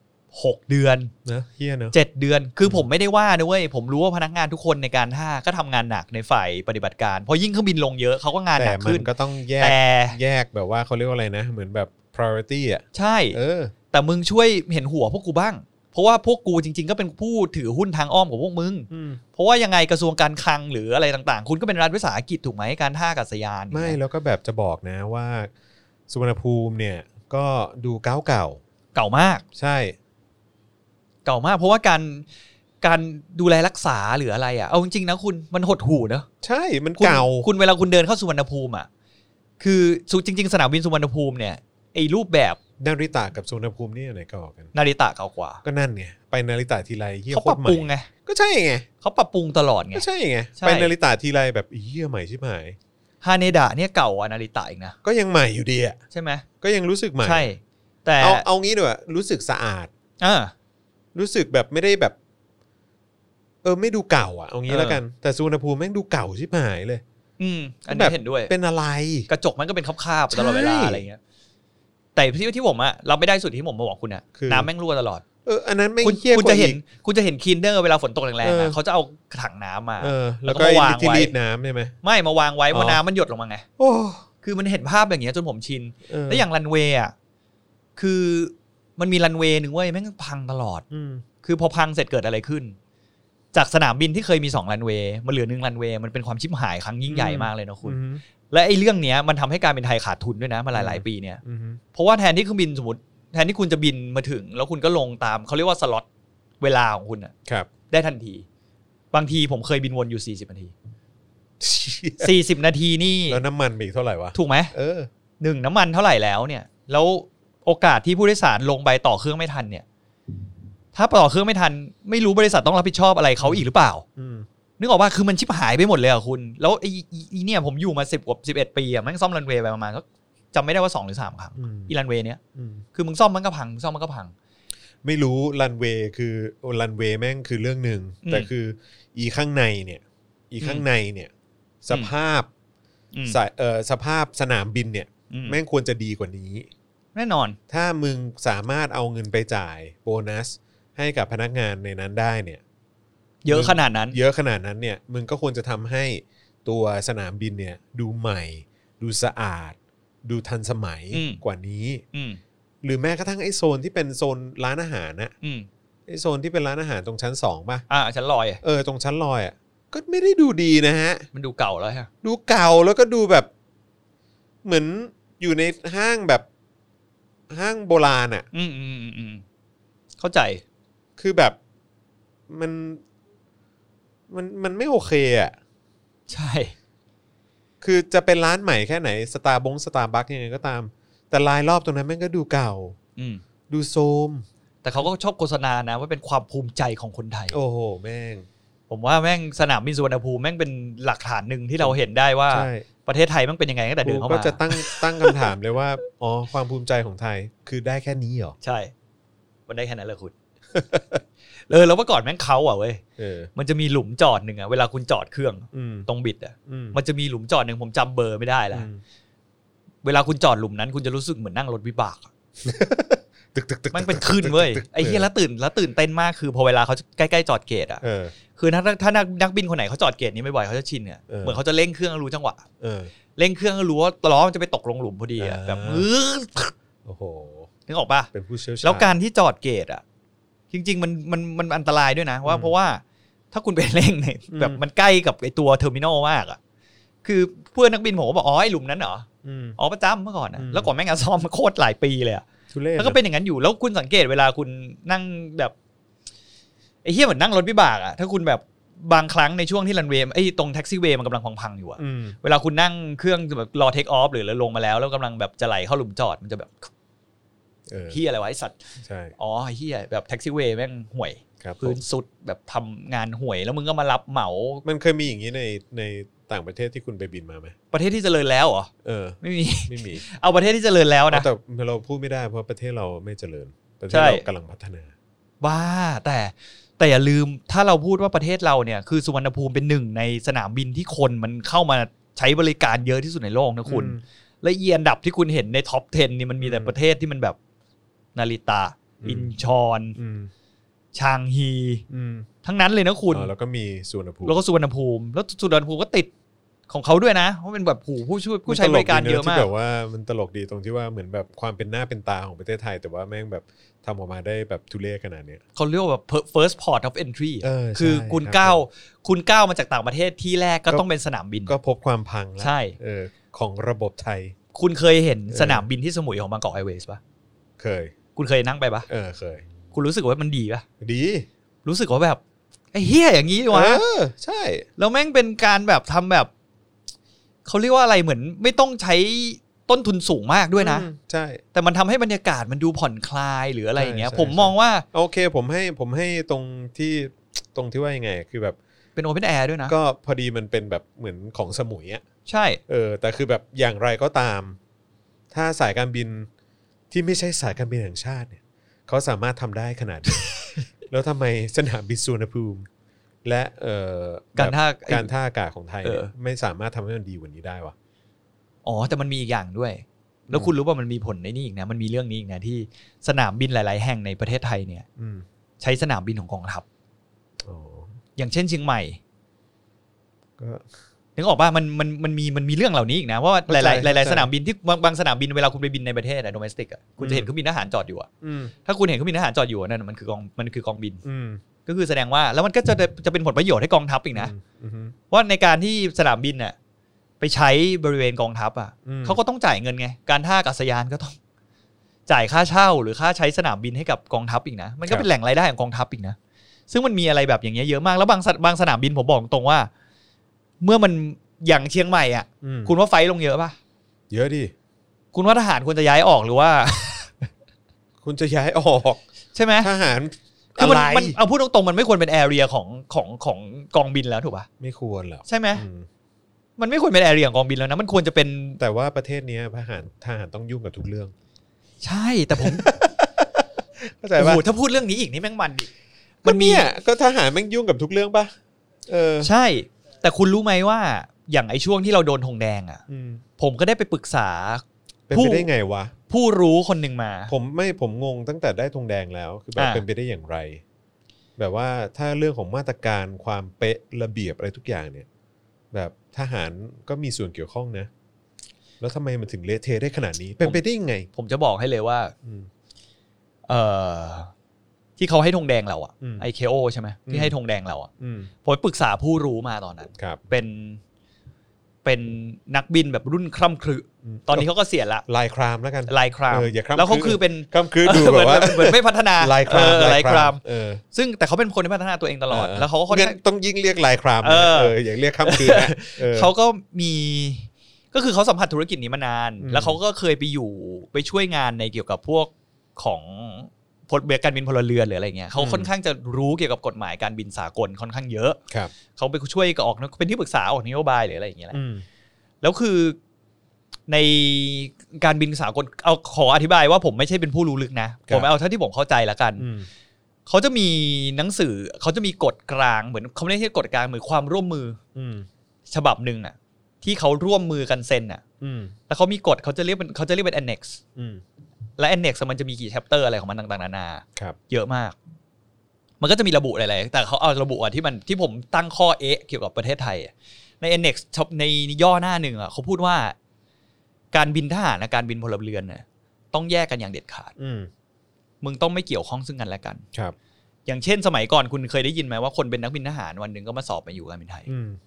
[SPEAKER 2] 6 เดือน
[SPEAKER 1] นะเฮียเนอะ
[SPEAKER 2] 7 เดือนคือผมไม่ได้ว่านะเว้ยผมรู้ว่าพนักงานทุกคนในการท่าก็ทำงานหนักในฝ่ายปฏิบัติการพอยิ่งเครื่องบินลงเยอะเขาก็งานหนักขึ้น
[SPEAKER 1] แต่มันก็ต้องแยกแบบว่าเขาเรียกว่าอะไรนะเหมือนแบบ priority อ่ะ
[SPEAKER 2] ใช่แต่มึงช่วยเห็นหัวพวกกูบ้างเพราะว่าพวกกูจริงๆก็เป็นผู้ถือหุ้นทางอ้อมของพวกมึงเพราะว่ายังไงกระทรวงการคลังหรืออะไรต่างๆคุณก็เป็นรัฐวิสาหกิจถูกไหมการท่าอากาศยาน
[SPEAKER 1] ไม่แล้วก็แบบจะบอกนะว่าสุวรรณภูมิเนี่ยก็ดูเก่าม
[SPEAKER 2] าก
[SPEAKER 1] ใช่
[SPEAKER 2] เก่ามากเพราะว่าการดูแลรักษาหรืออะไรอ่ะเอาจริงๆนะคุณมันหดหู่เนอะ
[SPEAKER 1] ใช่มันเก่า
[SPEAKER 2] คุณเวลาคุณเดินเข้าสุวรรณภูมิอ่ะคือจริงๆสนามบินสุวรรณภูมิเนี่ยไอ้รูปแบบ
[SPEAKER 1] นาริตะกับสุวรรณภูมินี่ไหนเก่ากัน
[SPEAKER 2] นาริตะเก่ากว่า
[SPEAKER 1] ก็นั่นไงไปนาริตะทีไรเหี้ย
[SPEAKER 2] เขาปรับปรุงไง
[SPEAKER 1] ก็ใช่ไง
[SPEAKER 2] เขาปรับปรุงตลอดไง
[SPEAKER 1] ก็ใช่ไงไปนาริตะทีไรแบบเหี้ยใหม่ชิบหาย
[SPEAKER 2] ฮาเนดะเนี่ยเก่ากว่านาริตะอีกนะ
[SPEAKER 1] ก็ยังใหม่อยู่ดีอ่ะ
[SPEAKER 2] ใช่ไหม
[SPEAKER 1] ก็ยังรู้สึกใหม่
[SPEAKER 2] ใช่แต่
[SPEAKER 1] เอางี้ด้วยรู้สึกสะอาดรู้สึกแบบไม่ได้แบบไม่ดูเก่าอ่ะเอางี้แล้วกันแต่สุวรรณภูมิแม่งดูเก่าชิบหายเลย
[SPEAKER 2] อันนี้เห็นด้วย
[SPEAKER 1] เป็นอะไร
[SPEAKER 2] กระจกมันก็เป็นคาบๆตลอดเวลาอะไรเงี้ยแต่ที่ผมอะเราไม่ได้สุดที่ผมมาบอกคุณอะน้ำแม่งรั่วตลอด
[SPEAKER 1] อันนั้นไม่
[SPEAKER 2] เหี้ยคุณจะเห็นคลีนเนอร์เวลาฝนตกแรงๆเขาจะเอาถังน้ำมา
[SPEAKER 1] แล้วก็วางไว้รีดน้ำใช่ไหม
[SPEAKER 2] ไม่มาวางไว้เพราะน้ำมันหยดลงมาไงคือมันเห็นภาพอย่างเงี้ยจนผมชินแล้วอย่างรันเวย์อะคือมันมีรันเวย์หนึ่งเว้ยแม่งพังตลอดคือพอพังเสร็จเกิดอะไรขึ้นจากสนามบินที่เคยมี2รันเวย์มันเหลือ1รันเวย์มันเป็นความชิบหายครั้งยิ่งใหญ่มากเลยนะคุณและไอ้เรื่องเนี้ยมันทำให้การบินไทยขาดทุนด้วยนะมาหลายๆปีเนี่ยเพราะว่าแทนที่เครื่องบินสมมติแทนที่คุณจะบินมาถึงแล้วคุณก็ลงตามเขาเรียกว่าสล็อตเวลาของคุณอะได้ทันทีบางทีผมเคยบินวนอยู่40 นาที40 นาทีนี่
[SPEAKER 1] แล้วน้ำมันอีกเท่าไหร่วะ
[SPEAKER 2] ถูกไหม1น้ำมันเท่าไหร่แล้วเนี่ยแล้วโอกาสที่ผู้โดยสารลงไปต่อเครื่องไม่ทันเนี่ยถ้าต่อเครื่องไม่ทันไม่รู้บริษัทต้องรับผิดชอบอะไรเขาอีกหรือเปล่านึกออกป่ะคือมันชิบหายไปหมดเลยอ่ะคุณแล้วไอ้เนี่ยผมอยู่มา10 กว่า 11 ปีอ่ะแม่งซ่อมรันเวย์ไปประมาณก็จำไม่ได้ว่า2 หรือ 3 ครั้งอีรันเวย์เนี้ยคือมึงซ่อมมันก็พังซ่อมมันก็พัง
[SPEAKER 1] ไม่รู้รันเวย์คือรันเวย์แม่งคือเรื่องนึงแต่คืออีข้างในเนี่ยสภาพสภาพสนามบินเนี่ยแม่งควรจะดีกว่านี้
[SPEAKER 2] แน่นอน
[SPEAKER 1] ถ้ามึงสามารถเอาเงินไปจ่ายโบนัสให้กับพนักงานในนั้นได้เนี่ย
[SPEAKER 2] เยอะขนาดนั้น
[SPEAKER 1] เนี่ยมึงก็ควรจะทำให้ตัวสนามบินเนี่ยดูใหม่ดูสะอาดดูทันสมัยกว่านี้หรือแม้กระทั่งไอ้โซนที่เป็นโซนร้านอาหารนะไอ้โซนที่เป็นร้านอาหารตรงชั้น2ป่ะ
[SPEAKER 2] ชั้นลอย
[SPEAKER 1] ตรงชั้นลอยก็ไม่ได้ดูดีนะฮะ
[SPEAKER 2] มันดูเก่าแล้วฮะ
[SPEAKER 1] ดูเก่าแล้วก็ดูแบบเหมือนอยู่ในห้างแบบห้างโบราณอ่ะ
[SPEAKER 2] เข้าใจ
[SPEAKER 1] คือแบบมันไม่โอเคอ่ะ
[SPEAKER 2] ใช่
[SPEAKER 1] คือจะเป็นร้านใหม่แค่ไหนสตาร์บัคยังไงก็ตามแต่รายรอบตรงนั้นแม่งก็ดูเก่าดูโทรม
[SPEAKER 2] แต่เขาก็ชอบโฆษณานะว่าเป็นความภูมิใจของคนไทย
[SPEAKER 1] โอ้โหแม่ง
[SPEAKER 2] ผมว่าแม่งสนามบินสุวรรณภูมิแม่งเป็นหลักฐานหนึ่งที่เราเห็นได้ว่าประเทศไทยแม่งเป็นยังไงตั้งแต่เดินเข้ามา
[SPEAKER 1] ก็จะตั้งคำถามเลยว่าอ๋อความภูมิใจของไทยคือได้แค่นี้เหรอ
[SPEAKER 2] ใช่มันได้แค่นั้นเลยคุณแล้วเมื่อก่อนแม่งเขาเว้ยมันจะมีหลุมจอดหนึ่งเวลาคุณจอดเครื่องตรงบิดมันจะมีหลุมจอดหนึ่งผมจำเบอร์ไม่ได้แล้วเวลาคุณจอดหลุมนั้นคุณจะรู้สึกเหมือนนั่งรถวิบากมันเป็นขึ้นเว้ยไอ้เหี้ยแล้วตื่นเต้นมากคือพอเวลาเขาใกล้ๆจอดเกตคือถ้านักบินคนไหนเขาจอดเกตนี้บ่อยๆเขาจะชินเนี่ยเหมือนเขาจะเร่งเครื่องรู้จังหวะเร่งเครื่องรู้ว่าล้อมันจะไปตกลงหลุมพอดีแบบ
[SPEAKER 1] โอ้โห
[SPEAKER 2] นึกออกป่ะ
[SPEAKER 1] เป็นผู้เชี่ยวชาญ
[SPEAKER 2] แล้วการที่จอดเกตจริงๆมันอันตรายด้วยนะเพราะว่าถ้าคุณไปเร่งเนี่ยแบบมันใกล้กับไอ้ตัวเทอร์มินอลมากคือเพื่อนนักบินผมก็บอกอ๋อไอ้หลุมนั้นเหรออ๋อประจำเมื่อก่อนนะแล้วก่อนแม่งจะซ่อมมาโคตรหลายปีเลยอะแล้วก็เป็นอย่างนั้นอยู่แล้วคุณสังเกตเวลาคุณนั่งแบบไอ้เหี้ยเหมือนนั่งรถวิบากอะถ้าคุณแบบบางครั้งในช่วงที่รันเวย์ไอ้ตรงแท็กซี่เวย์มันกำลังพังๆอยู่อะเวลาคุณนั่งเครื่องแบบรอเทคออฟหรือลงมาแล้วกำลังแบบจะไหลเข้าหลุมจอดมันจะแบบเหี้ยอะไรวะไอ้สัตว์ใช่อ๋อเหี้ยแบบแท็กซี่เวย์แม่งห่วยพื้นสุดแบบทำงานห่วยแล้วมึงก็มารับเหมา
[SPEAKER 1] มันเคยมีอย่างนี้ในต่างประเทศที่คุณไปบินมาไหม
[SPEAKER 2] ประเทศที่เจริญแล้วเหรอไม่มีเอาประเทศที่เจริญแล้วนะ
[SPEAKER 1] แต่เราพูดไม่ได้เพราะประเทศเราไม่เจริญประเทศเรากำลังพัฒนา
[SPEAKER 2] บ้าแต่อย่าลืมถ้าเราพูดว่าประเทศเราเนี่ยคือสุวรรณภูมิเป็นหนึ่งในสนามบินที่คนมันเข้ามาใช้บริการเยอะที่สุดในโลกนะคุณและอันดับที่คุณเห็นในท็อป 10นี่มันมีแต่ประเทศที่มันแบบนาริตะอินชอนชางฮีทั้งนั้นเลยนะคุณ
[SPEAKER 1] แล้วก็มีสุวรรณภูมิ
[SPEAKER 2] แล้วก็สุวรรณภูมิแล้วสุวรรณภูมิก็ติดของเขาด้วยนะเพราะเป็นแบบผู้ใช้บริการเยอะมาก
[SPEAKER 1] ที่แบบว่ามันตลกดีตรงที่ว่าเหมือนแบบความเป็นหน้าเป็นตาของประเทศไทยแต่ว่าแม่งแบบทำออกมาได้แบบทุเรศขนาดนี้
[SPEAKER 2] เขาเรียกว่าแบบ first port of entry คือคุณก้าวมาจากต่างประเทศที่แรกก็ต้องเป็นสนามบิน
[SPEAKER 1] ก็พบความพังแล้วของระบบไทย
[SPEAKER 2] คุณเคยเห็นสนามบินที่สมุยของบางกอกแอร์เวย์ป่ะ
[SPEAKER 1] เคย
[SPEAKER 2] คุณเคยนั่งไปป่ะ
[SPEAKER 1] เคย
[SPEAKER 2] คุณรู้สึกว่ามันดีป่ะ
[SPEAKER 1] ดี
[SPEAKER 2] รู้สึกว่าแบบไอ้เหี้ยอย่างนี้วะ
[SPEAKER 1] ใช่
[SPEAKER 2] แล้วแม่งเป็นการแบบทำแบบเขาเรียกว่าอะไรเหมือนไม่ต้องใช้ต้นทุนสูงมากด้วยนะ
[SPEAKER 1] ใช่
[SPEAKER 2] แต่มันทำให้บรรยากาศมันดูผ่อนคลายหรืออะไรอย่างเงี้ยผมมองว่า
[SPEAKER 1] โอเคผมให้ตรงที่ว่ายังไงคือแบบ
[SPEAKER 2] เป็นโอเพนแอร์ด้วยนะ
[SPEAKER 1] ก็พอดีมันเป็นแบบเหมือนของสมุยอ่ะ
[SPEAKER 2] ใช่
[SPEAKER 1] แต่คือแบบอย่างไรก็ตามถ้าสายการบินที่ไม่ใช่สายการบินแห่งชาติเนี่ยเขาสามารถทำได้ขนาดนี้ แล้วทำไมสนามบินสุวรรณภูมิและการท่าอากาศของไทยไม่สามารถทำให้มันดีกว่านี้ได้วะ
[SPEAKER 2] อ๋อแต่มันมีอีกอย่างด้วยแล้วคุณรู้ว่ามันมีผลในนี่อีกนะมันมีเรื่องนี้อีกนะที่สนามบินหลายๆแห่งในประเทศไทยเนี่ยใช้สนามบินของกองทัพอย่างเช่นเชียงใหม่
[SPEAKER 1] ก็
[SPEAKER 2] นึกออกป่ะมันมีเรื่องเหล่านี้อีกนะว่าหลายสนามบินที่บางสนามบินเวลาคุณไปบินในประเทศอะโดเมสติกอะคุณจะเห็นเครื่องบินทหารจอดอยู่อะถ้าคุณเห็นเครื่องบินทหารจอดอยู่นั่นมันคือกองบินก็คือแสดงว่าแล้วมันก็จะเป็นผลประโยชน์ให้กองทัพอีกนะว่าในการที่สนามบินน่ะไปใช้บริเวณกองทัพอ่ะเขาก็ต้องจ่ายเงินไงการท่าอากาศยานก็ต้องจ่ายค่าเช่าหรือค่าใช้สนามบินให้กับกองทัพอีกนะมันก็เป็นแหล่งรายได้ของกองทัพอีกนะซึ่งมันมีอะไรแบบอย่างเงี้ยเยอะมากแล้วบางสนามบินผมบอกตรงว่าเมื่อมันอย่างเชียงใหม่อ่ะคุณว่าไฟลงเยอะป่ะ
[SPEAKER 1] เยอะดิ
[SPEAKER 2] คุณว่าทหารควรจะย้ายออกหรือว่า
[SPEAKER 1] คุณจะย้ายออก
[SPEAKER 2] ใช่ไหม
[SPEAKER 1] ทหาร
[SPEAKER 2] คือมันเอาพูดตรงๆมันไม่ควรเป็นแอเรียของกองบินแล้วถูกป่ะ
[SPEAKER 1] ไม่ควรหรอก
[SPEAKER 2] ใช่ไหมมันไม่ควรเป็นแอเรียของกองบินแล้วนะมันควรจะเป็น
[SPEAKER 1] แต่ว่าประเทศนี้ทหารต้องยุ่งกับทุกเรื่อง
[SPEAKER 2] ใช่แต่ผม
[SPEAKER 1] เข้าใจป่ะ
[SPEAKER 2] ถ้าพูดเรื่องนี้อีกนี่แม่งมันดิ
[SPEAKER 1] มันมีก็ทหารแม่งยุ่งกับทุกเรื่องป่ะ
[SPEAKER 2] ใช่แต่คุณรู้ไหมว่าอย่างไอ้ช่วงที่เราโดนธงแดงอ่ะผมก็ได้ไปปรึกษา
[SPEAKER 1] เป็นไปได้ไงวะ
[SPEAKER 2] ผู้รู้คนหนึ่งมา
[SPEAKER 1] ผมงงตั้งแต่ได้ธงแดงแล้วคือแบบเป็นไปได้อย่างไรแบบว่าถ้าเรื่องของมาตรการความเป๊ะระเบียบอะไรทุกอย่างเนี่ยแบบทหารก็มีส่วนเกี่ยวข้องนะแล้วทำไมมันถึงเละเทะได้ขนาดนี้เป็นไปได้ยังไง
[SPEAKER 2] ผมจะบอกให้เลยว่าที่เขาให้ธงแดงเราอ่ะ ICAO ใช่ไหมที่ให้ธงแดงเราอ่ะผมปรึกษาผู้รู้มาตอนนั้นเป็นนักบินแบบรุ่นคร่ำครึตอนนี้เขาก็เสียละ
[SPEAKER 1] ลายครามแล้วกัน
[SPEAKER 2] ลายครามแล้วเขาคือเป็น
[SPEAKER 1] คร่ำครึดูแบบว่า
[SPEAKER 2] เหมือนไม่พัฒนา
[SPEAKER 1] ลายคราม
[SPEAKER 2] ซึ่งแต่เขาเป็นคนที่พัฒนาตัวเองตลอดแล้วเขาก็
[SPEAKER 1] ต้องยิ่งเรียกลายครามอย่างเรียกคร่ำครึนะ
[SPEAKER 2] เขาก็มีก็คือเขาสัมผัสธุรกิจนี้มานานแล้วเขาก็เคยไปช่วยงานในเกี่ยวกับพวกของการบินพลเรือนหรืออะไรเงี้ยเขาค่อนข้างจะรู้เกี่ยวกับกฎหมายการบินสากลค่อนข้างเยอะเขาไปช่วยออกเป็นที่ปรึกษาออกนโยบายหรืออะไรอย่างเงี้ยแหละแล้วคือในการบินสากลเอาขออธิบายว่าผมไม่ใช่เป็นผู้รู้ลึกนะผมเอาเท่าที่ผมเข้าใจละกันเขาจะมีหนังสือเขาจะมีกฎกลางเหมือนเขาไม่ได้เรียกกฎกลางเหมือนความร่วมมือฉบับนึงอ่ะที่เขาร่วมมือกันเซ็นอ่ะแล้วเขามีกฎเขาจะเรียกเป็น annex และ annex มันจะมีกี่ chapter อะไรของมันต่างๆนานาเยอะมากมันก็จะมีระบุอะไรๆแต่เขาเอาระบุที่ผมตั้งข้อเกี่ยวกับประเทศไทยใน annex ในย่อหน้าหนึ่งอ่ะเขาพูดว่าการบินทหารกับการบินพลเรือนเนี่ยต้องแยกกันอย่างเด็ดขาดมึงต้องไม่เกี่ยวข้องซึ่งกันและกันอย่างเช่นสมัยก่อนคุณเคยได้ยินไหมว่าคนเป็นนักบินทหารวันหนึ่งก็มาสอบมาอยู่การบินไทย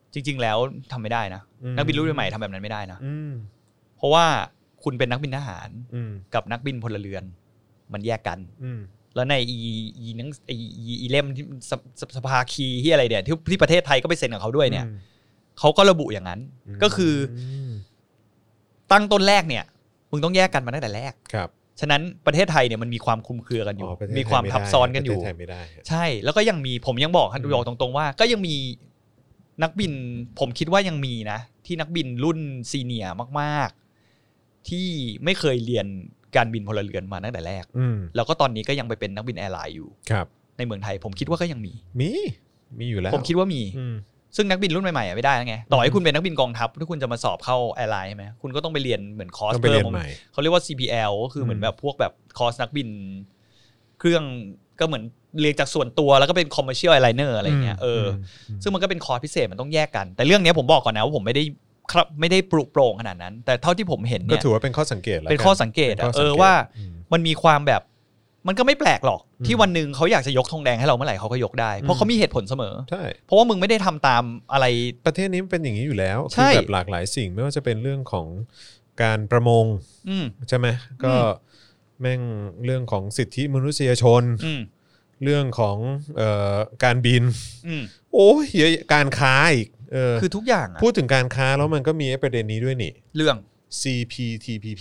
[SPEAKER 2] จริงๆแล้วทำไม่ได้นะนักบินรุ่นใหม่ทำแบบนั้นไม่ได้นะ เพราะว่าคุณเป็นนักบินทหารกับนักบินพลเรือนมันแยกกันแล้วในอีเล่มที่สภาคีที่อะไรเนี่ยที่ประเทศไทยก็ไปเซ็นกับเขาด้วยเนี่ยเขาก็ระบุอย่างนั้นก็คือตั้งต้นแรกเนี่ยมึงต้องแยกกันมาตั้งแต่แรกครับฉะนั้นประเทศไทยเนี่ยมันมีความคลุมเครือกันอยู่มีความทับซ้อนกันอยู่ใช่แล้วก็ยังมีผมยังบอกตรงๆว่าก็ยังมีนักบินผมคิดว่ายังมีนะที่นักบินรุ่นซีเนียร์มากๆที่ไม่เคยเรียนการบินพลเรือนมาตั้งแต่แรกแล้วก็ตอนนี้ก็ยังไปเป็นนักบินแอร์ไลน์อยู่ในเมืองไทยผมคิดว่าก็ยังมีอยู่แล้วผมคิดว่ามีซึ่งนักบินรุ่นใหม่ๆไม่ได้ไงต่อให้คุณเป็นนักบินกองทัพถ้าคุณจะมาสอบเข้าแอร์ไลน์ใช่ไหมคุณก็ต้องไปเรียนเหมือนคอร์สเพิ่มเขาเรียกว่า CPL ก็คือเหมือนแบบพวกแบบคอร์สนักบินเครื่องก็เหมือนเรียนจากส่วนตัวแล้วก็เป็น commercial airliner อะไรเงี้ยซึ่งมันก็เป็นคอร์สพิเศษมันต้องแยกกันแต่เรื่องนี้ผมบอกก่อนนะว่าผมไม่ได้ปลุกโปร่งขนาดนั้นแต่เท่าที่ผมเห็นเนี่ย
[SPEAKER 1] ก็ถือว่าเป็นข้อสังเกตแล้ว
[SPEAKER 2] เป็นข้อสังเกตว่ามันมีความแบบมันก็ไม่แปลกหรอกที่วันนึงเขาอยากจะยกธงแดงให้เราเมื่อไหร่เขาก็ยกได้เพราะเขามีเหตุผลเสมอใช่เพราะว่ามึงไม่ได้ทำตามอะไร
[SPEAKER 1] ประเทศนี้มันเป็นอย่างนี้อยู่แล้วคือแบบหลากหลายสิ่งไม่ว่าจะเป็นเรื่องของการประมงใช่ไหมก็แม่งเรื่องของสิทธิมนุษยชนเรื่องของการบินโอ้ยการค้าอีก
[SPEAKER 2] คือทุกอย่าง
[SPEAKER 1] พูดถึงการค้าแล้วมันก็มีประเด็นนี้ด้วยนี่
[SPEAKER 2] เรื่อง
[SPEAKER 1] CPTPP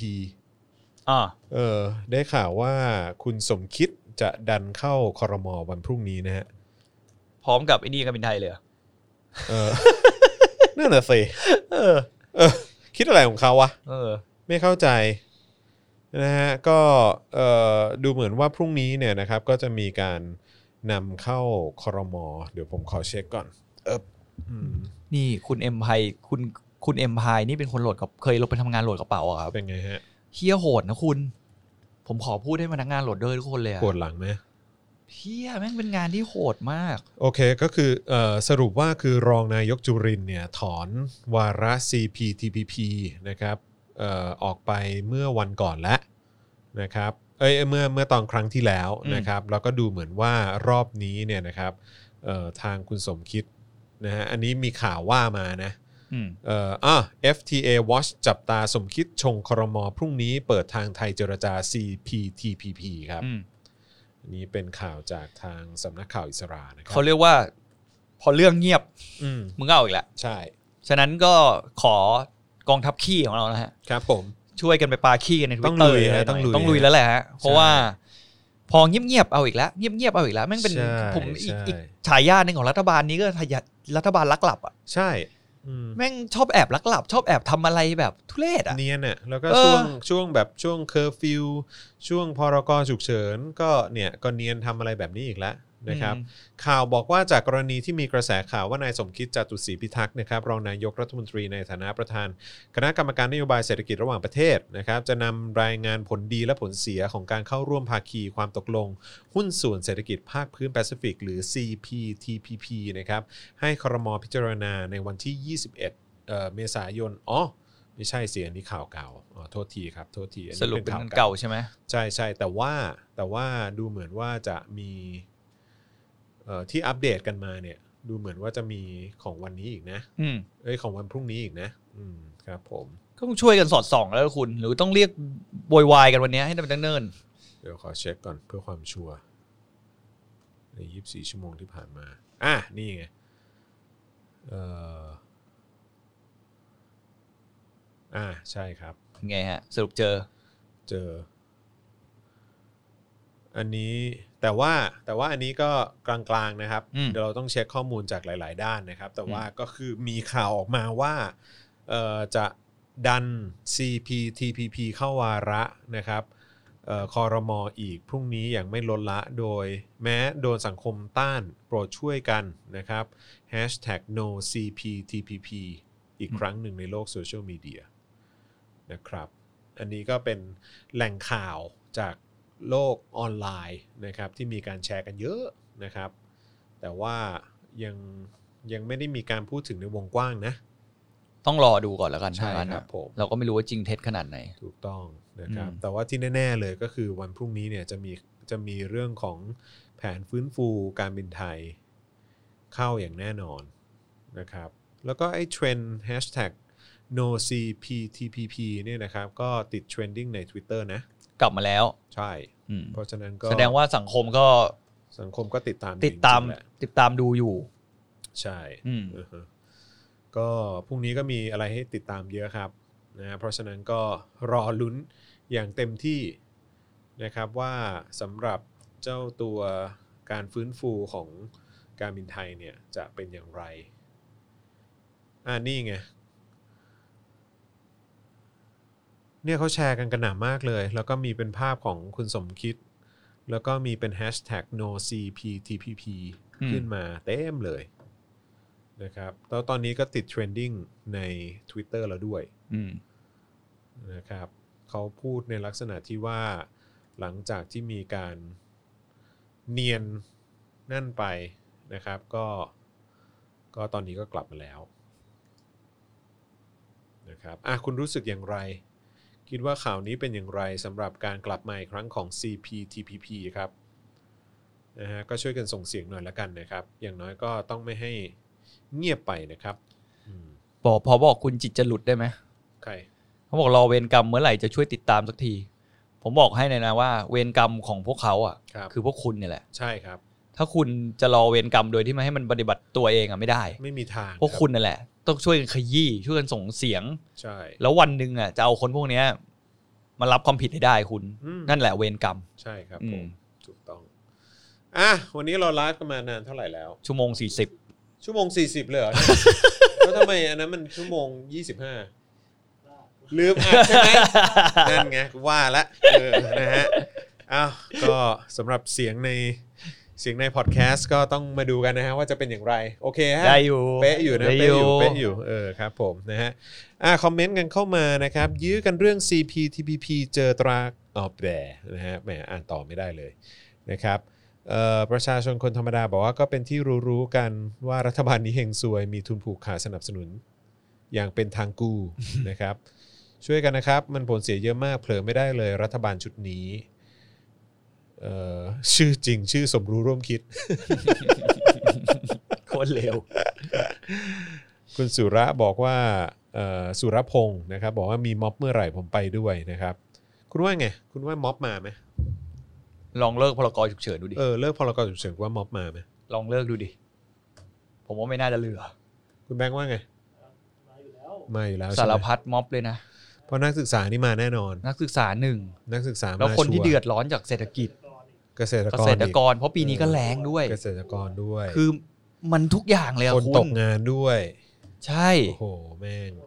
[SPEAKER 1] ได้ข่าวว่าคุณสมคิดจะดันเข้าครม.วันพรุ่งนี้นะฮะ
[SPEAKER 2] พร้อมกับไอ้นี่การบินไทยเลย
[SPEAKER 1] นั่นแหละสิคิดอะไรของเขาวะไม่เข้าใจนะฮะก็ดูเหมือนว่าพรุ่งนี้เนี่ยนะครับก็จะมีการนำเข้าครม.เดี๋ยวผมขอเช็คก่อน
[SPEAKER 2] นี่คุณเอ็มไพคุณเอ็มไพนี่เป็นคนโหลดกับเคยลงไปทำงานโหลดกระเป๋าอ่ะครับ
[SPEAKER 1] เป็นไงฮะ
[SPEAKER 2] เฮี้ยโหดนะคุณผมขอพูดให้พนักงานโหลดด้วยทุกคนเลย
[SPEAKER 1] ปวดหลังไหม
[SPEAKER 2] เฮี้ยแม่งเป็นงานที่โหดมาก
[SPEAKER 1] โอเคก็คือสรุปว่าคือรองนายกจุรินทร์เนี่ยถอนวาระ CPTPP นะครับออกไปเมื่อวันก่อนแล้วนะครับเมื่อตอนครั้งที่แล้วนะครับแล้วก็ดูเหมือนว่ารอบนี้เนี่ยนะครับทางคุณสมคิดนะฮะอันนี้มีข่าวว่ามานะFTA Watch จับตาสมคิดชงครม.พรุ่งนี้เปิดทางไทยเจรจา CPTPP ครับอันนี้เป็นข่าวจากทางสำนักข่าวอิสรานะครับ
[SPEAKER 2] เขาเรียกว่าพอเรื่องเงียบมึงเอาอีกแล้ว
[SPEAKER 1] ใช่
[SPEAKER 2] ฉะนั้นก็ขอกองทัพขี้ของเรานะฮะ
[SPEAKER 1] ครับผม
[SPEAKER 2] ช่วยกันไปปาขี้กันใน Twitter ต้องลุยแล้วแหละฮะเพราะว่าพอเงียบๆเอาอีกแล้วเงียบๆเอาอีกแล้วแม่งเป็นผมอีกฉายาหนึ่งของรัฐบาลนี้ก็รัฐบาลลักลับอ่ะ
[SPEAKER 1] ใช่
[SPEAKER 2] แม่งชอบแอบลักลับชอบแอบทำอะไรแบบทุเรศอ่ะ
[SPEAKER 1] เนียนอ่ะแล้วก็ช่วงแบบช่วงเคอร์ฟิวช่วงพรก.ฉุกเฉินก็เนี่ยก็เนียนทำอะไรแบบนี้อีกแล้วนะครับข่าวบอกว่าจากกรณีที่มีกระแสข่าวว่านายสมคิดจตุศรีพิทักษ์นะครับรองนายกรัฐมนตรีในฐานะประธานคณะกรรมการนโยบายเศรษฐกิจระหว่างประเทศนะครับจะนำรายงานผลดีและผลเสียของการเข้าร่วมภาคีความตกลงหุ้นส่วนเศรษฐกิจภาคพื้นแปซิฟิกหรือ CPTPP นะครับให้ครม.พิจารณาในวันที่21เมษายนไม่ใช่สิอันนี้ข่าวเก่าโทษทีครับโทษที
[SPEAKER 2] สรุปเป็นเก่าใช่ไหม
[SPEAKER 1] ใช่แต่ว่าดูเหมือนว่าจะมีที่อัปเดตกันมาเนี่ยดูเหมือนว่าจะมีของวันนี้อีกนะของวันพรุ่งนี้อีกนะครับผม
[SPEAKER 2] ก็ต้องช่วยกันสอดส่องแล้วคุณหรือต้องเรียกโวยวายกันวันนี้ให้มันเนิ่น
[SPEAKER 1] เดี๋ยวขอเช็คก่อนเพื่อความชัวร์ใน24ชั่วโมงที่ผ่านมานี่ไงใช่ครับ
[SPEAKER 2] ไงฮะสรุปเจอ
[SPEAKER 1] อันนี้แต่ว่าอันนี้ก็กลางๆนะครับเดี๋ยวเราต้องเช็คข้อมูลจากหลายๆด้านนะครับแต่ว่าก็คือมีข่าวออกมาว่าจะดัน CPTPP เข้าวาระนะครับครม.อีกพรุ่งนี้อย่างไม่ลดละโดยแม้โดนสังคมต้านโปรดช่วยกันนะครับ #NoCPTPP อีกครั้งหนึ่งในโลกโซเชียลมีเดียนะครับอันนี้ก็เป็นแหล่งข่าวจากโลกออนไลน์นะครับที่มีการแชร์กันเยอะนะครับแต่ว่ายังไม่ได้มีการพูดถึงในวงกว้างนะ
[SPEAKER 2] ต้องรอดูก่อนแล้วกันใช่ครับเราก็ไม่รู้ว่าจริงเท็จขนาดไหน
[SPEAKER 1] ถูกต้องนะครับแต่ว่าที่แน่ๆเลยก็คือวันพรุ่งนี้เนี่ยจะมีเรื่องของแผนฟื้นฟูการบินไทยเข้าอย่างแน่นอนนะครับแล้วก็ไอ้เทรนด์ #NoCPTPP เนี่ยนะครับก็ติดเทรนดิ้งใน Twitter นะ
[SPEAKER 2] กลับมาแล้ว
[SPEAKER 1] ใช่เพราะฉะนั้นก็
[SPEAKER 2] แสดงว่าสังคมก็
[SPEAKER 1] ติดตาม
[SPEAKER 2] ดูอยู่
[SPEAKER 1] ใช่ก็พรุ่งนี้ก็มีอะไรให้ติดตามเยอะครับนะเพราะฉะนั้นก็รอลุ้นอย่างเต็มที่นะครับว่าสำหรับเจ้าตัวการฟื้นฟูของการบินไทยเนี่ยจะเป็นอย่างไรนี่ไงเนี่ยเขาแชร์กันกระหน่ำมากเลยแล้วก็มีเป็นภาพของคุณสมคิดแล้วก็มีเป็น #NoCPTPP ขึ้นมาเต็มเลยนะครับแล้วตอนนี้ก็ติดเทรนดิ้งใน Twitter แล้วด้วยนะครับเขาพูดในลักษณะที่ว่าหลังจากที่มีการเนียนนั่นไปนะครับก็ตอนนี้ก็กลับมาแล้วนะครับคุณรู้สึกอย่างไรคิดว่าข่าวนี้เป็นอย่างไรสำหรับการกลับมาอีกครั้งของ CPTPP ครับนะฮะก็ช่วยกันส่งเสียงหน่อยละกันนะครับอย่างน้อยก็ต้องไม่ให้เงียบไปนะครับ
[SPEAKER 2] บอกคุณจิตจะหลุดได้ไหม
[SPEAKER 1] ใคร
[SPEAKER 2] เขาบอกรอเวรกรรมเมื่อไหร่จะช่วยติดตามสักทีผมบอกให้เลยนะว่าเวรกรรมของพวกเขาคือพวกคุณเนี่ยแหละ
[SPEAKER 1] ใช่ครับ
[SPEAKER 2] ถ้าคุณจะรอเวรกรรมโดยที่ไม่ให้มันปฏิบัติตัวเองไม่ได้
[SPEAKER 1] ไม่มีทาง
[SPEAKER 2] พวกคุณนั่นแหละต้องช่วยกันขยี้ช่วยกันส่งเสียง
[SPEAKER 1] ใช่
[SPEAKER 2] แล้ววันนึงจะเอาคนพวกนี้มารับความผิดให้ได้คุณนั่นแหละเวรกรรม
[SPEAKER 1] ใช่ครับผมถูกต้องวันนี้เราไลฟ์กันมานานเท่าไหร่แล้ว
[SPEAKER 2] ชั่วโมง40
[SPEAKER 1] เลยเหรอ แล้วทำไมอันนั้นมันชั่วโมง25ลืมใช่ไหมนั่นไงว่าละนะฮะก็สำหรับเสียงในพอดแคสต์ก็ต้องมาดูกันนะฮะว่าจะเป็นอย่างไรโอเคฮะ
[SPEAKER 2] ได้อยู่
[SPEAKER 1] เป๊ะอยู่นะเป๊ะอยู่ครับผมนะฮะคอมเมนต์กันเข้ามานะครับยื้อกันเรื่อง CPTPP เจอตราแปรนะฮะแหมอ่านต่อไม่ได้เลยนะครับประชาชนคนธรรมดาบอกว่าก็เป็นที่รู้กันว่ารัฐบาลนี้เฮงซวยมีทุนผูกขาดสนับสนุนอย่างเป็นทางกู นะครับช่วยกันนะครับมันผลเสียเยอะมากเผลอไม่ได้เลยรัฐบาลชุดนี้ชื่อจริงชื่อสมรู้ร่วมคิด
[SPEAKER 2] โคตรเร็ว
[SPEAKER 1] คุณสุระบอกว่าสุรพงศ์นะครับบอกว่ามีม็อบเมื่อไหร่ผมไปด้วยนะครับคุณว่าไงคุณว่าม็อบมาไหม
[SPEAKER 2] ลองเลิกพรกฉุกเฉินดูดิ
[SPEAKER 1] เลิกพรกฉุกเฉินว่าม็อบมาไหม
[SPEAKER 2] ลองเลิกดูดิผมว่าไม่น่าจะเหลือ
[SPEAKER 1] คุณแบงค์ว่าไงมาอยู่แล้ว
[SPEAKER 2] สารพัดม็อบเลยนะ
[SPEAKER 1] เพราะนักศึกษานี่มาแน่นอน
[SPEAKER 2] นักศึกษา
[SPEAKER 1] นักศึกษา
[SPEAKER 2] แล้วคนที่เดือดร้อนจากเศรษฐกิจ
[SPEAKER 1] เกษตรกร
[SPEAKER 2] เพราะปีนี้ก็แล้งด้วย
[SPEAKER 1] เกษตรกรด้วย
[SPEAKER 2] คือมันทุกอย่างเลย
[SPEAKER 1] คนตกงานด้วย
[SPEAKER 2] ใช่
[SPEAKER 1] โอ้โหแม่ง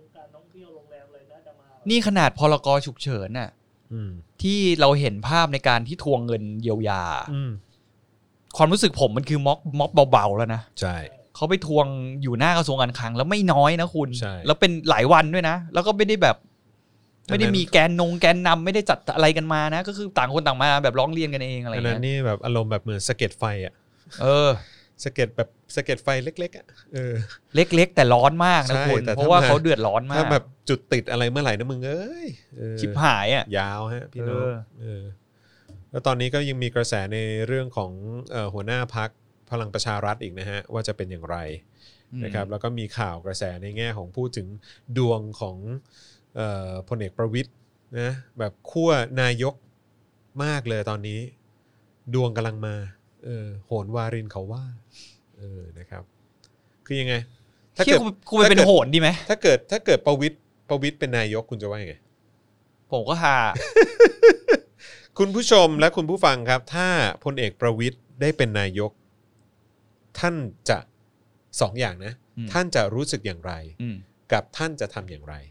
[SPEAKER 2] นี่ขนาดพรกฉุกเฉินน่ะที่เราเห็นภาพในการที่ทวงเงินเยียวยาความรู้สึกผมมันคือม็อบเบาๆแล้วนะ
[SPEAKER 1] ใช่
[SPEAKER 2] เขาไปทวงอยู่หน้ากระทรวงการคลังแล้วไม่น้อยนะคุณแล้วเป็นหลายวันด้วยนะแล้วก็ไม่ได้แบบไม่ได้มีแกนนำไม่ได้จัดอะไรกันมานะก็คือต่างคนต่างมาแบบร้องเรียนกันเองอะไรอย่างเงี้ย
[SPEAKER 1] อันนั้นนี่แบบอารมณ์แบบเหมือนสะเก็ดไฟสะเก็ดไฟเล็กๆ
[SPEAKER 2] เล็กๆแต่ร้อนมากนะคุณเพราะว่าเขาเดือดร้อนมาก
[SPEAKER 1] ถ้าแบบจุดติดอะไรเมื่อไหร่นะมึง
[SPEAKER 2] ชิบหาย
[SPEAKER 1] ยาวฮะพี่น้องแล้วตอนนี้ก็ยังมีกระแสในเรื่องของหัวหน้าพรรคพลังประชารัฐอีกนะฮะว่าจะเป็นอย่างไรนะครับแล้วก็มีข่าวกระแสในแง่ของพูดถึงดวงของพลเอกประวิตรนะแบบขั้วนายกมากเลยตอนนี้ดวงกำลังมาโหนวารินเขาว่านะครับคือยังไง
[SPEAKER 2] ถ้าเกิดคุณไปเป็นโหนดีไหม
[SPEAKER 1] ถ้าเกิดประวิตรเป็นนายกคุณจะว่ายังไง
[SPEAKER 2] ผมก็ฮา
[SPEAKER 1] คุณผู้ชมและคุณผู้ฟังครับถ้าพลเอกประวิตรได้เป็นนายกท่านจะ2 อย่างนะท่านจะรู้สึกอย่างไรกับท่านจะทำอย่างไร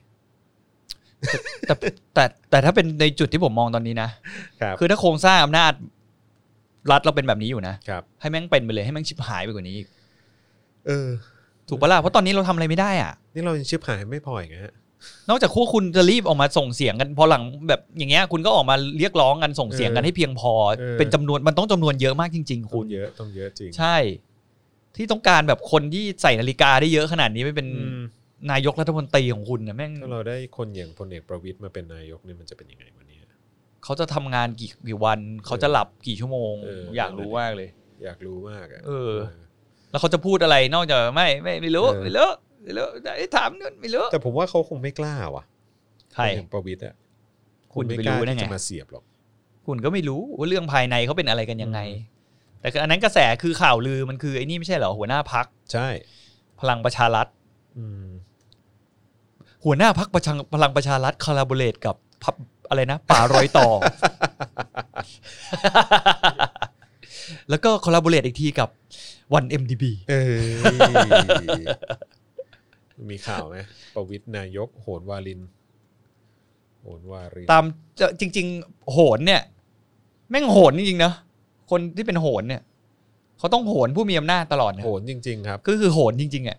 [SPEAKER 2] แต่ถ้าเป็นในจุดที่ผมมองตอนนี้นะคือถ้าโครงสร้างอำนาจรัฐเราเป็นแบบนี้อยู่นะให้แม่งเป็นไปเลยให้แม่งชิบหายไปกว่านี้ถูกปะล่ะเพราะตอนนี้เราทำอะไรไม่ได้อ่ะ
[SPEAKER 1] นี่เรายังชิบหายไม่พออีกฮะ
[SPEAKER 2] นอกจากคู่คุณจะรีบออกมาส่งเสียงกันพอหลังแบบอย่างเงี้ยคุณก็ออกมาเรียกร้องกันส่งเสียงกันให้เพียงพอเป็นจำนวนมันต้องจำนวนเยอะมากจริงๆคุณ
[SPEAKER 1] ต้องเยอะจริง
[SPEAKER 2] ใช่ที่ต้องการแบบคนที่ใส่นาฬิกาได้เยอะขนาดนี้ไม่เป็นนายกรัฐมนตรีของคุณนะแม่ง
[SPEAKER 1] ถ้าเราได้คนอย่างพลเอกประวิตรมาเป็นนายกนี่มันจะเป็นยังไงวันนี้
[SPEAKER 2] เขาจะทำงานกี่วันเขาจะหลับกี่ชั่วโมงอยากรู้มากเลย
[SPEAKER 1] อยากรู้มาก
[SPEAKER 2] แล้วเขาจะพูดอะไรนอกจากไม่รู้แล้วถามนู่นไม่รู้
[SPEAKER 1] แต่ผมว่าเขาคงไม่กล้าว่ะ
[SPEAKER 2] ใคร
[SPEAKER 1] ประวิตรอ่ะ
[SPEAKER 2] คุณไม่รู้ได้ไง
[SPEAKER 1] จะมาเสียบหรอก
[SPEAKER 2] คุณก็ไม่รู้ว่าเรื่องภายในเขาเป็นอะไรกันยังไงแต่อันนั้นกระแสคือข่าวลือมันคือไอ้นี่ไม่ใช่เหรอหัวหน้าพรรค
[SPEAKER 1] ใช่
[SPEAKER 2] พลังประชารัฐหัวหน้าพรรคพลังประชารัฐคอลลาโบเรทกับอะไรนะป่ารอยต่อ แล้วก็คอลลาโบเรทอีกทีกับ 1MDB
[SPEAKER 1] มีข่าวไหมประวิตรนายกโหนวาริน
[SPEAKER 2] ตามจริงๆโหนเนี่ยแม่งโหนจริงๆนะคนที่เป็นโหนเนี่ยเขาต้องโหนผู้มีอำนาจตลอดนะ
[SPEAKER 1] โหนจริงๆครับ
[SPEAKER 2] คือโหนจริงๆอ่ะ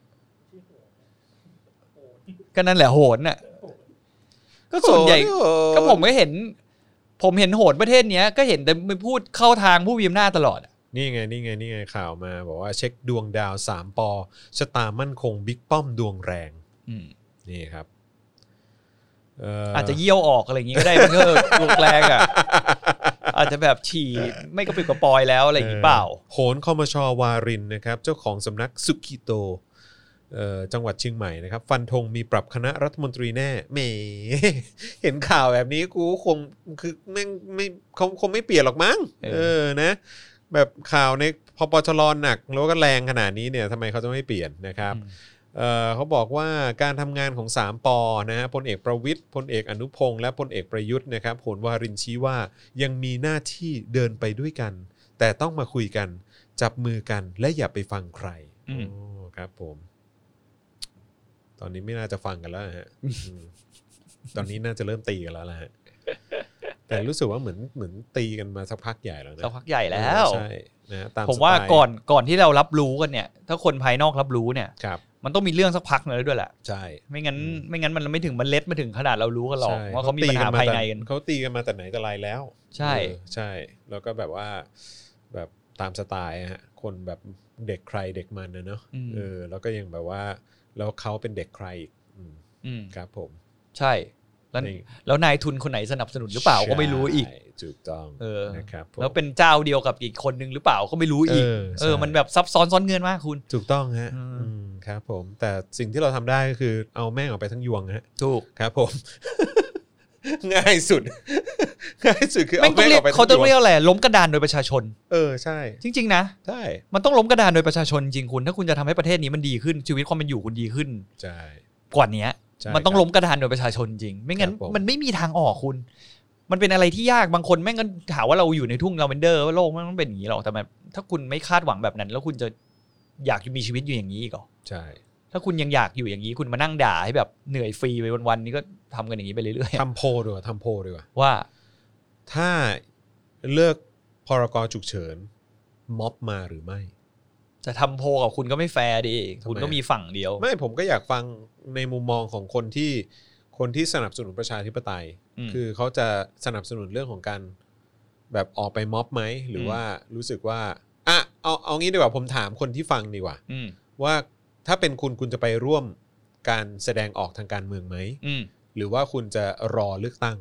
[SPEAKER 2] ก็นั่นแหละโหนน่ะก็ส่วนใหญ่ก็ผมเห็นโหนประเทศเนี้ยก็เห็นแต่ไม่พูดเข้าทางผู้มีอำนาจตลอด
[SPEAKER 1] นี่ไงข่าวมาบอกว่าเช็คดวงดาว3 ปอชะตามั่นคงบิ๊กป้อมดวงแรงนี่ครับ
[SPEAKER 2] อาจจะเยี่ยวออกอะไรอย่างงี้ก็ได้มันก็ดวงแรงอ่ะอาจจะแบบฉี่ไม่กระปิดกระปอยแล้วอะไรอย่างงี้เปล่า
[SPEAKER 1] โหนคมช.วารินนะครับเจ้าของสำนักสุกิโตจังหวัดเชียงใหม่นะครับฟันธงมีปรับคณะรัฐมนตรีแน่แหมเห็นข่าวแบบนี้กูคงคือแม่งไม่คงไม่เปลี่ยนหรอกมั้งนะแบบข่าวในพปชรหนักแล้วก็แรงขนาดนี้เนี่ยทำไมเขาจะไม่เปลี่ยนนะครับเขาบอกว่าการทำงานของ3 ปอนะฮะพลเอกประวิตรพลเอกอนุพงษ์และพลเอกประยุทธ์นะครับโหนวารินชี้ว่ายังมีหน้าที่เดินไปด้วยกันแต่ต้องมาคุยกันจับมือกันและอย่าไปฟังใครครับผมตอนนี้ไม่น่าจะฟังกันแล้วฮะตอนนี้น่าจะเริ่มตีกันแล้วฮะแต่รู้สึกว่าเหมือนตีกันมาสักพักใหญ่แล้วนะ
[SPEAKER 2] สักพักใหญ่แล้ว
[SPEAKER 1] ใช่นะตาม
[SPEAKER 2] ผมว่าก่อนที่เรารับรู้กันเนี่ยถ้าคนภายนอกรับรู้เนี่ยมันต้องมีเรื่องสักพักนึงแล้วด้วยแหละ
[SPEAKER 1] ใช่
[SPEAKER 2] ไม่งั้นมันไม่ถึงมันเล็ดมาถึงขนาดเรารู้กันหรอกว่าเขามีปัญหาภายในกัน
[SPEAKER 1] เขาตีกันมาแต่ไหนแต่ไรแล้ว
[SPEAKER 2] ใช่
[SPEAKER 1] แล้วก็แบบว่าแบบตามสไตล์ฮะคนแบบเด็กใครเด็กมันนะเนาะแล้วก็ยังแบบว่าแล้วเขาเป็นเด็กใครอีกครับผม
[SPEAKER 2] ใช่แล้วนายทุนคนไหนสนับสนุนหรือเปล่าก็ไม่รู้อีก
[SPEAKER 1] ถูกต้องนะครับ
[SPEAKER 2] แล้วเป็นเจ้าเดียวกับอีกคนนึงหรือเปล่าก็ไม่รู้อีกมันแบบซับซ้อนซ้อนเงินมากคุณ
[SPEAKER 1] ถูกต้องฮะครับผมแต่สิ่งที่เราทำได้ก็คือเอาแม่งออกไปทั้งยวงฮะ
[SPEAKER 2] ถูก
[SPEAKER 1] ครับผมง่ายสุดคือเอา
[SPEAKER 2] แม่งออกไปเขาต้องเรียกอะไรล้มกระดานโดยประชาชน
[SPEAKER 1] ใช่
[SPEAKER 2] จริงๆนะ
[SPEAKER 1] ใช่
[SPEAKER 2] มันต้องล้มกระดานโดยประชาชนจริงคุณถ้าคุณจะทำให้ประเทศนี้มันดีขึ้นชีวิตความเป็นอยู่คุณดีขึ้น
[SPEAKER 1] ใช่
[SPEAKER 2] กว่านี้มันต้องล้มกระดานโดยประชาชนจริงไม่งั้นมันไม่มีทางออกคุณมันเป็นอะไรที่ยากบางคนแม่งก็ถามว่าเราอยู่ในทุ่งลาเวนเดอร์ว่าโลกมันต้องเป็นอย่างนี้หรอกแต่ถ้าคุณไม่คาดหวังแบบนั้นแล้วคุณจะอยากมีชีวิตอยู่อย่างนี้อีกหรอ
[SPEAKER 1] ใช่
[SPEAKER 2] ถ้าคุณยังอยากอยู่อย่างนี้คุณมานั่งด่าให้แบบเหนื่อยฟรีไปวันๆนี้ก็ทำกันอย่างนี้ไปเรื่อย
[SPEAKER 1] ๆทำโพลดีกว่า
[SPEAKER 2] ว่า
[SPEAKER 1] ถ้าเลิกพรก.ฉุกเฉินม็อบมาหรือไม่
[SPEAKER 2] จะทำโพลกับคุณก็ไม่แฟร์ดิคุณก็มีฝั่งเดียว
[SPEAKER 1] ไม่ผมก็อยากฟังในมุมมองของคนที่สนับสนุนประชาธิปไตยคือเขาจะสนับสนุนเรื่องของการแบบออกไปม็อบไหมหรือว่ารู้สึกว่าเอางี้ดีกว่าผมถามคนที่ฟังดีกว่าว่าถ้าเป็นคุณจะไปร่วมการแสดงออกทางการเมืองไหมหรือว่าคุณจะรอเลือกตั้ง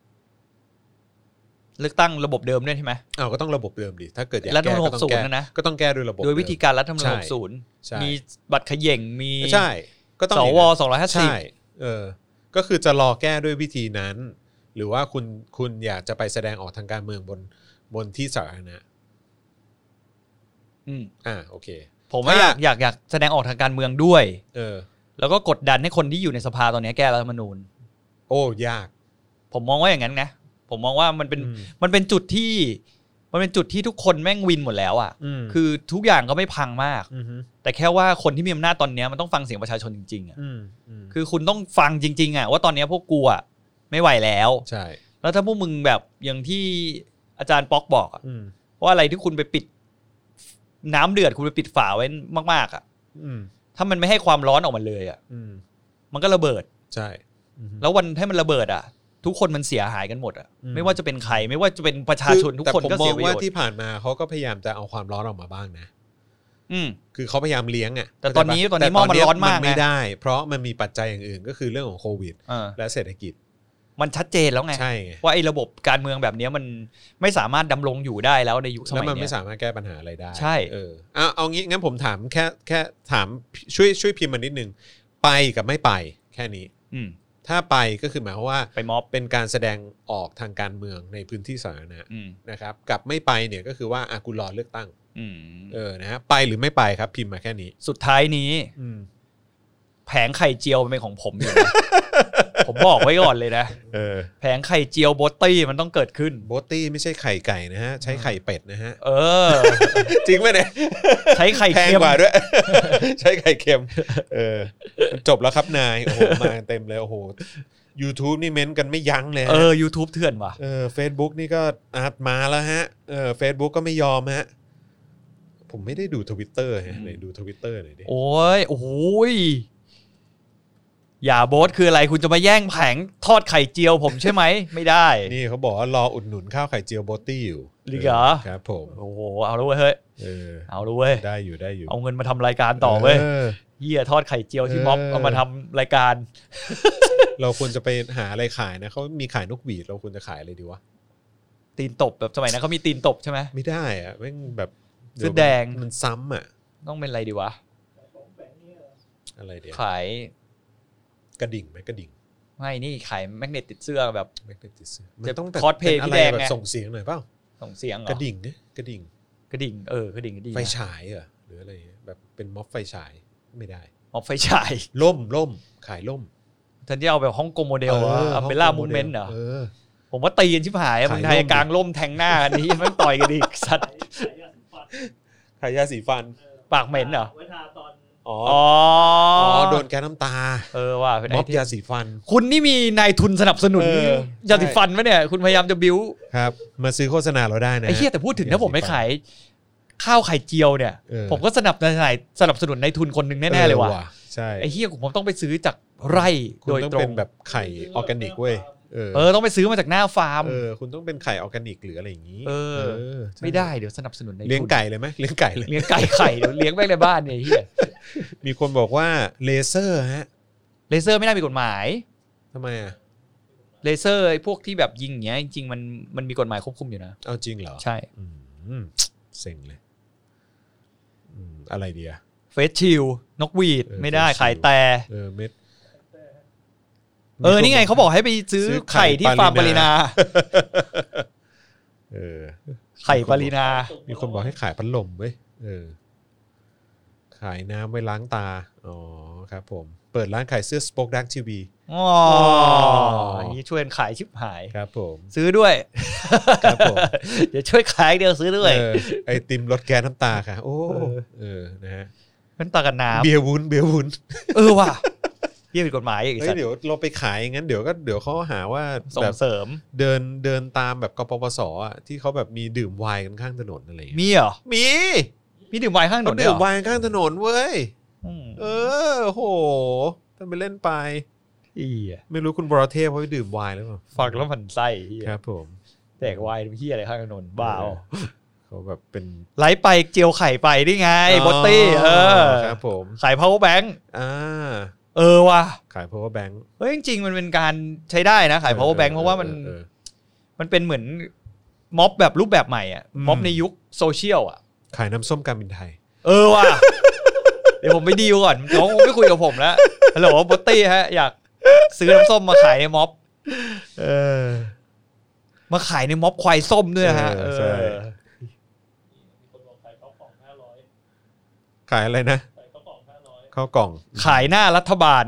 [SPEAKER 2] ระบบเดิมด้วยใช่ไหม
[SPEAKER 1] ก็ต้องระบบเดิมดิถ้าเกิดอยาก
[SPEAKER 2] แก้ก็ต้องแก้
[SPEAKER 1] นะก็ต้องแก้ด้วยระบบ
[SPEAKER 2] โดยวิธีการรัฐธรรมนูญ60มีบัตรเขย่งมี
[SPEAKER 1] ใช่ก็ต้อง
[SPEAKER 2] สว250
[SPEAKER 1] ใช่ก็คือจะรอแก้ด้วยวิธีนั้นหรือว่าคุณอยากจะไปแสดงออกทางการเมืองบนที่สาธารณะโอเค
[SPEAKER 2] ผมว่าอยากแสดงออกทางการเมืองด้วยแล้วก็กดดันให้คนที่อยู่ในสภาตอนนี้แก้รัฐธรรมนูญ
[SPEAKER 1] ยาก
[SPEAKER 2] ผมมองว่าอย่างนั้นนะผมมองว่ามันเป็นจุดที่ทุกคนแม่งวินหมดแล้วอ่ะคือทุกอย่างก็ไม่พังมากแต่แค่ว่าคนที่มีอำนาจตอนนี้มันต้องฟังเสียงประชาชนจริงๆอ่ะคือคุณต้องฟังจริงๆอ่ะว่าตอนนี้พวกกูอ่ะไม่ไหวแล้ว
[SPEAKER 1] ใช่
[SPEAKER 2] แล้วถ้าพวกมึงแบบอย่างที่อาจารย์ป๊อกบอกอ่ะว่าอะไรที่คุณไปปิดน้ำเดือดคุณไปปิดฝาไว้มากๆอ่ะถ้ามันไม่ให้ความร้อนออกมาเลยอ่ะมันก็ระเบิด
[SPEAKER 1] ใช่
[SPEAKER 2] แล้ววันให้มันระเบิดอ่ะทุกคนมันเสียหายกันหมดอ่ะไม่ว่าจะเป็นใครไม่ว่าจะเป็นประชาชนทุกคนก็เสียประโยชน์
[SPEAKER 1] แต่ผมมองว่าที่ผ่านมาเขาก็พยายามจะเอาความร้อนออกมาบ้างนะคือเขาพยายามเลี้ยงอ่ะ
[SPEAKER 2] แต่ตอนนี้หม้อมันร้อนมาก
[SPEAKER 1] ไม่ได้เพราะมันมีปัจจัยอย่างอื่นก็คือเรื่องของโควิดและเศรษฐกิจ
[SPEAKER 2] มันชัดเจนแล้วไงว่าไอ้ระบบการเมืองแบบนี้มันไม่สามารถดำรงอยู่ได้แล้วในยุคสมัยนี้
[SPEAKER 1] แล้วมันไม่สามารถแก้ปัญหาอะไรได้
[SPEAKER 2] ใช่
[SPEAKER 1] เอางี้งั้นผมถามแค่ถามช่วยพิมพ์มานิดนึงไปกับไม่ไปแค่นี้ ถ้าไปก็คือหมายความว่า
[SPEAKER 2] ไปม็อบ
[SPEAKER 1] เป็นการแสดงออกทางการเมืองในพื้นที่สาธารณะนะครับกับไม่ไปเนี่ยก็คือว่ากูรอเลือกตั้งนะฮะไปหรือไม่ไปครับพิมพ์มาแค่นี้
[SPEAKER 2] สุดท้ายนี้แผงไข่เจียวเป็นของผมอยู่ ผมบอกไว้ก่อนเลยนะแผงไข่เจียวโบตตี้มันต้องเกิดขึ้น
[SPEAKER 1] โบตตี้ไม่ใช่ไข่ไก่นะฮะใช้ไข่เป็ดนะฮะจริงไหมเนี่ย
[SPEAKER 2] ใช้ไข่
[SPEAKER 1] เค็มกว่าด้วยใช้ไข่เค็มจบแล้วครับนายโอ้โหมาเต็มเลยโอ้โห YouTube นี่เม้นกันไม่ยั้งเลย
[SPEAKER 2] YouTube เถื่อนว่ะ
[SPEAKER 1] Facebook นี่ก็มาแล้วฮะFacebook ก็ไม่ยอมฮะผมไม่ได้ดู Twitter ฮะไหนดู Twitter หน่อยดิ
[SPEAKER 2] โอ้โหอย่าโบ๊ทคืออะไรคุณจะมาแย่งแผงทอดไข่เจียวผมใช่ไหมไม่ได้
[SPEAKER 1] นี่เขาบอกว่ารออุดหนุนข้าวไข่เจียวโบตตี้อยู่
[SPEAKER 2] หรือเหรอ
[SPEAKER 1] ครับผม
[SPEAKER 2] โอ้โหเอาแล้วเว้ยเฮ้ยเอาแล้วเว้ย
[SPEAKER 1] ได้อยู่
[SPEAKER 2] เอาเงินมาทำรายการต่อเว้ยเหี้ยทอดไข่เจียวที่ม็อบเอามาทำรายการ
[SPEAKER 1] เราควรจะไปหาอะไรขายนะเขามีขายนกหวีดเราควรจะขายอะไรดีวะ
[SPEAKER 2] ตีนตบแบบสมัยนั้นเขามีตีนตบใช่ไหม
[SPEAKER 1] ไม่ได้อะแม่งแบบ
[SPEAKER 2] เสื้อแดง
[SPEAKER 1] มันซ้ำอ่ะ
[SPEAKER 2] ต้องเป็นอะไรดีวะ
[SPEAKER 1] อะไรเดี๋ยว
[SPEAKER 2] ขาย
[SPEAKER 1] กระดิ่งไหมกระดิ่ง
[SPEAKER 2] ไม่นี่ขายแมกเนตติดเสื้อแบบ
[SPEAKER 1] แมกเนตติดเสื้อมันต้อง
[SPEAKER 2] คอสเพลย์พี่แดงไง
[SPEAKER 1] ส่งเสียงหน่อยเปล่า
[SPEAKER 2] ส่งเสียงเหร
[SPEAKER 1] อกระดิ่งเนี่ยกระดิ่ง
[SPEAKER 2] กระดิ่งกระดิ่ง
[SPEAKER 1] ไฟฉายเหรอหรืออะไรแบบเป็นม็อบไฟฉายไม่ได้
[SPEAKER 2] ม็อบไฟฉาย
[SPEAKER 1] ล่มขายล่ม
[SPEAKER 2] ท่านที่เอาแบบฮ่องกงโมเดลอะเบลล่ามูฟเมนต์เหรอผมว่าตีกันชิบหายมันไทยกลางล่มแทงหน้าอันนี้มันต่อยกันอีกสัตว์
[SPEAKER 1] ขายยาสีฟัน
[SPEAKER 2] ปากเหม็นเหรอ
[SPEAKER 1] อ๋อโดนแก๊สน้ำตา
[SPEAKER 2] ว่า
[SPEAKER 1] ม็อบยาสีฟัน
[SPEAKER 2] คุณนี่มีนายทุนสนับสนุนยาสีฟันไหมเนี่ยคุณพยายามจะบิ้ว
[SPEAKER 1] ครับมาซื้อโฆษณาเราได้นะ
[SPEAKER 2] ไอ้เหี้ยแต่พูดถึงถ้าผมไม่ขายข้าวไข่เจียวเนี่ยผมก็สนับสนุนนายทุนคนนึงแน่ๆเลยว่ะ
[SPEAKER 1] ใช่
[SPEAKER 2] ไอ้เหี้ยผมต้องไปซื้อจากไร่โดยตรง
[SPEAKER 1] เป็นแบบไข่ออร์แกนิกเว้ย
[SPEAKER 2] ต้องไปซื้อมาจากหน้าฟาร์ม
[SPEAKER 1] คุณต้องเป็นไข่ออร์แกนิกหรืออะไรอย่างนี้
[SPEAKER 2] ไม่ได้เดี๋ยวสนับสนุนใน
[SPEAKER 1] เลี้ยงไก่เลยไหมเลี้ยงไก่เลย
[SPEAKER 2] เลี้ยงไก่ไข่เดี๋ยวเลี้ยงแม่ในบ้านเนี่ยเฮีย
[SPEAKER 1] มีคนบอกว่าเลเซอร์ฮะ
[SPEAKER 2] เลเซอร์ไม่ได้มีกฎหมาย
[SPEAKER 1] ทำไมอ่ะ
[SPEAKER 2] เลเซอร์ไอ้พวกที่แบบยิงอย่างเงี้ยจริงๆมันมีกฎหมายควบคุมอยู่นะ
[SPEAKER 1] เอาจริงเหรอ
[SPEAKER 2] ใช่
[SPEAKER 1] เซ็งเลยอะไรดีอะ
[SPEAKER 2] เฟสชิลนกหวีดไม่ได้ขายแต่
[SPEAKER 1] เม็ด
[SPEAKER 2] นี่ไงเขาบอกให้ไปซื้อไข่ที่ฟาร์มปรินาไข่ปรินา
[SPEAKER 1] มีคนบอกให้ขายพัดลมเว้ยขายน้ำไว้ล้างตาอ๋อครับผมเปิดร้านขายเสื้อ Spoke Dark TV
[SPEAKER 2] อ๋อนี่ช่วยขายชิบหาย
[SPEAKER 1] ครับผม
[SPEAKER 2] ซื้อด้วยครับผมเดี๋ยวช่วยขายเดี๋ยวซื้อด้วย
[SPEAKER 1] ไอติมรสแก๊สน้ำตาค่ะโอ้นะฮะ
[SPEAKER 2] น้ำตากันน้ำ
[SPEAKER 1] เบียร์วุ้น
[SPEAKER 2] ว่ะเยี่ยมผิดกฎหมายอีก
[SPEAKER 1] เดี๋ยวเราไปขายงั้นเดี๋ยวเขาหาว่า
[SPEAKER 2] ส่งเสริม
[SPEAKER 1] เดินตามแบบกปปสอ่ะที่เขาแบบมีดื่มไวน์กันข้างถนนอะไร
[SPEAKER 2] มีเหรอ
[SPEAKER 1] มี
[SPEAKER 2] ดื่มไวน์ข้างถนน
[SPEAKER 1] ดื่มไวน์ข้างถนนเว้ยโหท่านไปเล่นไปไม่รู้คุณบรเทพเขาไปดื่มไวน์หรือเปล่า
[SPEAKER 2] ฟังแล้วมันไส้
[SPEAKER 1] ครับผม
[SPEAKER 2] แตกไวน์เหี้ยอะไรข้างถนนบ้า
[SPEAKER 1] เขาแบบเป็น
[SPEAKER 2] ไลฟ์ไปเจียวไข่ไปได้ไงบอตตี้
[SPEAKER 1] ครับผม
[SPEAKER 2] ขาย power bank ว่ะ
[SPEAKER 1] ขาย power bank
[SPEAKER 2] จริงๆมันเป็นการใช้ได้นะขาย power bank เพราะว่ามันเป็นเหมือนม็อบแบบรูปแบบใหม่อ่ะม็อบในยุคโซเชียลอ่ะ
[SPEAKER 1] ขายน้ำส้มการบินไทย
[SPEAKER 2] ว่ะเดี๋ยวผมไปดีลก่อนน้องไม่คุยกับผมแล้วฮัลโหลบอตตี้ฮะอยากซื้อน้ำส้มมาขายในม็อบมาขายในม็อบควายส้มด้วยฮะ
[SPEAKER 1] ใช่ขายอะไรนะข้าวกล่อง
[SPEAKER 2] ขายหน้ารัฐบาล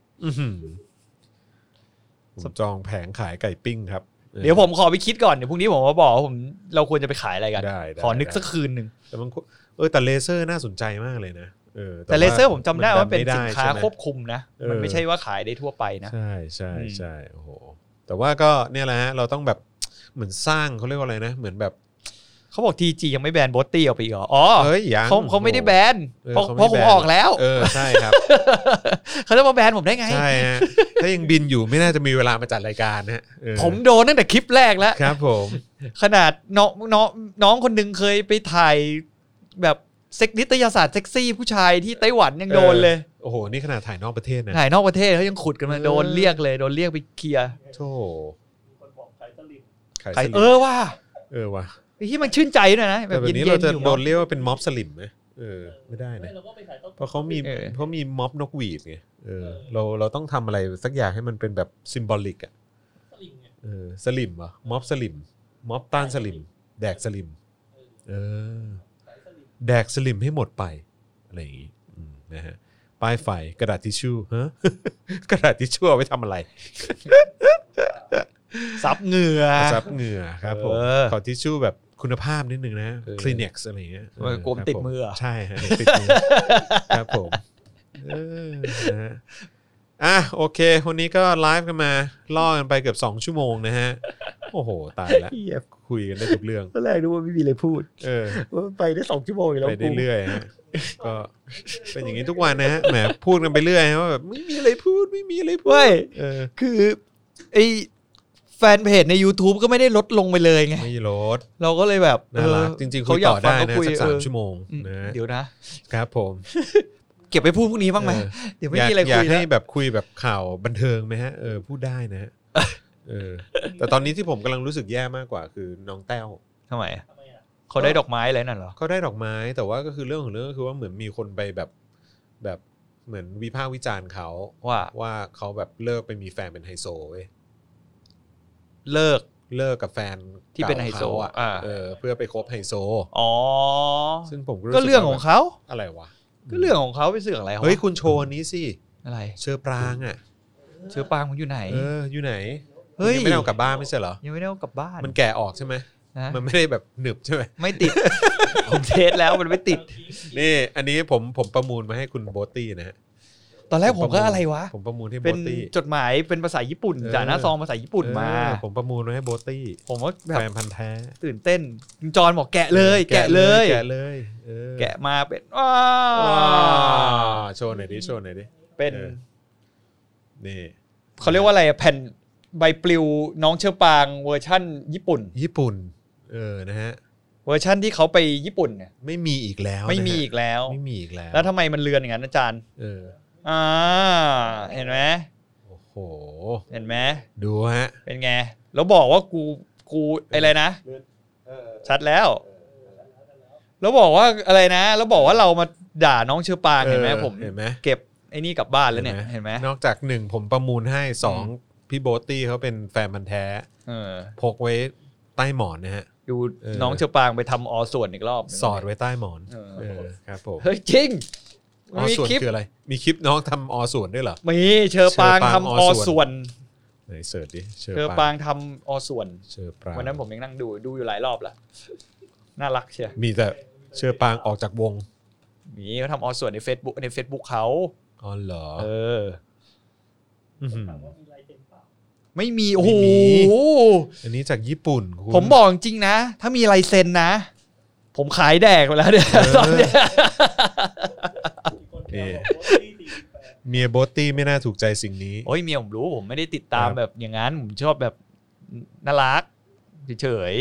[SPEAKER 1] ผมจองแผงขายไก่ปิ้งครับ
[SPEAKER 2] เดี๋ยวผมขอไปคิดก่อนเดี๋ยวพรุ่งนี้ผมมาบอกว่าเราควรจะไปขายอะไรกันขอนึกสักคืนนึง
[SPEAKER 1] แต่มันแต่เลเซอร์น่าสนใจมากเลยนะ
[SPEAKER 2] แต่เลเซอร์ผมจำได้ว่าเป็นสินค้าควบคุมนะมันไม่ใช่ว่าขายได้ทั่วไปนะ
[SPEAKER 1] ใช่โอ้โหแต่ว่าก็เนี่ยแหละฮะเราต้องแบบเหมือนสร้างเขาเรียกว่าอะไรนะเหมือนแบบ
[SPEAKER 2] เขาบอก TG ยังไม่แบนบอตตี้ออกไปอีกเหรอเขาไม่ได้แบนเพราะผมออกแล้ว
[SPEAKER 1] ใช่ครับ
[SPEAKER 2] เขาจะมาแบนผมได้ไง
[SPEAKER 1] ใช่ฮะถ้ายังบินอยู่ไม่น่าจะมีเวลามาจัดรายการนะ
[SPEAKER 2] ผมโดนตั้งแต่คลิปแรกแล้ว
[SPEAKER 1] ครับผม
[SPEAKER 2] ขนาดน้องคนนึงเคยไปถ่ายแบบนิตยสารเซ็กซี่ผู้ชายที่ไต้หวันยังโดนเลย
[SPEAKER 1] โอ้โหนี่ขนาดถ่ายนอกประเทศนะ
[SPEAKER 2] ถ่ายนอกประเทศเขายังขุดกันมาโดนเรียกไปเคลียร์
[SPEAKER 1] โธ่
[SPEAKER 2] ว่ะ
[SPEAKER 1] ว่ะ
[SPEAKER 2] ที่มันชื่นใจด้วยนะ
[SPEAKER 1] แบบเย็นๆอยู่โดนเรียกว่าเป็นม็อบสลิมไหมไม่ได้นะ
[SPEAKER 3] เราก็ไปขายต้น
[SPEAKER 1] เพราะเขามีม็อบนกหวีดไงเราต้องทำอะไรสักอย่างให้มันเป็นแบบซิมบอลิกอ่ะ
[SPEAKER 3] สลิงไง
[SPEAKER 1] สลิมเหรอม็อบสลิมม็อบต้านสลิมแดกสลิม
[SPEAKER 3] ขายสลิง
[SPEAKER 1] แดกสลิมให้หมดไปอะไรอย่างงี้นะฮะป้ายไฟกระดาษทิชชู่ฮะ กระดาษทิชชู่เอาไว้ทำอะไร
[SPEAKER 2] ซับเหงื่อ
[SPEAKER 1] ซับเหงื่อครับผมขอทิชชู่แบบคุณภาพนิดนึงนะคลินิกอะไรอย่างเงี้ย
[SPEAKER 2] กลมติดมือ
[SPEAKER 1] ใช่ฮะติดมือครับผมนะฮะโอเควันนี้ก็ไลฟ์กันมาล่อกันไปเกือบ2ชั่วโมงนะฮะโอ้โหตายแล้วคุยกันได้ทุกเรื่อง
[SPEAKER 2] ตอนแรกดูว่าไม่มีอะไรพูดว่าไปได้2ชั่วโมงแล้ว
[SPEAKER 1] ไปเรื่อยๆฮะก็เป็นอย่างนี้ทุกวันนะฮะแหมพูดกันไปเรื่อยว่าแบบไม่มีอะไรพูด
[SPEAKER 2] คือไอแฟนเพจใน YouTube ก็ไม่ได้ลดลงไปเลยไง
[SPEAKER 1] ไม่ลด
[SPEAKER 2] เราก็เลยแบบ
[SPEAKER 1] น่ารักจริงๆคุยต่อได้นะสัก3ชั่วโมงนะ
[SPEAKER 2] เดี๋ยวนะครับ
[SPEAKER 1] ผม
[SPEAKER 2] เก็บไปพูดพวกนี้บ้างไหมเดี๋ยวไม่มีอะไรคุย
[SPEAKER 1] อยากให้แบบคุยแบบข่าวบันเทิงไหมฮะพูดได้นะฮะแต่ตอนนี้ที่ผมกำลังรู้สึกแย่มากกว่าคือน้องแต้ว
[SPEAKER 2] ทำไมเขาได้ดอกไม้อะไรนั่นเหรอ
[SPEAKER 1] เขาได้ดอกไม้แต่ว่าก็คือเรื่องของเรื่องก็คือว่าเหมือนมีคนไปแบบเหมือนวิพากษ์วิจารณ์เขาว่าเขาแบบเลิกไปมีแฟนเป็นไฮโซเว้ยเลิกกับแฟน
[SPEAKER 2] ที่เป็นไฮโซ
[SPEAKER 1] อ่ะเพื่อไปคบไฮโซซึ่งผม
[SPEAKER 2] ก็เรื่องของเขา
[SPEAKER 1] อะไรวะ
[SPEAKER 2] ก็เรื่องของเขาไปเสื่ออะไร
[SPEAKER 1] เฮ้ยคุณโชว์นี้สิ
[SPEAKER 2] อะไร
[SPEAKER 1] เชอปรางอ่ะ
[SPEAKER 2] เชอปรางมันอยู่ไหน
[SPEAKER 1] อยู่ไหนเฮ้ยยังไม่ได้เอากลับบ้านไม่ใช่เหรอ
[SPEAKER 2] ยังไม่ได้เอากลับบ้าน
[SPEAKER 1] มันแกะออกใช่ไหมมันไม่ได้แบบหนึบใช่ไหม
[SPEAKER 2] ไม่ติดผมเทสแล้วมันไม่ติด
[SPEAKER 1] นี่อันนี้ผมประมูลมาให้คุณโบตี้นะฮะ
[SPEAKER 2] ตอนแรกผมก็อะไรวะ
[SPEAKER 1] ผมประมูลให้โบ
[SPEAKER 2] เป็น
[SPEAKER 1] ตี้
[SPEAKER 2] จดหมายเป็นภาษาญี่ปุ่นจากหน้าซองภาษาญี่ปุ่นมา
[SPEAKER 1] ผมประมูลมาให้โบตี้
[SPEAKER 2] ผมว่าแบบ
[SPEAKER 1] แฟนพันธุ์แท้
[SPEAKER 2] ตื่นเต้นจอนบอกแกะเลยแกะเลยแกะมาเป็น
[SPEAKER 1] โชว์หน่อยดิ
[SPEAKER 2] เป็น
[SPEAKER 1] นี่
[SPEAKER 2] เขาเรียกว่าอะไรแผ่นใบปลิวน้องเชอปางเวอร์ชั่นญี่ปุ่น
[SPEAKER 1] นะฮะ
[SPEAKER 2] เวอร์ชั่นที่เขาไปญี่ปุ่นเนี่ย
[SPEAKER 1] ไม่มีอีกแล้ว
[SPEAKER 2] แล้วทำไมมันเลือนอย่างนั้นอาจารย์เห็นไหม
[SPEAKER 1] โอ้โห
[SPEAKER 2] เห็นไหม
[SPEAKER 1] ดูฮะ
[SPEAKER 2] เป็นไงแล้วบอกว่ากูอะไรนะชัดแล้วแล้วบอกว่าอะไรนะแล้วบอกว่าเรามาด่าน้องเชอปางเห็นไหมผมเก็บไอ้นี่กลับบ้านแล้วเนี่ยเห็นไหม
[SPEAKER 1] นอกจาก1ผมประมูลให้2พี่โบตี้เขาเป็นแฟนพันธุ์แท้พกไว้ใต้หมอนนะฮะ
[SPEAKER 2] ดูน้องเชอปางไปทำอส่วนอีกรอบ
[SPEAKER 1] สอดไว้ใต้หมอนครับผม
[SPEAKER 2] เฮ้ยจริง
[SPEAKER 1] อส่วนคืออะไรมีคลิปน้องทำอส่วนด้วยเหรอ
[SPEAKER 2] มีเชอปางทำอส่วน
[SPEAKER 1] ไหนเสิร์ชดิ
[SPEAKER 2] เชอปางทำอส่วนวันนั้นผมยังนั่งดูอยู่หลายรอบละน่ารักเชียว
[SPEAKER 1] มีแต่เชอปางออกจากวง
[SPEAKER 2] มีเขาทำอส่วนใน Facebook เขา
[SPEAKER 1] อ๋อเหรอ
[SPEAKER 2] ไม่มีโอ้โห
[SPEAKER 1] อันนี้จากญี่ปุ่น
[SPEAKER 2] ผมบอกจริงนะถ้ามีลายเซ็นนะผมขายแดกไปแล้วเนี่ยตอนนี้
[SPEAKER 1] เมียโบตี้ไม่น่าถูกใจสิ่งนี้
[SPEAKER 2] โอ้ยเมียผมรู้ผมไม่ได้ติดตามแบบอย่างนั้นผมชอบแบบน่ารักเฉย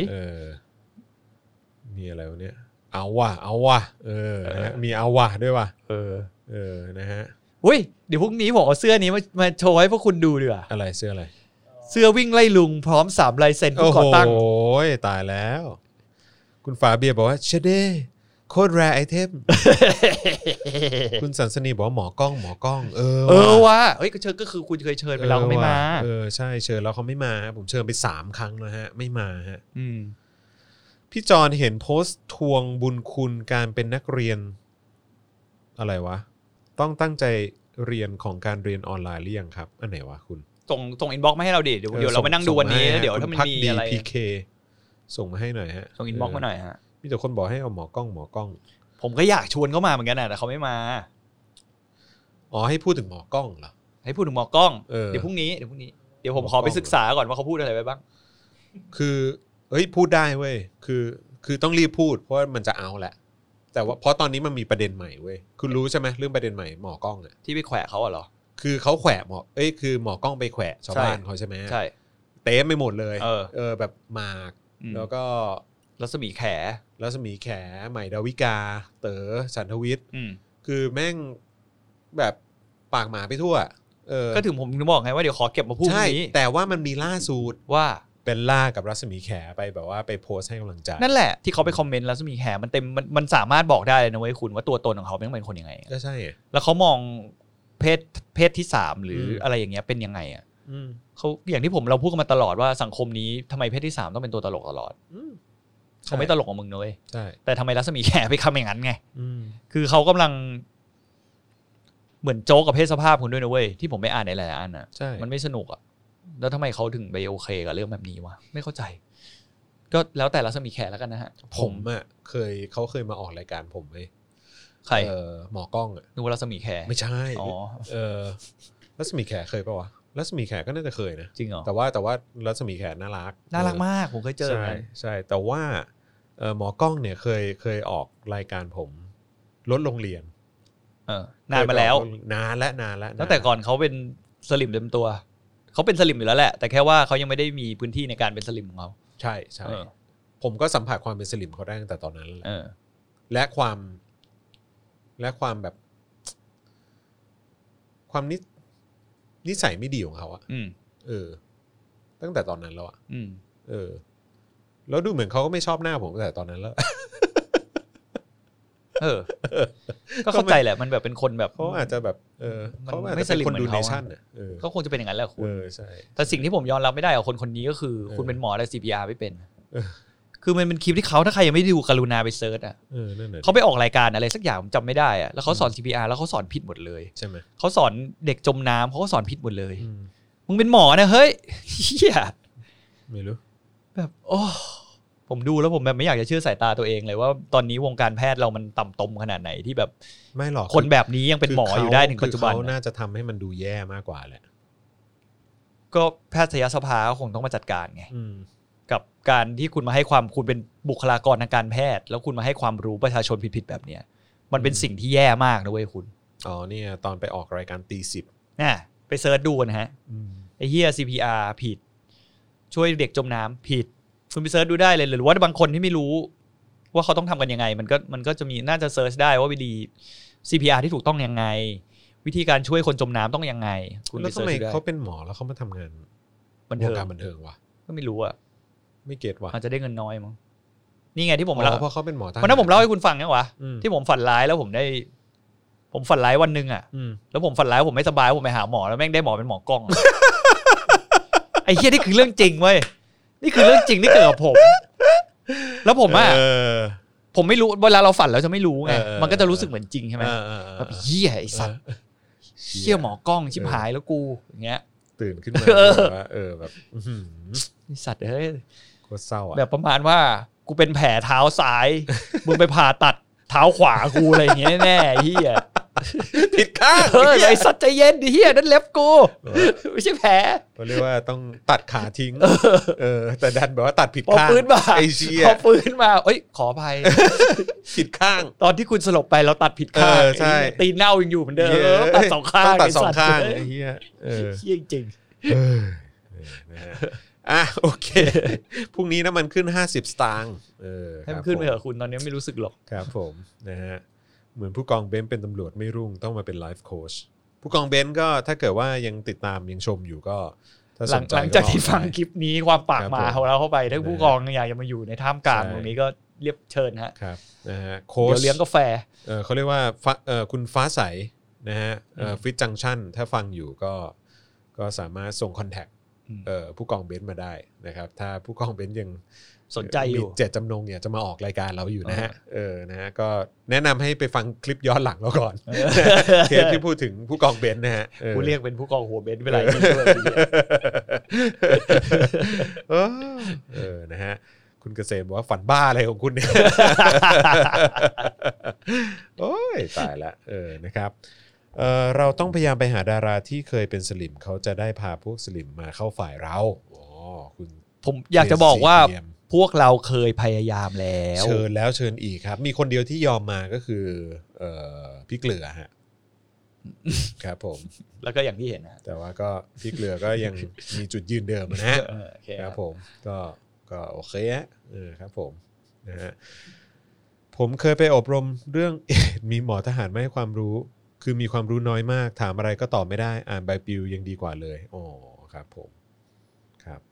[SPEAKER 1] มีอะไรวะเนี่ยเอาว่ะมีเอาว่ะด้วยว่ะนะฮะ
[SPEAKER 2] อุ้ยเดี๋ยวพรุ่งนี้ผมเอาเสื้อนี้มาโชว์ให้พวกคุณดูดีกว่า
[SPEAKER 1] อะไรเสื้ออะไร
[SPEAKER 2] เสื้อวิ่งไล่ลุงพร้อม3ลายเซ็นผู้ก่อตั้ง
[SPEAKER 1] โอ้ยตายแล้วคุณฝาเบียร์บอกว่าเชเด้โคตรแรร์ไอเทม คุณสันสนีบอกว่าหมอกล้อง
[SPEAKER 2] ว่ะเฮ้ยก็คือคุณเคยเชิญไปแล้วเขาไม่มา
[SPEAKER 1] ใช่เชิญแล้วเขาไม่มาผมเชิญไป3ครั้งแล้วฮะไม่มาฮะพี่จอนเห็นโพสต์ทวงบุญคุณการเป็นนักเรียนอะไรวะต้องตั้งใจเรียนของการเรียนออนไลน์หรือยังครับอันไหนวะคุณ
[SPEAKER 2] ส่งอินบ็อกซ์มาให้เราดิเดี๋ยวเราไปนั่งดูวันนี้แล้วเดี๋ยวถ้ามันมีอะไร
[SPEAKER 1] PK ส่งมาให้หน่อยฮะ
[SPEAKER 2] ส่งอินบ็อกซ์มาหน่อยฮะ
[SPEAKER 1] มีแต่คนบอกให้เอาหมอกล้อง
[SPEAKER 2] ผมก็อยากชวนเขามาเหมือนกันแต่เขาไม่มา
[SPEAKER 1] ให้พูดถึงหมอกล้องเหรอ
[SPEAKER 2] ให้พูดถึงหมอกล้องเดี๋ยวพรุ่งนี้เดี๋ยวผมขอไปศึกษาก่อนว่าเขาพูดอะไรไปบ้าง
[SPEAKER 1] คือพูดได้เว้ยคือต้องรีบพูดเพราะมันจะเอาแหละแต่ว่าเพราะตอนนี้มันมีประเด็นใหม่เว้ยคุณรู้ใช่ไหมเรื่องประเด็นใหม่หมอกล้องเนี่ย
[SPEAKER 2] ที่ไปแขวะเขาเหรอ
[SPEAKER 1] คือเขาแขวะคือหมอกล้องไปแขวะชาวบ้านเขาใช่ไหม
[SPEAKER 2] ใช่
[SPEAKER 1] เต็มไปหมดเลยแบบหมากแล้วก็
[SPEAKER 2] รัศมีแข
[SPEAKER 1] ใหม่ดาวิกาเต๋อฉันทวิทย์คือแม่งแบบปากหมาไปทั่ว
[SPEAKER 2] ก็ถึงผมบอกไงว่าเดี๋ยวขอเก็บมาพูดนี้
[SPEAKER 1] แต่ว่ามันมีล่าสุด
[SPEAKER 2] ว่า
[SPEAKER 1] เบลล่ากับรัศมีแขไปแบบว่าไปโพสต์ให้กำลังใจ
[SPEAKER 2] นั่นแหละที่เขาไปคอมเมนต์แล้วจะมีแขมันเต็มมันสามารถบอกได้เลยนะเว้ยคุณว่าตัวตนของเขาเป็นคนยังไง
[SPEAKER 1] ก็ใช่
[SPEAKER 2] แล้วเขามองเพศที่3หรืออะไรอย่างเงี้ยเป็นยังไงอ่ะเขาอย่างที่เราพูดกันมาตลอดว่าสังคมนี้ทำไมเพศที่3ต้องเป็นตัวตลกตลอดเขาไม่ตลกกับมึงนะเว้ยแต่ทำไมรัศมีแขไปทำอย่างนั้นไงคือเขากำลังเหมือนโจ๊กกับเพศสภาพคุณด้วยนะเว้ยที่ผมไปอ่านในหลายๆอันอ่ะมันไม่สนุกอ่ะแล้วทำไมเขาถึงไปโอเคกับเรื่องแบบนี้วะไม่เข้าใจก็แล้วแต่รัศมีแขแล้วกันนะฮะ
[SPEAKER 1] ผมอ่ะเขาเคยมาออกรายการผมเว้ย
[SPEAKER 2] ใคร
[SPEAKER 1] หมอกล้องอ่ะ
[SPEAKER 2] นึกว่ารัศมีแข
[SPEAKER 1] ไม่ใช่รัศมีแขเคยป่ะวะรัศมีแขก็น่าจะเคยนะ
[SPEAKER 2] จริงเหรอ
[SPEAKER 1] แต่ว่ารัศมีแขน่ารัก
[SPEAKER 2] มากผมเคยเจอ
[SPEAKER 1] ใช่แต่ว่าหมอกล้องเนี่ยเคยออกรายการผมลดโรงเรียน
[SPEAKER 2] นานมาแล้ว
[SPEAKER 1] นานแล้ว
[SPEAKER 2] ตั้งแต่ก่อนเขาเป็นสลิมเต็มตัวเขาเป็นสลิมอยู่แล้วแหละแต่แค่ว่าเขายังไม่ได้มีพื้นที่ในการเป็นสลิมของเขา
[SPEAKER 1] ใช่ผมก็สัมผัสความเป็นสลิมเขาได้ตั้งแต่ตอนนั้นและความแบบความนิสัยไม่ดีของเขาอะตั้งแต่ตอนนั้นแล้วอะแล้วดูเหมือนเขาก็ไม่ชอบหน้าผมตั้งแต่ตอนนั้นแล้ว
[SPEAKER 2] ก็เข้าใจแหละมันแบบเป็นคนแบบ
[SPEAKER 1] เขาอาจจะแบบ
[SPEAKER 2] เขาไม่สลิมเหมือนเขาก็คงจะเป็นอย่างนั้นแหละคุณ
[SPEAKER 1] ใช่
[SPEAKER 2] แต่สิ่งที่ผมยอมรับไม่ได้กับคนนี้ก็คือคุณเป็นหมอแต่ CPR ไม่เป็นคือมันเป็นคลิปที่เขาถ้าใครยังไม่ดูกรุณาไปเซิร์ชอ่ะเขาไปออกรายการอะไรสักอย่างผมจำไม่ได้อ่ะแล้วเขาสอน CPR แล้วเขาสอนผิดหมดเลย
[SPEAKER 1] ใช่ไหม
[SPEAKER 2] เขาสอนเด็กจมน้ำเขาก็สอนผิดหมดเลยมึงเป็นหมอนะเฮ้ยเหี้ย
[SPEAKER 1] ไม่รู้
[SPEAKER 2] แบบโอ้ผมดูแล้วผมแบบไม่อยากจะเชื่อสายตาตัวเองเลยว่าตอนนี้วงการแพทย์เรามันต่ำตมขนาดไหนที่แบบ
[SPEAKER 1] ไม่หรอก
[SPEAKER 2] คนแบบนี้ยังเป็นหมออยู่ได้ถึงปัจจุบัน
[SPEAKER 1] เขาน่าจะทำให้มันดูแย่มากกว่าแหละ
[SPEAKER 2] ก็แพทยสภาคงต้องมาจัดการไงกับการที่คุณมาให้ความคุณเป็นบุคลากรทางการแพทย์แล้วคุณมาให้ความรู้ประชาชนผิดๆแบบเนี้ยมันเป็นสิ่งที่แย่มากนะเว้ยคุณ
[SPEAKER 1] เนี่ยตอนไปออกรายการตีสิบ
[SPEAKER 2] ไปเซิร์ชดูนะฮะไอ้เหี้ย CPR ผิดช่วยเด็กจมน้ำผิดคุณไปเซิร์ชดูได้เลยหรือว่าบางคนที่ไม่รู้ว่าเขาต้องทำกันยังไงมันก็จะมีน่าจะเซิร์ชได้ว่าวิธี CPR ที่ถูกต้องยังไงวิธีการช่วยคนจมน้ำต้องยังไง
[SPEAKER 1] คุณไปเซิร์ชได้แล้วทำไมเขาเป็นหมอแล้วเขามาทำงานวงการบันเทิงวะ
[SPEAKER 2] ก็ไม่รู้อะ
[SPEAKER 1] ไม่เก็ตว่ะ
[SPEAKER 2] อาจจะได้เงินน้อยมั้งนี่ไงที่ผม
[SPEAKER 1] เล่าเพราะเขาเป็นหมอ
[SPEAKER 2] เพราะนั้นผมเล่าให้คุณฟังไงวะที่ผมฝันร้ายแล้วผมฝันร้ายวันนึงอะแล้วผมฝันร้ายผมไม่สบายผมไปหาหมอแล้วแม่งได้หมอเป็นหมอกล้องไอ้เหี้ยนี่คือเรื่องจริงเว้ยนี่คือเรื่องจริงที่เกิดกับผมแล้วผมผมไม่รู้เวลาเราฝันเราจะไม่รู้ไงมันก็จะรู้สึกเหมือนจริงใช่ไหมแบบเหี้ยไอ้สัตว์เหี้ยหมอกล้องชิบหายแล้วกูอย่างเงี้ย
[SPEAKER 1] ตื่นขึ้นมาว่าแบบ
[SPEAKER 2] ไอ้สัตว์เฮ้ย
[SPEAKER 1] โคตรเศร้าอ่ะ
[SPEAKER 2] แบบประมาณว่ากูเป็นแผลเท้าซ้ายมึงไปผ่าตัดเท้าขวากูอะไรอย่างเงี้ยแน่เหี้ย
[SPEAKER 1] ผิดข้าง
[SPEAKER 2] ไอ้สัตว์ใจเย็นดิเหี้ยนั่นเล็บกูไม่ใช่แผล
[SPEAKER 1] เขาเรียกว่าต้องตัดขาทิ้งแต่ดันแบบว่าตัดผิดข้าง
[SPEAKER 2] ไอ้เชี่ยพอฟื้นมาเอ้ยขออภัย
[SPEAKER 1] ผิดข้าง
[SPEAKER 2] ตอนที่คุณสลบไปเราตัดผิดข้างตีนเน่ายังอยู่เหมือนเดิมตัด2ข้าง
[SPEAKER 1] ตัด2ข้างไอ้เหี้ย
[SPEAKER 2] เหี้ยจริง
[SPEAKER 1] โอเคพรุ่งนี้น้ำมันขึ้น50 สตางค์
[SPEAKER 2] ให้มันขึ้นไปเถอะคุณตอนนี้ไม่รู้สึกหรอก
[SPEAKER 1] ครับผมนะฮะเหมือนผู้กองเบนซ์เป็นตำรวจไม่รุ่งต้องมาเป็นไลฟ์โค้ชผู้กองเบนซ์ก็ถ้าเกิดว่ายังติดตามยังชมอยู่ก็
[SPEAKER 2] หลังจากที่ฟังคลิปนี้ความปากหมาของเราเข้าไปถ้าผู้กองอยากจะมาอยู่ในท่ามกลางตรงนี้ก็เรียบเชิญฮะ
[SPEAKER 1] ครับนะฮะ
[SPEAKER 2] โค้ชเดี๋ยวเลี้ยงกาแฟ
[SPEAKER 1] เขาเรียกว่าคุณฟ้าใสนะฮะฟิตจังชั่นถ้าฟังอยู่ก็สามารถส่งคอนแทคผู้กองเบนซ์มาได้นะครับถ้าผู้กองเบนซ์ยัง
[SPEAKER 2] สนใจอยู่
[SPEAKER 1] เจตจำนงเนี่ยจะมาออกรายการเราอยู่นะฮะนะฮะก็แนะนำให้ไปฟังคลิปย้อนหลังเราก่อนเทปที่พูดถึงผู้กองเบนซ์นะฮะ
[SPEAKER 2] กูเรียกเป็นผู้กองหัวเบนซ์เวลาที่ด้วย
[SPEAKER 1] นะฮะคุณเกษมบอกว่าฝันบ้าอะไรของคุณเนี่ยโอ้ยตายละนะครับเราต้องพยายามไปหาดาราที่เคยเป็นสลิมเขาจะได้พาพวกสลิมมาเข้าฝ่ายเราคุณ
[SPEAKER 2] ผมอยากจะบอกว่าพวกเราเคยพยายามแล้ว
[SPEAKER 1] เชิญแล้วเชิญอีกครับมีคนเดียวที่ยอมมาก็คือพี่เกลือฮะครับผม
[SPEAKER 2] แล้วก็อย่างที่เห็นนะ
[SPEAKER 1] แต่ว่าก็พี่เกลือก็ยังมีจุดยืนเดิมนะฮะครับผมก็โอเคฮะครับผมนะฮะผมเคยไปอบรมเรื่อง มีหมอทหารไม่ให้ความรู้คือมีความรู้น้อยมากถามอะไรก็ตอบไม่ได้อ่านใบปลิวยังดีกว่าเลยอ๋อครับผมครับ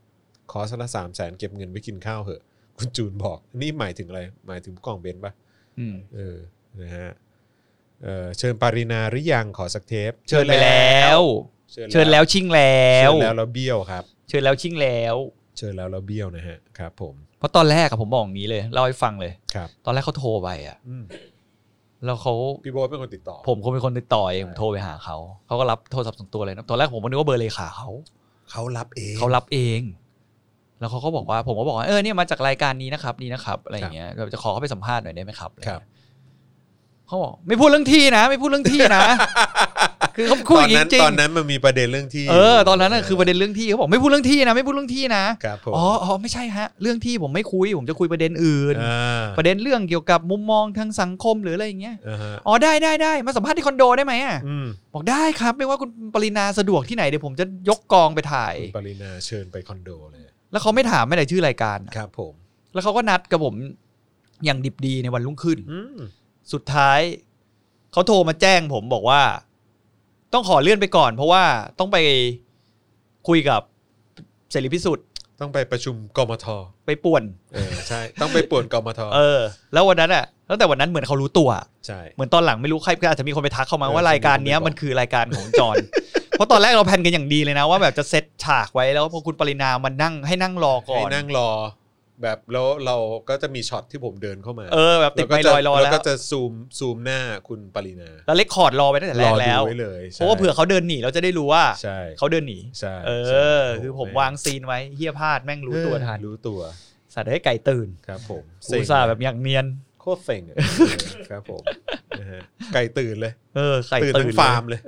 [SPEAKER 1] ขอสักละ300,000เก็บเงินไว้กินข้าวเหอะคุณจูนบอกนี่หมายถึงอะไรหมายถึงกล่องเบนซ์ป่ะนะฮะเชิญปารินาหรือยังขอสักเทป
[SPEAKER 2] เชิญไปแล้วเชิญแล้วชิ่งแล้ว
[SPEAKER 1] เชิญแล้วเบี้ยวครับ
[SPEAKER 2] เชิญแล้วชิ่งแล้ว
[SPEAKER 1] เชิญแล้วเบี้ยวนะฮะครับผม
[SPEAKER 2] เพราะตอนแรกผมบอกอย่างนี้เลยเล่าให้ฟังเลย
[SPEAKER 1] ครับ
[SPEAKER 2] ตอนแรกเขาโทรไปแล้วเขา
[SPEAKER 1] พี่โบ๊ทเป็นคนติดต่อ
[SPEAKER 2] ผมเป็นคนติดต่อเองผมโทรไปหาเขาก็รับโทรศัพท์ส่วนตัวเลยนะตอนแรกผมก็นึกว่าเบอร์เลขา
[SPEAKER 1] เขารับเ
[SPEAKER 2] องแล้วเขาก็บอกว่าผมก็บอกว่าเนี่ยมาจากรายการนี้นะครับอะไรอย่างเงี้ยจะขอเขาไปสัมภาษณ์หน่อยได้ไหมครับเขาบอกไม่พูดเรื่องที่นะคือเขาคุยจริง
[SPEAKER 1] ตอนนั้นมันมีประเด็นเรื่องที่
[SPEAKER 2] ตอนนั้นคือประเด็นเรื่องที่เขาบอกไม่พูดเรื่องที่นะอ๋อไม่ใช่ฮะเรื่องที่ผมไม่คุยผมจะคุยประเด็นอื่นประเด็นเรื่องเกี่ยวกับมุมมองทางสังคมหรืออะไรอย่างเงี้ยอ๋อได้มาสัมภาษณ์ที่คอนโดได้ไหมบอกได้ครับไม่ว่าคุณปรินาสะดวกที่ไหนเดี๋ยวผมจะยกกองไปถ่าย
[SPEAKER 1] ปรินาเชิญไปคอนโดเลย
[SPEAKER 2] แล้วเขาไม่ถามไม่ได้ชื่อรายการ
[SPEAKER 1] ครับผม
[SPEAKER 2] แล้วเขาก็นัดกับผมอย่างดิบดีในวันรุ่งขึ้นสุดท้ายเขาโทรมาแจ้งผมบอกว่าต้องขอเลื่อนไปก่อนเพราะว่าต้องไปคุยกับเสรีพิสุทธิ์
[SPEAKER 1] ต้องไปประชุมกมท.
[SPEAKER 2] ไปป่วน
[SPEAKER 1] ใช่ต้องไปป่วนกมท.
[SPEAKER 2] แล้ววันนั้นตั้งแต่วันนั้นเหมือนเขารู้ตัว
[SPEAKER 1] ใช่
[SPEAKER 2] เหมือนตอนหลังไม่รู้ใครอาจจะมีคนไปทักเข้ามาว่ารายการนี้มันคือรายการของจอนเพราะตอนแรกเราแพลนกันอย่างดีเลยนะว่าแบบจะเซตฉากไว้แล้วพอคุณปรินามันนั่งให้นั่งรอก่อน
[SPEAKER 1] ให้นั่งรอแบบแล้วเราก็จะมีช็อตที่ผมเดินเข้ามา
[SPEAKER 2] แบบติดไมค์รอ
[SPEAKER 1] แล้วก็จะซูมหน้าคุณปรินา
[SPEAKER 2] แล้วเรคคอร์ดรอไว้ตั้งแต่แรกแล้วเพราะว่าเผื่อเขาเดินหนีเราจะได้รู้ว่าเขาเดินหนี
[SPEAKER 1] ใช่
[SPEAKER 2] คือผมวางซีนไว้เฮี้ยพลาดแม่งรู้ตัวทัน
[SPEAKER 1] รู้ตัว
[SPEAKER 2] สัตว์ให้ไก่ตื่น
[SPEAKER 1] ครับผม
[SPEAKER 2] อุตส่าห์แบบอย่างเนียน
[SPEAKER 1] โคตรเซ็งครับผมนะฮะไก่ตื่นเลย
[SPEAKER 2] ไก่ตื่น
[SPEAKER 1] ฟาร์มเลย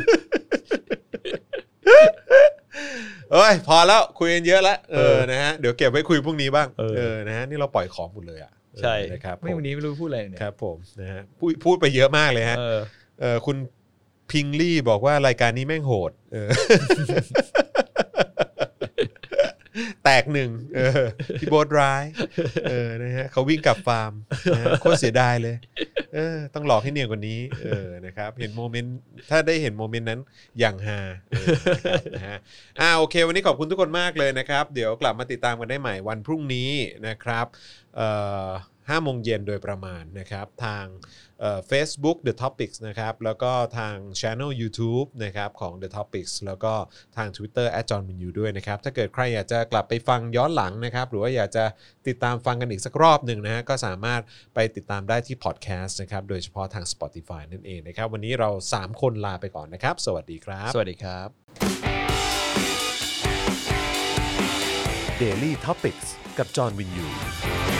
[SPEAKER 1] เอ้ยพอแล้วคุยกันเยอะแล้วนะฮะเดี๋ยวเก็บไว้คุยพรุ่งนี้บ้างนะฮะนี่เราปล่อยของหมดเลยอ่ะ
[SPEAKER 2] ใช่
[SPEAKER 1] นะครับ
[SPEAKER 2] ไม่วันนี้ไม่รู้พูดอะไรเนี่ย
[SPEAKER 1] ครับผมนะฮะพูดไปเยอะมากเลยฮะคุณพิงลี่บอกว่ารายการนี้แม่งโหดแตกหนึ่งพี่โบ๊ทร้ายนะฮะเขาวิ่งกลับฟาร์มโคตรเสียดายเลยต้องหลอกให้เนียนกว่านี้นะครับเห็นโมเมนต์ถ้าได้เห็นโมเมนต์นั้นอย่างฮานะฮะโอเควันนี้ขอบคุณทุกคนมากเลยนะครับเดี๋ยวกลับมาติดตามกันได้ใหม่วันพรุ่งนี้นะครับ5 โมงเย็นโดยประมาณนะครับทางFacebook The Topics นะครับแล้วก็ทาง Channel YouTube นะครับของ The Topics แล้วก็ทาง Twitter @johnminyu ด้วยนะครับถ้าเกิดใครอยากจะกลับไปฟังย้อนหลังนะครับหรือว่าอยากจะติดตามฟังกันอีกสักรอบหนึ่งนะฮะก็สามารถไปติดตามได้ที่ Podcast นะครับโดยเฉพาะทาง Spotify นั่นเองนะครับวันนี้เรา3คนลาไปก่อนนะครับสวัสดีครับ
[SPEAKER 2] สวัสดีครับ
[SPEAKER 1] Daily Topics กับจอห์นวินยู